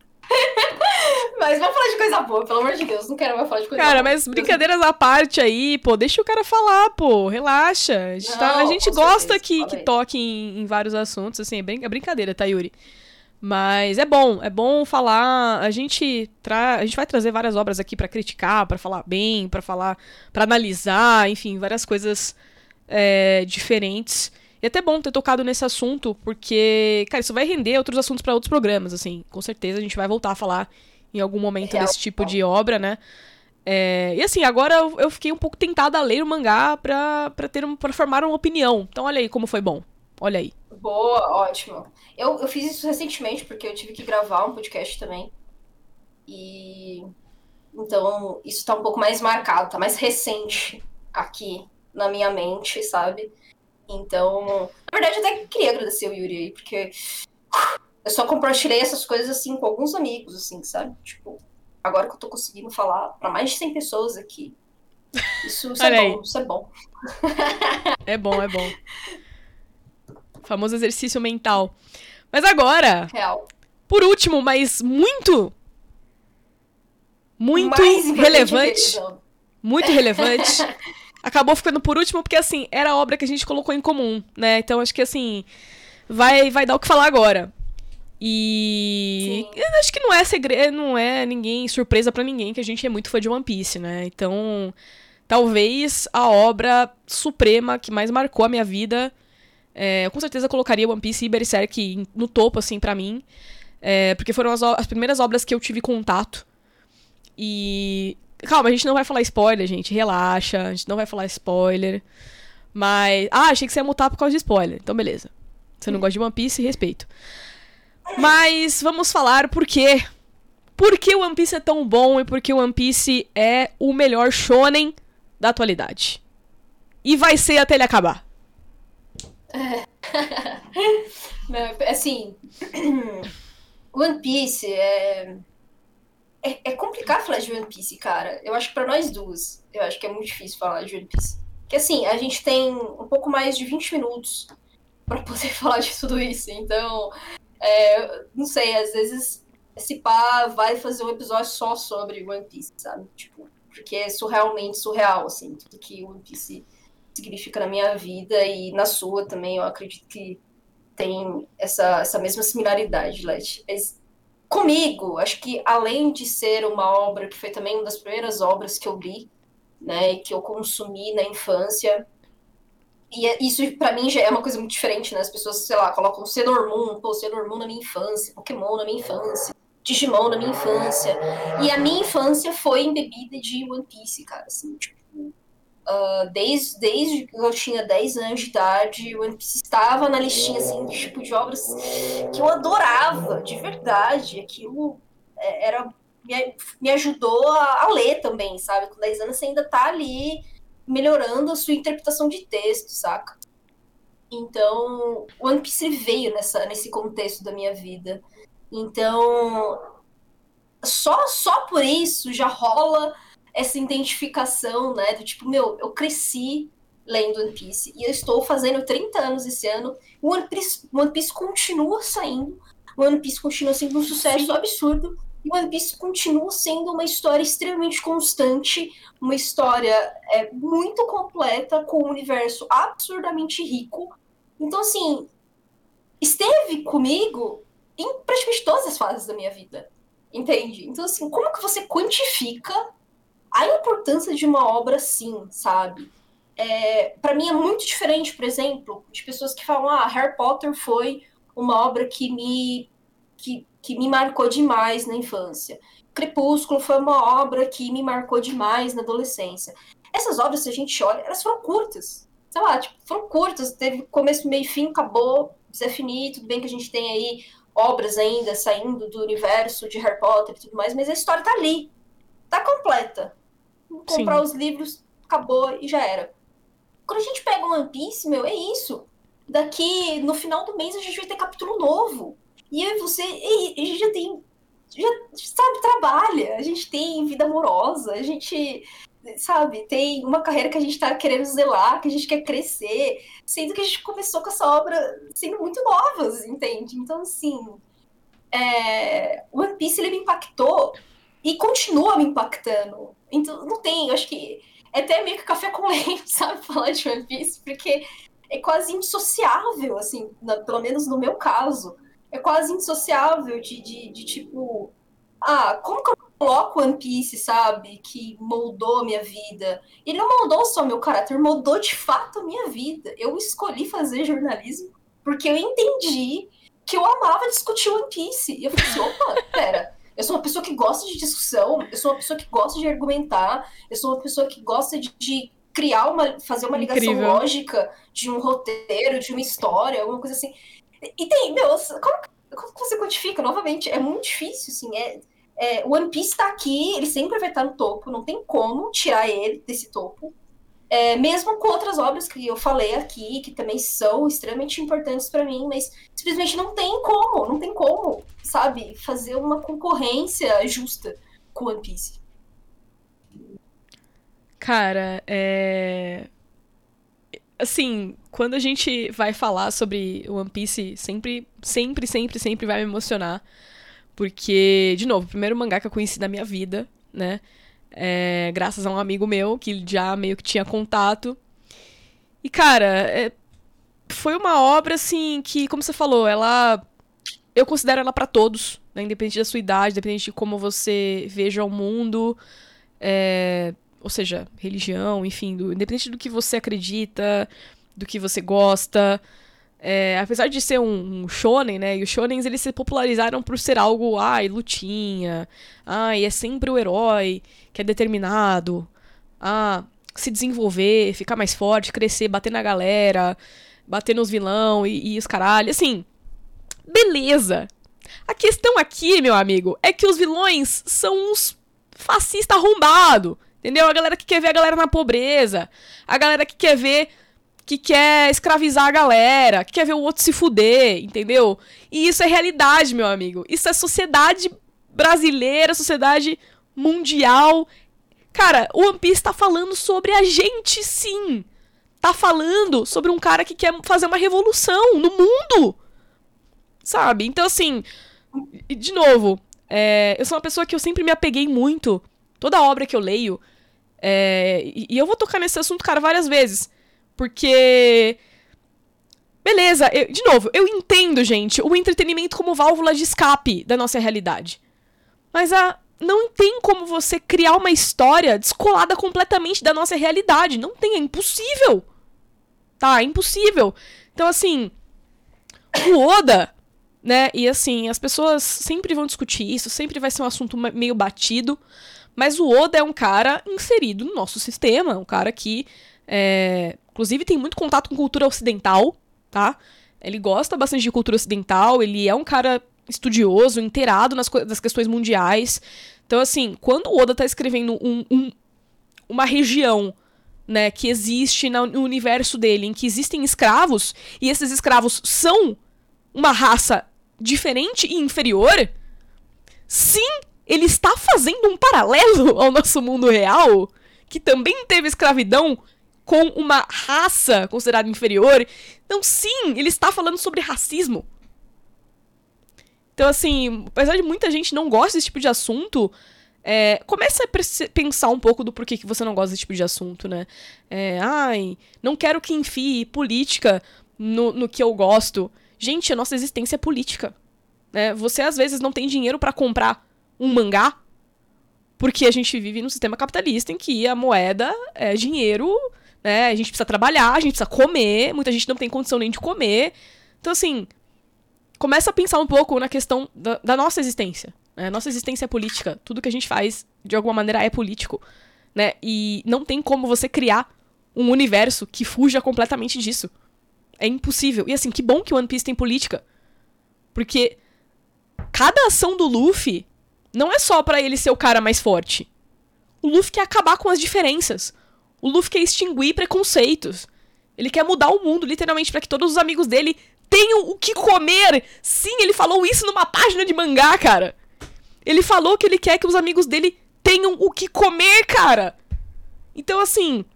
Mas vamos falar de coisa boa, pelo amor de Deus. Não quero mais falar de coisa boa. Cara, mas brincadeiras à parte aí, pô, deixa o cara falar, pô, relaxa. A gente gosta que toque em vários assuntos, assim, é brincadeira, tá, Yuri? Mas é bom falar, a gente vai trazer várias obras aqui pra criticar, pra falar bem, pra analisar, enfim, várias coisas diferentes. E é até bom ter tocado nesse assunto, porque, cara, isso vai render outros assuntos pra outros programas, assim. Com certeza a gente vai voltar a falar em algum momento Real. desse tipo de obra, né? E assim, agora eu fiquei um pouco tentada a ler o mangá pra formar uma opinião. Então olha aí como foi bom. Olha aí. Boa, ótimo. Eu fiz isso recentemente, porque eu tive que gravar um podcast também. E então isso tá um pouco mais marcado, tá mais recente aqui na minha mente, sabe? Então, na verdade, eu até queria agradecer o Yuri aí, porque eu só compartilhei essas coisas assim com alguns amigos, assim, sabe? Tipo, agora que eu tô conseguindo falar pra mais de 100 pessoas aqui. Isso Olha é aí. bom, isso é bom. É bom, é bom. Famoso exercício mental. Mas agora, Real. por último, mas muito Mais importante relevante. é que Muito relevante. Acabou ficando por último porque, assim, era a obra que a gente colocou em comum, né? Então, acho que, assim, vai dar o que falar agora. E Sim. eu acho que não é segredo, não é surpresa pra ninguém que a gente é muito fã de One Piece, né? Então, talvez a obra suprema que mais marcou a minha vida, eu com certeza colocaria One Piece e Berserk no topo, assim, pra mim. Porque foram as primeiras obras que eu tive contato. E calma, a gente não vai falar spoiler, gente. Relaxa, a gente não vai falar spoiler. Mas. Ah, achei que você ia mutar por causa de spoiler. Então, beleza. Você não gosta de One Piece, respeito. Mas vamos falar por quê. Por que o One Piece é tão bom e por que o One Piece é o melhor shonen da atualidade. E vai ser até ele acabar. Assim, One Piece é complicado falar de One Piece, cara. Eu acho que pra nós duas, eu acho que é muito difícil falar de One Piece. Porque assim, a gente tem um pouco mais de 20 minutos pra poder falar de tudo isso. Então, não sei, às vezes esse pá vai fazer um episódio só sobre One Piece, sabe? Tipo, porque é realmente surreal, assim, tudo que One Piece significa na minha vida e na sua também, eu acredito que tem essa mesma similaridade, Leti. Mas comigo, acho que além de ser uma obra que foi também uma das primeiras obras que eu li, né, e que eu consumi na infância, e isso pra mim já é uma coisa muito diferente, né? As pessoas, sei lá, colocam Sailor Moon, Sailor Moon na minha infância, Pokémon na minha infância, Digimon na minha infância. E a minha infância foi embebida de One Piece, cara, assim, tipo, desde que eu tinha 10 anos de idade, One Piece estava na listinha, assim, tipo, de obras que eu adorava, de verdade. Aquilo me ajudou a ler também, sabe? Com 10 anos você ainda tá ali melhorando a sua interpretação de texto, saca? Então, One Piece veio nesse contexto da minha vida. Então, só por isso já rola essa identificação, né? Do tipo, eu cresci lendo One Piece e eu estou fazendo 30 anos esse ano. One Piece continua saindo. One Piece continua sendo um sucesso absurdo. E One Piece continua sendo uma história extremamente constante, uma história muito completa, com um universo absurdamente rico. Então, assim, esteve comigo em praticamente todas as fases da minha vida. Entende? Então, assim, como que você quantifica a importância de uma obra assim, sabe? Para mim é muito diferente, por exemplo, de pessoas que falam, Harry Potter foi uma obra que me marcou demais na infância. Crepúsculo foi uma obra que me marcou demais na adolescência. Essas obras, se a gente olha, elas foram curtas. Sei lá, tipo, foram curtas, teve começo, meio e fim, acabou, Zé Fini, tudo bem que a gente tem aí obras ainda saindo do universo de Harry Potter e tudo mais, mas a história tá ali, tá completa. Comprar os livros, acabou e já era. Quando a gente pega One Piece, é isso. Daqui, no final do mês, a gente vai ter capítulo novo. E aí a gente sabe, trabalha, a gente tem vida amorosa, a gente, sabe, tem uma carreira que a gente tá querendo zelar, que a gente quer crescer, sendo que a gente começou com essa obra sendo muito novas, entende? Então, assim, One Piece, ele me impactou e continua me impactando. Então, não tem, eu acho que é até meio que café com leite, sabe, falar de One Piece, porque é quase indissociável, assim, pelo menos no meu caso, é quase indissociável de tipo, como que eu coloco One Piece, sabe, que moldou a minha vida? Ele não moldou só meu caráter, moldou de fato a minha vida. Eu escolhi fazer jornalismo porque eu entendi que eu amava discutir One Piece. E eu falei assim, opa, pera, Eu sou uma pessoa que gosta de discussão, eu sou uma pessoa que gosta de argumentar, eu sou uma pessoa que gosta de criar fazer uma ligação Incrível. lógica de um roteiro, de uma história, alguma coisa assim. E tem, meu, como que você quantifica? Novamente, é muito difícil, assim, o One Piece tá aqui, ele sempre vai estar no topo, não tem como tirar ele desse topo. Mesmo com outras obras que eu falei aqui, que também são extremamente importantes para mim, mas simplesmente não tem como, sabe, fazer uma concorrência justa com One Piece. Cara, assim, quando a gente vai falar sobre One Piece, sempre vai me emocionar. Porque, de novo, o primeiro mangá que eu conheci na minha vida, né? Graças a um amigo meu, que já meio que tinha contato. E, cara, foi uma obra, assim, que, como você falou, eu considero ela pra todos, né? Independente da sua idade, independente de como você veja o mundo, ou seja, religião, enfim, independente do que você acredita, do que você gosta. Apesar de ser um shonen, né? E os shonens, eles se popularizaram por ser algo, lutinha. É sempre o herói que é determinado. Se desenvolver, ficar mais forte, crescer, bater na galera, bater nos vilão e os caralho. Assim, beleza. A questão aqui, meu amigo, é que os vilões são uns fascistas arrombados. Entendeu? A galera que quer ver a galera na pobreza. A galera que quer ver... que quer escravizar a galera, que quer ver o outro se fuder, entendeu? E isso é realidade, meu amigo. Isso é sociedade brasileira, sociedade mundial. Cara, o One Piece tá falando sobre a gente, sim. Tá falando sobre um cara que quer fazer uma revolução no mundo. Sabe? Então, assim, de novo, eu sou uma pessoa que eu sempre me apeguei muito. Toda obra que eu leio, e eu vou tocar nesse assunto, cara, várias vezes. Porque... beleza, de novo, eu entendo, gente, o entretenimento como válvula de escape da nossa realidade. Mas não tem como você criar uma história descolada completamente da nossa realidade. Não tem, é impossível. Tá, é impossível. Então, assim, o Oda, né, e assim, as pessoas sempre vão discutir isso, sempre vai ser um assunto meio batido, mas o Oda é um cara inserido no nosso sistema, um cara que... inclusive tem muito contato com cultura ocidental, tá? Ele gosta bastante de cultura ocidental, ele é um cara estudioso, inteirado das questões mundiais. Então, assim, quando o Oda tá escrevendo uma região, né, que existe no universo dele, em que existem escravos, e esses escravos são uma raça diferente e inferior, sim, ele está fazendo um paralelo ao nosso mundo real, que também teve escravidão com uma raça considerada inferior. Então, sim, ele está falando sobre racismo. Então, assim, apesar de muita gente não gostar desse tipo de assunto, comece a pensar um pouco do porquê que você não gosta desse tipo de assunto, né? Não quero que enfie política no que eu gosto. Gente, a nossa existência é política. Né? Você, às vezes, não tem dinheiro pra comprar um mangá, porque a gente vive num sistema capitalista em que a moeda é dinheiro... né? A gente precisa trabalhar, a gente precisa comer, muita gente não tem condição nem de comer. Então, assim, começa a pensar um pouco na questão da nossa existência. Né? Nossa existência é política. Tudo que a gente faz, de alguma maneira, é político. Né? E não tem como você criar um universo que fuja completamente disso. É impossível. E, assim, que bom que o One Piece tem política. Porque cada ação do Luffy não é só pra ele ser o cara mais forte. O Luffy quer acabar com as diferenças. O Luffy quer extinguir preconceitos. Ele quer mudar o mundo, literalmente, pra que todos os amigos dele tenham o que comer. Sim, ele falou isso numa página de mangá, cara. Ele falou que ele quer que os amigos dele tenham o que comer, cara. Então, assim...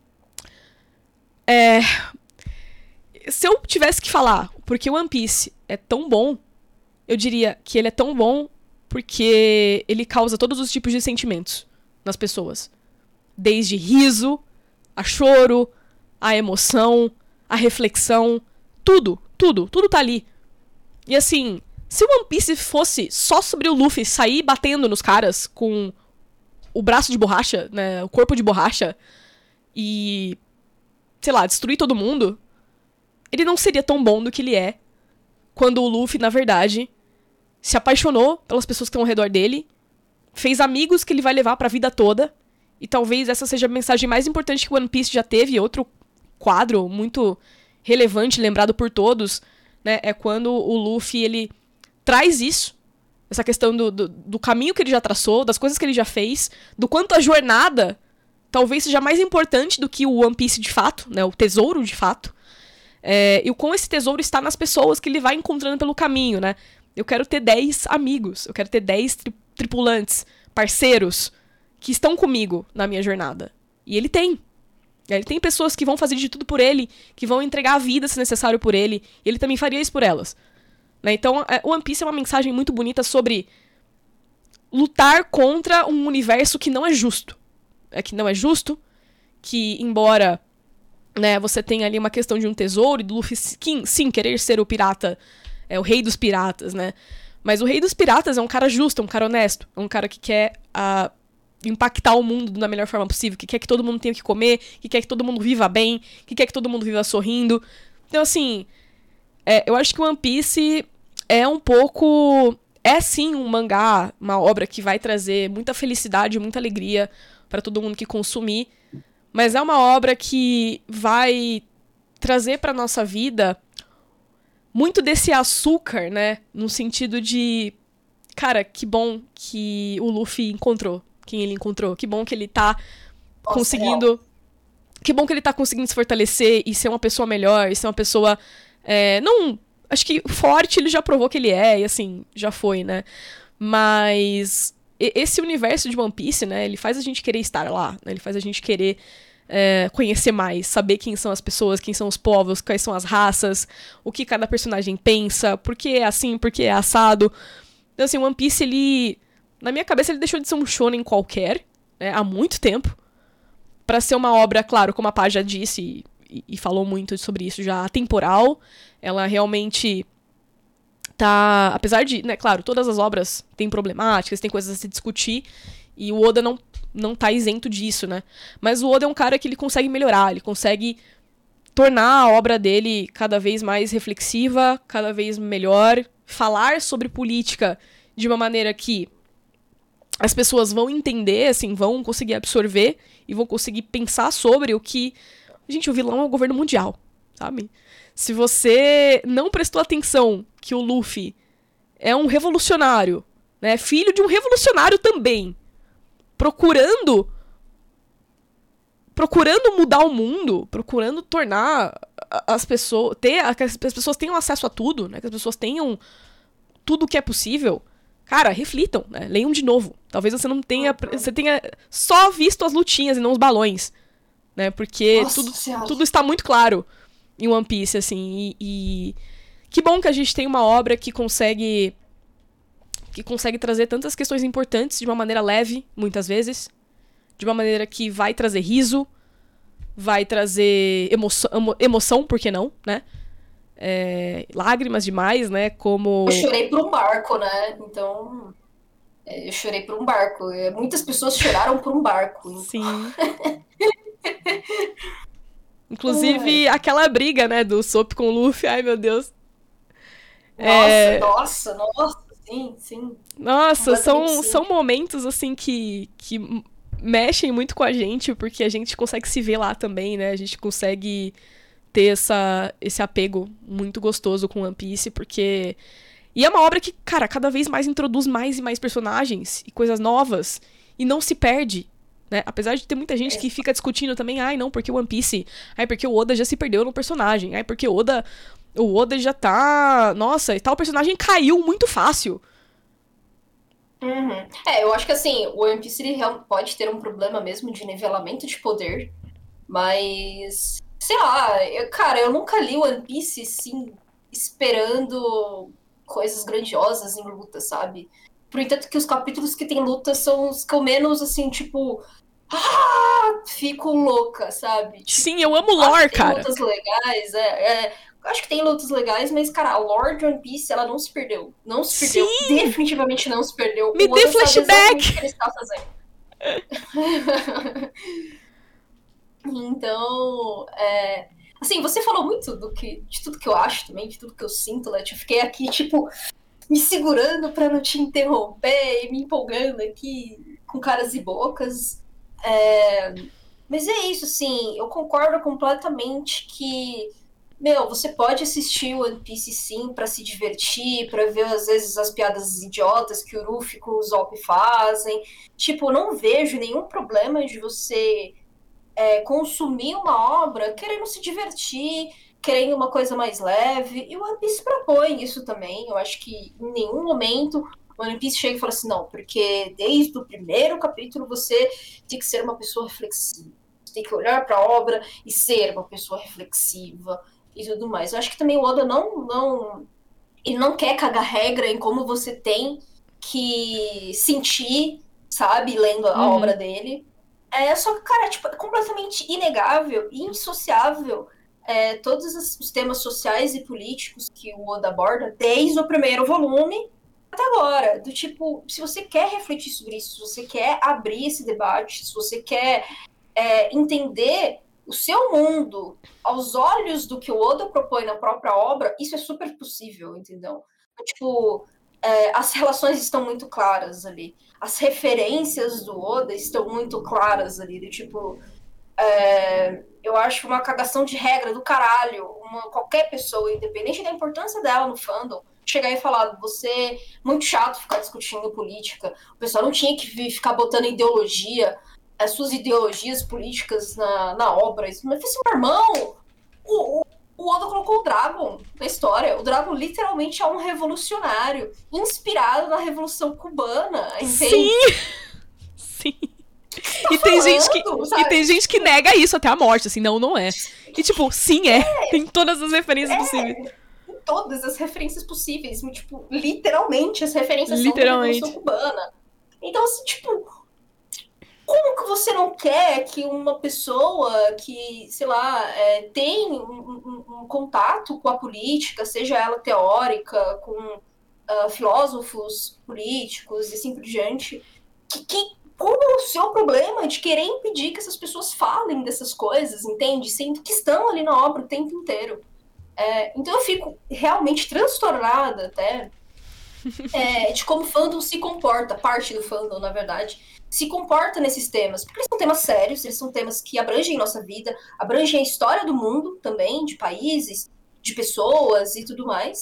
se eu tivesse que falar porque o One Piece é tão bom, eu diria que ele é tão bom porque ele causa todos os tipos de sentimentos nas pessoas. Desde riso, a choro, a emoção, a reflexão, tudo tá ali. E assim, se o One Piece fosse só sobre o Luffy sair batendo nos caras com o braço de borracha, né, o corpo de borracha, e, sei lá, destruir todo mundo, ele não seria tão bom do que ele é quando o Luffy, na verdade, se apaixonou pelas pessoas que estão ao redor dele, fez amigos que ele vai levar pra vida toda, e talvez essa seja a mensagem mais importante que One Piece já teve. Outro quadro muito relevante, lembrado por todos, né, é quando o Luffy, ele traz isso, essa questão do caminho que ele já traçou, das coisas que ele já fez, do quanto a jornada talvez seja mais importante do que o One Piece de fato, né, o tesouro de fato, e o quão esse tesouro está nas pessoas que ele vai encontrando pelo caminho, né. Eu quero ter 10 amigos, eu quero ter 10 tripulantes, parceiros, que estão comigo na minha jornada. E ele tem. Ele tem pessoas que vão fazer de tudo por ele, que vão entregar a vida se necessário por ele, e ele também faria isso por elas. Né? Então, o One Piece é uma mensagem muito bonita sobre lutar contra um universo que não é justo. Que não é justo, que embora, né, você tenha ali uma questão de um tesouro, e do Luffy, sim, querer ser o pirata, o rei dos piratas, né? Mas o rei dos piratas é um cara justo, é um cara honesto, é um cara que quer impactar o mundo da melhor forma possível, que quer que todo mundo tenha o que comer, que quer que todo mundo viva bem, que quer que todo mundo viva sorrindo. Então, assim, eu acho que One Piece é um pouco... É, sim, um mangá, uma obra que vai trazer muita felicidade, muita alegria pra todo mundo que consumir, mas é uma obra que vai trazer pra nossa vida muito desse açúcar, né? No sentido de... Cara, que bom que o Luffy encontrou quem ele encontrou. Que bom que ele tá conseguindo... Que bom que ele tá conseguindo se fortalecer e ser uma pessoa melhor, e ser uma pessoa... não... Acho que forte ele já provou que ele é, e assim, já foi, né? Mas esse universo de One Piece, né? Ele faz a gente querer estar lá, né? Ele faz a gente querer conhecer mais, saber quem são as pessoas, quem são os povos, quais são as raças, o que cada personagem pensa, por que é assim, por que é assado. Então, assim, One Piece, ele... Na minha cabeça, ele deixou de ser um shonen qualquer, né? Há muito tempo. Pra ser uma obra, claro, como a Pá já disse e falou muito sobre isso já, atemporal. Ela realmente tá... Apesar de, né, claro, todas as obras têm problemáticas, tem coisas a se discutir, e o Oda não tá isento disso, né? Mas o Oda é um cara que ele consegue melhorar, ele consegue tornar a obra dele cada vez mais reflexiva, cada vez melhor, falar sobre política de uma maneira que as pessoas vão entender, assim, vão conseguir absorver e vão conseguir pensar sobre o que... Gente, o vilão é o governo mundial, sabe? Se você não prestou atenção que o Luffy é um revolucionário, né? Filho de um revolucionário também, procurando mudar o mundo, procurando tornar as pessoas... que as pessoas tenham acesso a tudo, né? Que as pessoas tenham tudo o que é possível... Cara, reflitam, né? Leiam de novo. Talvez você não tenha... Você tenha só visto as lutinhas e não os balões, né? Porque tudo está muito claro em One Piece, assim. E que bom que a gente tem uma obra que consegue trazer tantas questões importantes de uma maneira leve, muitas vezes. De uma maneira que vai trazer riso, vai trazer emoção, por que não, né? Lágrimas demais, né? Como... Eu chorei por um barco, né? Então... eu chorei por um barco. Muitas pessoas choraram por um barco. Então. Sim. Inclusive, aquela briga, né? Do Sop com o Luffy. Ai, meu Deus. Nossa, sim. Nossa, são momentos, assim, que mexem muito com a gente, porque a gente consegue se ver lá também, né? A gente consegue... ter esse apego muito gostoso com One Piece, porque... E é uma obra que, cara, cada vez mais introduz mais e mais personagens e coisas novas, e não se perde, né? Apesar de ter muita gente que fica discutindo também, ai, não, porque o One Piece... Ai, porque o Oda já se perdeu no personagem. Ai, porque o Oda já tá... Nossa, e tal personagem caiu muito fácil. Uhum. Eu acho que, assim, o One Piece ele pode ter um problema mesmo de nivelamento de poder, mas... Sei lá, eu nunca li One Piece, assim, esperando coisas grandiosas em luta, sabe? Por entanto que os capítulos que tem luta são os que eu menos, assim, tipo... fico louca, sabe? Tipo, sim, eu amo lore, cara. Tem lutas legais, acho que tem lutas legais, mas, cara, a lore de One Piece, ela não se perdeu. Não se perdeu. Sim. Definitivamente não se perdeu. Me dê flashback! O que ele está fazendo. Então, assim, você falou muito de tudo que eu acho também, de tudo que eu sinto, Leti. Eu fiquei aqui, tipo, me segurando pra não te interromper e me empolgando aqui com caras e bocas. Mas é isso, assim, eu concordo completamente que, você pode assistir o One Piece sim pra se divertir, pra ver às vezes as piadas idiotas que o Ruffy com o Zop fazem. Tipo, não vejo nenhum problema de você consumir uma obra querendo se divertir, querendo uma coisa mais leve. E o One Piece propõe isso também. Eu acho que em nenhum momento o One Piece chega e fala assim, não, porque desde o primeiro capítulo você tem que ser uma pessoa reflexiva. Você tem que olhar para a obra e ser uma pessoa reflexiva e tudo mais. Eu acho que também o Oda ele não quer cagar regra em como você tem que sentir, sabe, lendo a obra dele. Só que, cara, tipo, é completamente inegável e indissociável todos os temas sociais e políticos que o Oda aborda desde o primeiro volume até agora. Do tipo, se você quer refletir sobre isso, se você quer abrir esse debate, se você quer entender o seu mundo aos olhos do que o Oda propõe na própria obra, isso é super possível, entendeu? Tipo, as relações estão muito claras ali. As referências do Oda estão muito claras ali. Do tipo, eu acho uma cagação de regra do caralho. Qualquer pessoa, independente da importância dela no fandom, chegar e falar, você é muito chato ficar discutindo política. O pessoal não tinha que ficar botando ideologia, as suas ideologias políticas na obra. Mas assim, meu irmão, o Oda colocou o Dragon na história. O Dragon literalmente é um revolucionário inspirado na Revolução Cubana, entende? Sim. E tem gente que nega isso até a morte, assim, não é. E tipo, sim, tem todas as referências possíveis. Todas as referências possíveis. Tipo, literalmente as referências são da Revolução Cubana. Então, assim, tipo, como que você não quer que uma pessoa que, sei lá, tem um contato com a política, seja ela teórica, com filósofos políticos e assim por diante, qual é o seu problema de querer impedir que essas pessoas falem dessas coisas, entende? Sendo que estão ali na obra o tempo inteiro. Então eu fico realmente transtornada até de como o fandom se comporta, parte do fandom, na verdade, se comporta nesses temas. Porque eles são temas sérios, eles são temas que abrangem nossa vida, abrangem a história do mundo também, de países, de pessoas e tudo mais.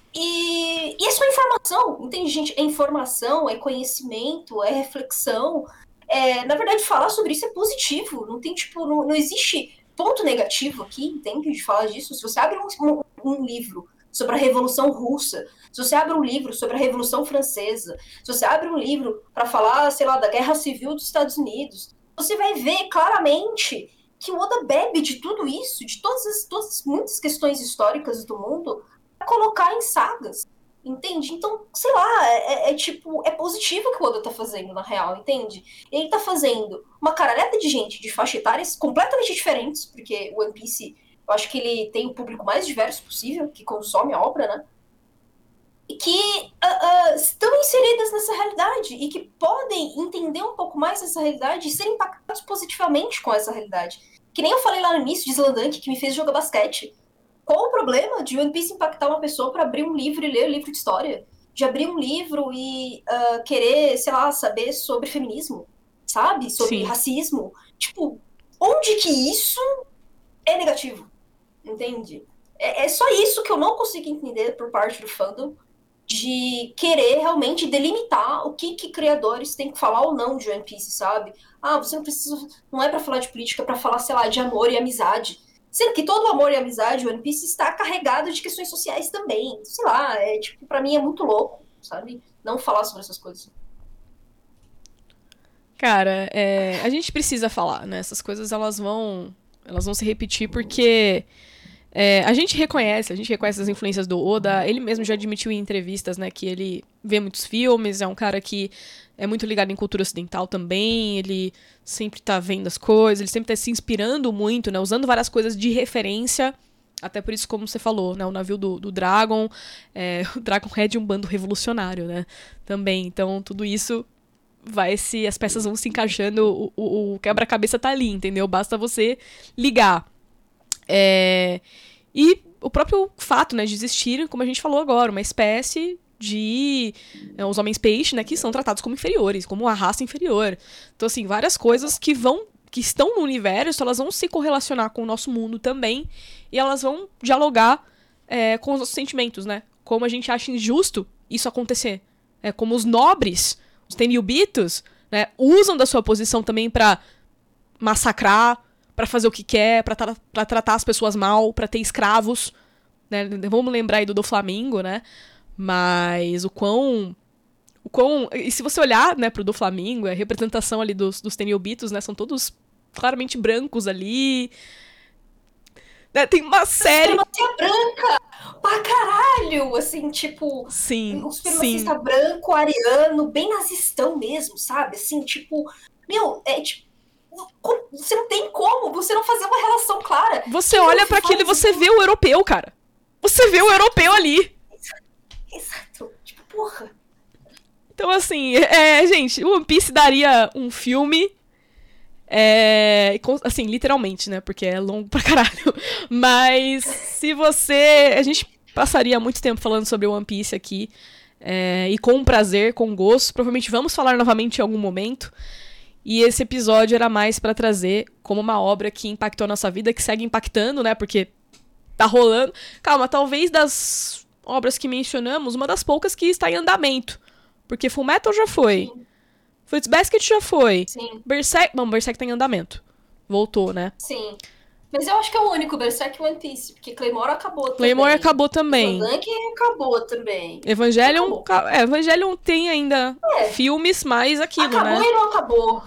E é só informação, entende, gente? É informação, é conhecimento, é reflexão. Na verdade, falar sobre isso é positivo. Não tem, tipo, não existe ponto negativo aqui, entende? De falar disso. Se você abre um livro sobre a Revolução Russa, se você abre um livro sobre a Revolução Francesa, se você abre um livro para falar, sei lá, da Guerra Civil dos Estados Unidos, você vai ver claramente que o Oda bebe de tudo isso, de todas muitas questões históricas do mundo, para colocar em sagas, entende? Então, sei lá, é positivo o que o Oda tá fazendo, na real, entende? Ele tá fazendo uma caralhada de gente de faixa etárias completamente diferentes, porque o One Piece, eu acho que ele tem o público mais diverso possível, que consome a obra, né? E que estão inseridas nessa realidade e que podem entender um pouco mais essa realidade e serem impactados positivamente com essa realidade. Que nem eu falei lá no início de Slandank, que me fez jogar basquete. Qual o problema de One Piece impactar uma pessoa para abrir um livro e ler um livro de história? De abrir um livro e querer, sei lá, saber sobre feminismo, sabe? Sobre racismo. Tipo, onde que isso é negativo? Entende? É só isso que eu não consigo entender por parte do fandom, de querer realmente delimitar o que criadores têm que falar ou não de One Piece, sabe? Você não precisa... Não é pra falar de política, é pra falar, sei lá, de amor e amizade. Sendo que todo amor e amizade, One Piece está carregado de questões sociais também. Sei lá, tipo, pra mim é muito louco, sabe? Não falar sobre essas coisas. Cara, a gente precisa falar, né? Essas coisas, elas vão se repetir porque... a gente reconhece as influências do Oda. Ele mesmo já admitiu em entrevistas, né, que ele vê muitos filmes, é um cara que é muito ligado em cultura ocidental também, ele sempre tá vendo as coisas, ele sempre tá se inspirando muito, né, usando várias coisas de referência, até por isso, como você falou, né, o navio do Dragon, o Dragon é de um bando revolucionário, né, também, então tudo isso as peças vão se encaixando, o quebra-cabeça tá ali, entendeu? Basta você ligar. E o próprio fato, né, de existir, como a gente falou agora, uma espécie de os homens peixe, né, que são tratados como inferiores, como a raça inferior. Então, assim, várias coisas que estão no universo, elas vão se correlacionar com o nosso mundo também, e elas vão dialogar com os nossos sentimentos, né? Como a gente acha injusto isso acontecer. Como os nobres, os tenryubitos, né, usam da sua posição também pra massacrar, pra fazer o que quer, pra tratar as pessoas mal, pra ter escravos, né? Vamos lembrar aí do Doflamingo, né? Mas o quão... E se você olhar, né, pro Doflamingo, a representação ali dos tenryubitos, né, são todos claramente brancos ali. Né, tem uma série... Supremacia branca! Pra caralho! Assim, tipo... Sim, um supremacista branco, ariano, bem nazistão mesmo, sabe? Assim, tipo... Meu, tipo... Você não tem como você não fazer uma relação clara. Você olha pra aquilo e você vê o europeu, cara. Você vê o europeu ali. Exato. Tipo, porra. Então, assim, gente, One Piece daria um filme... assim, literalmente, né? Porque é longo pra caralho. Mas se você... A gente passaria muito tempo falando sobre One Piece aqui. E com prazer, com gosto. Provavelmente vamos falar novamente em algum momento. E esse episódio era mais pra trazer como uma obra que impactou a nossa vida, que segue impactando, né? Porque tá rolando. Calma, talvez das obras que mencionamos, uma das poucas que está em andamento. Porque Fullmetal já foi. Sim. Fruits Basket já foi. Sim. Berserk... Bom, Berserk tá em andamento. Voltou, né? Sim. Mas eu acho que é o único Berserk One Piece, porque Claymore acabou também. Claymore acabou também. Slank acabou também. Evangelion... Evangelion tem ainda filmes, mas aquilo, acabou, né? Acabou e não acabou.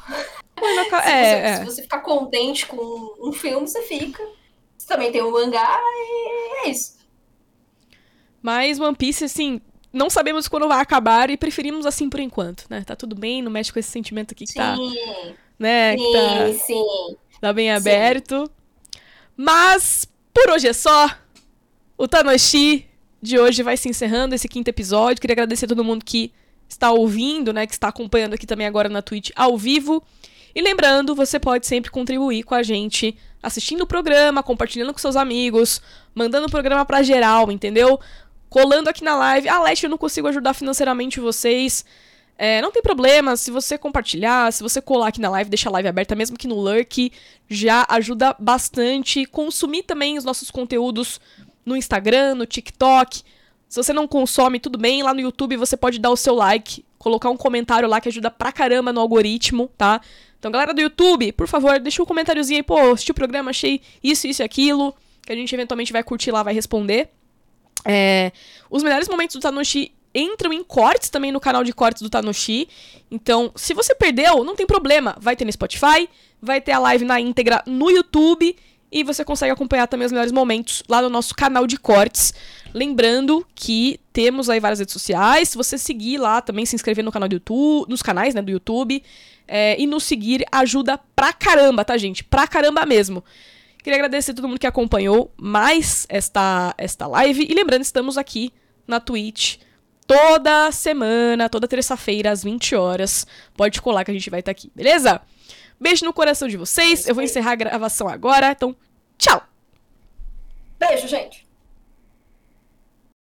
Se você ficar contente com um filme, você fica. Você também tem um mangá e é isso. Mas One Piece, assim... Não sabemos quando vai acabar e preferimos assim por enquanto, né? Tá tudo bem, não mexe com esse sentimento aqui que tá... Né? Sim, que sim. Tá bem aberto. Mas, por hoje é só. O Tanoshi de hoje vai se encerrando, esse 5º episódio. Queria agradecer a todo mundo que está ouvindo, né? Que está acompanhando aqui também agora na Twitch ao vivo. E lembrando, você pode sempre contribuir com a gente assistindo o programa, compartilhando com seus amigos, mandando o programa pra geral, entendeu? Colando aqui na live. Leste, eu não consigo ajudar financeiramente vocês. Não tem problema, se você compartilhar, se você colar aqui na live, deixar a live aberta, mesmo que no lurk, já ajuda bastante. Consumir também os nossos conteúdos no Instagram, no TikTok. Se você não consome, tudo bem, lá no YouTube você pode dar o seu like, colocar um comentário lá que ajuda pra caramba no algoritmo, tá? Então, galera do YouTube, por favor, deixa um comentáriozinho aí, pô, assisti o programa, achei isso e aquilo, que a gente eventualmente vai curtir lá, vai responder. Os melhores momentos do Tanoshi entram em cortes também no canal de cortes do Tanoshi. Então, se você perdeu, não tem problema. Vai ter no Spotify, vai ter a live na íntegra no YouTube e você consegue acompanhar também os melhores momentos lá no nosso canal de cortes. Lembrando que temos aí várias redes sociais. Se você seguir lá, também se inscrever no canal do YouTube, nos canais, né, do YouTube, e nos seguir ajuda pra caramba, tá, gente? Pra caramba mesmo. Queria agradecer a todo mundo que acompanhou mais esta live. E lembrando, estamos aqui na Twitch toda semana, toda terça-feira, às 20 horas. Pode colar que a gente vai estar aqui, beleza? Beijo no coração de vocês. Eu vou encerrar a gravação agora, então tchau! Beijo, gente!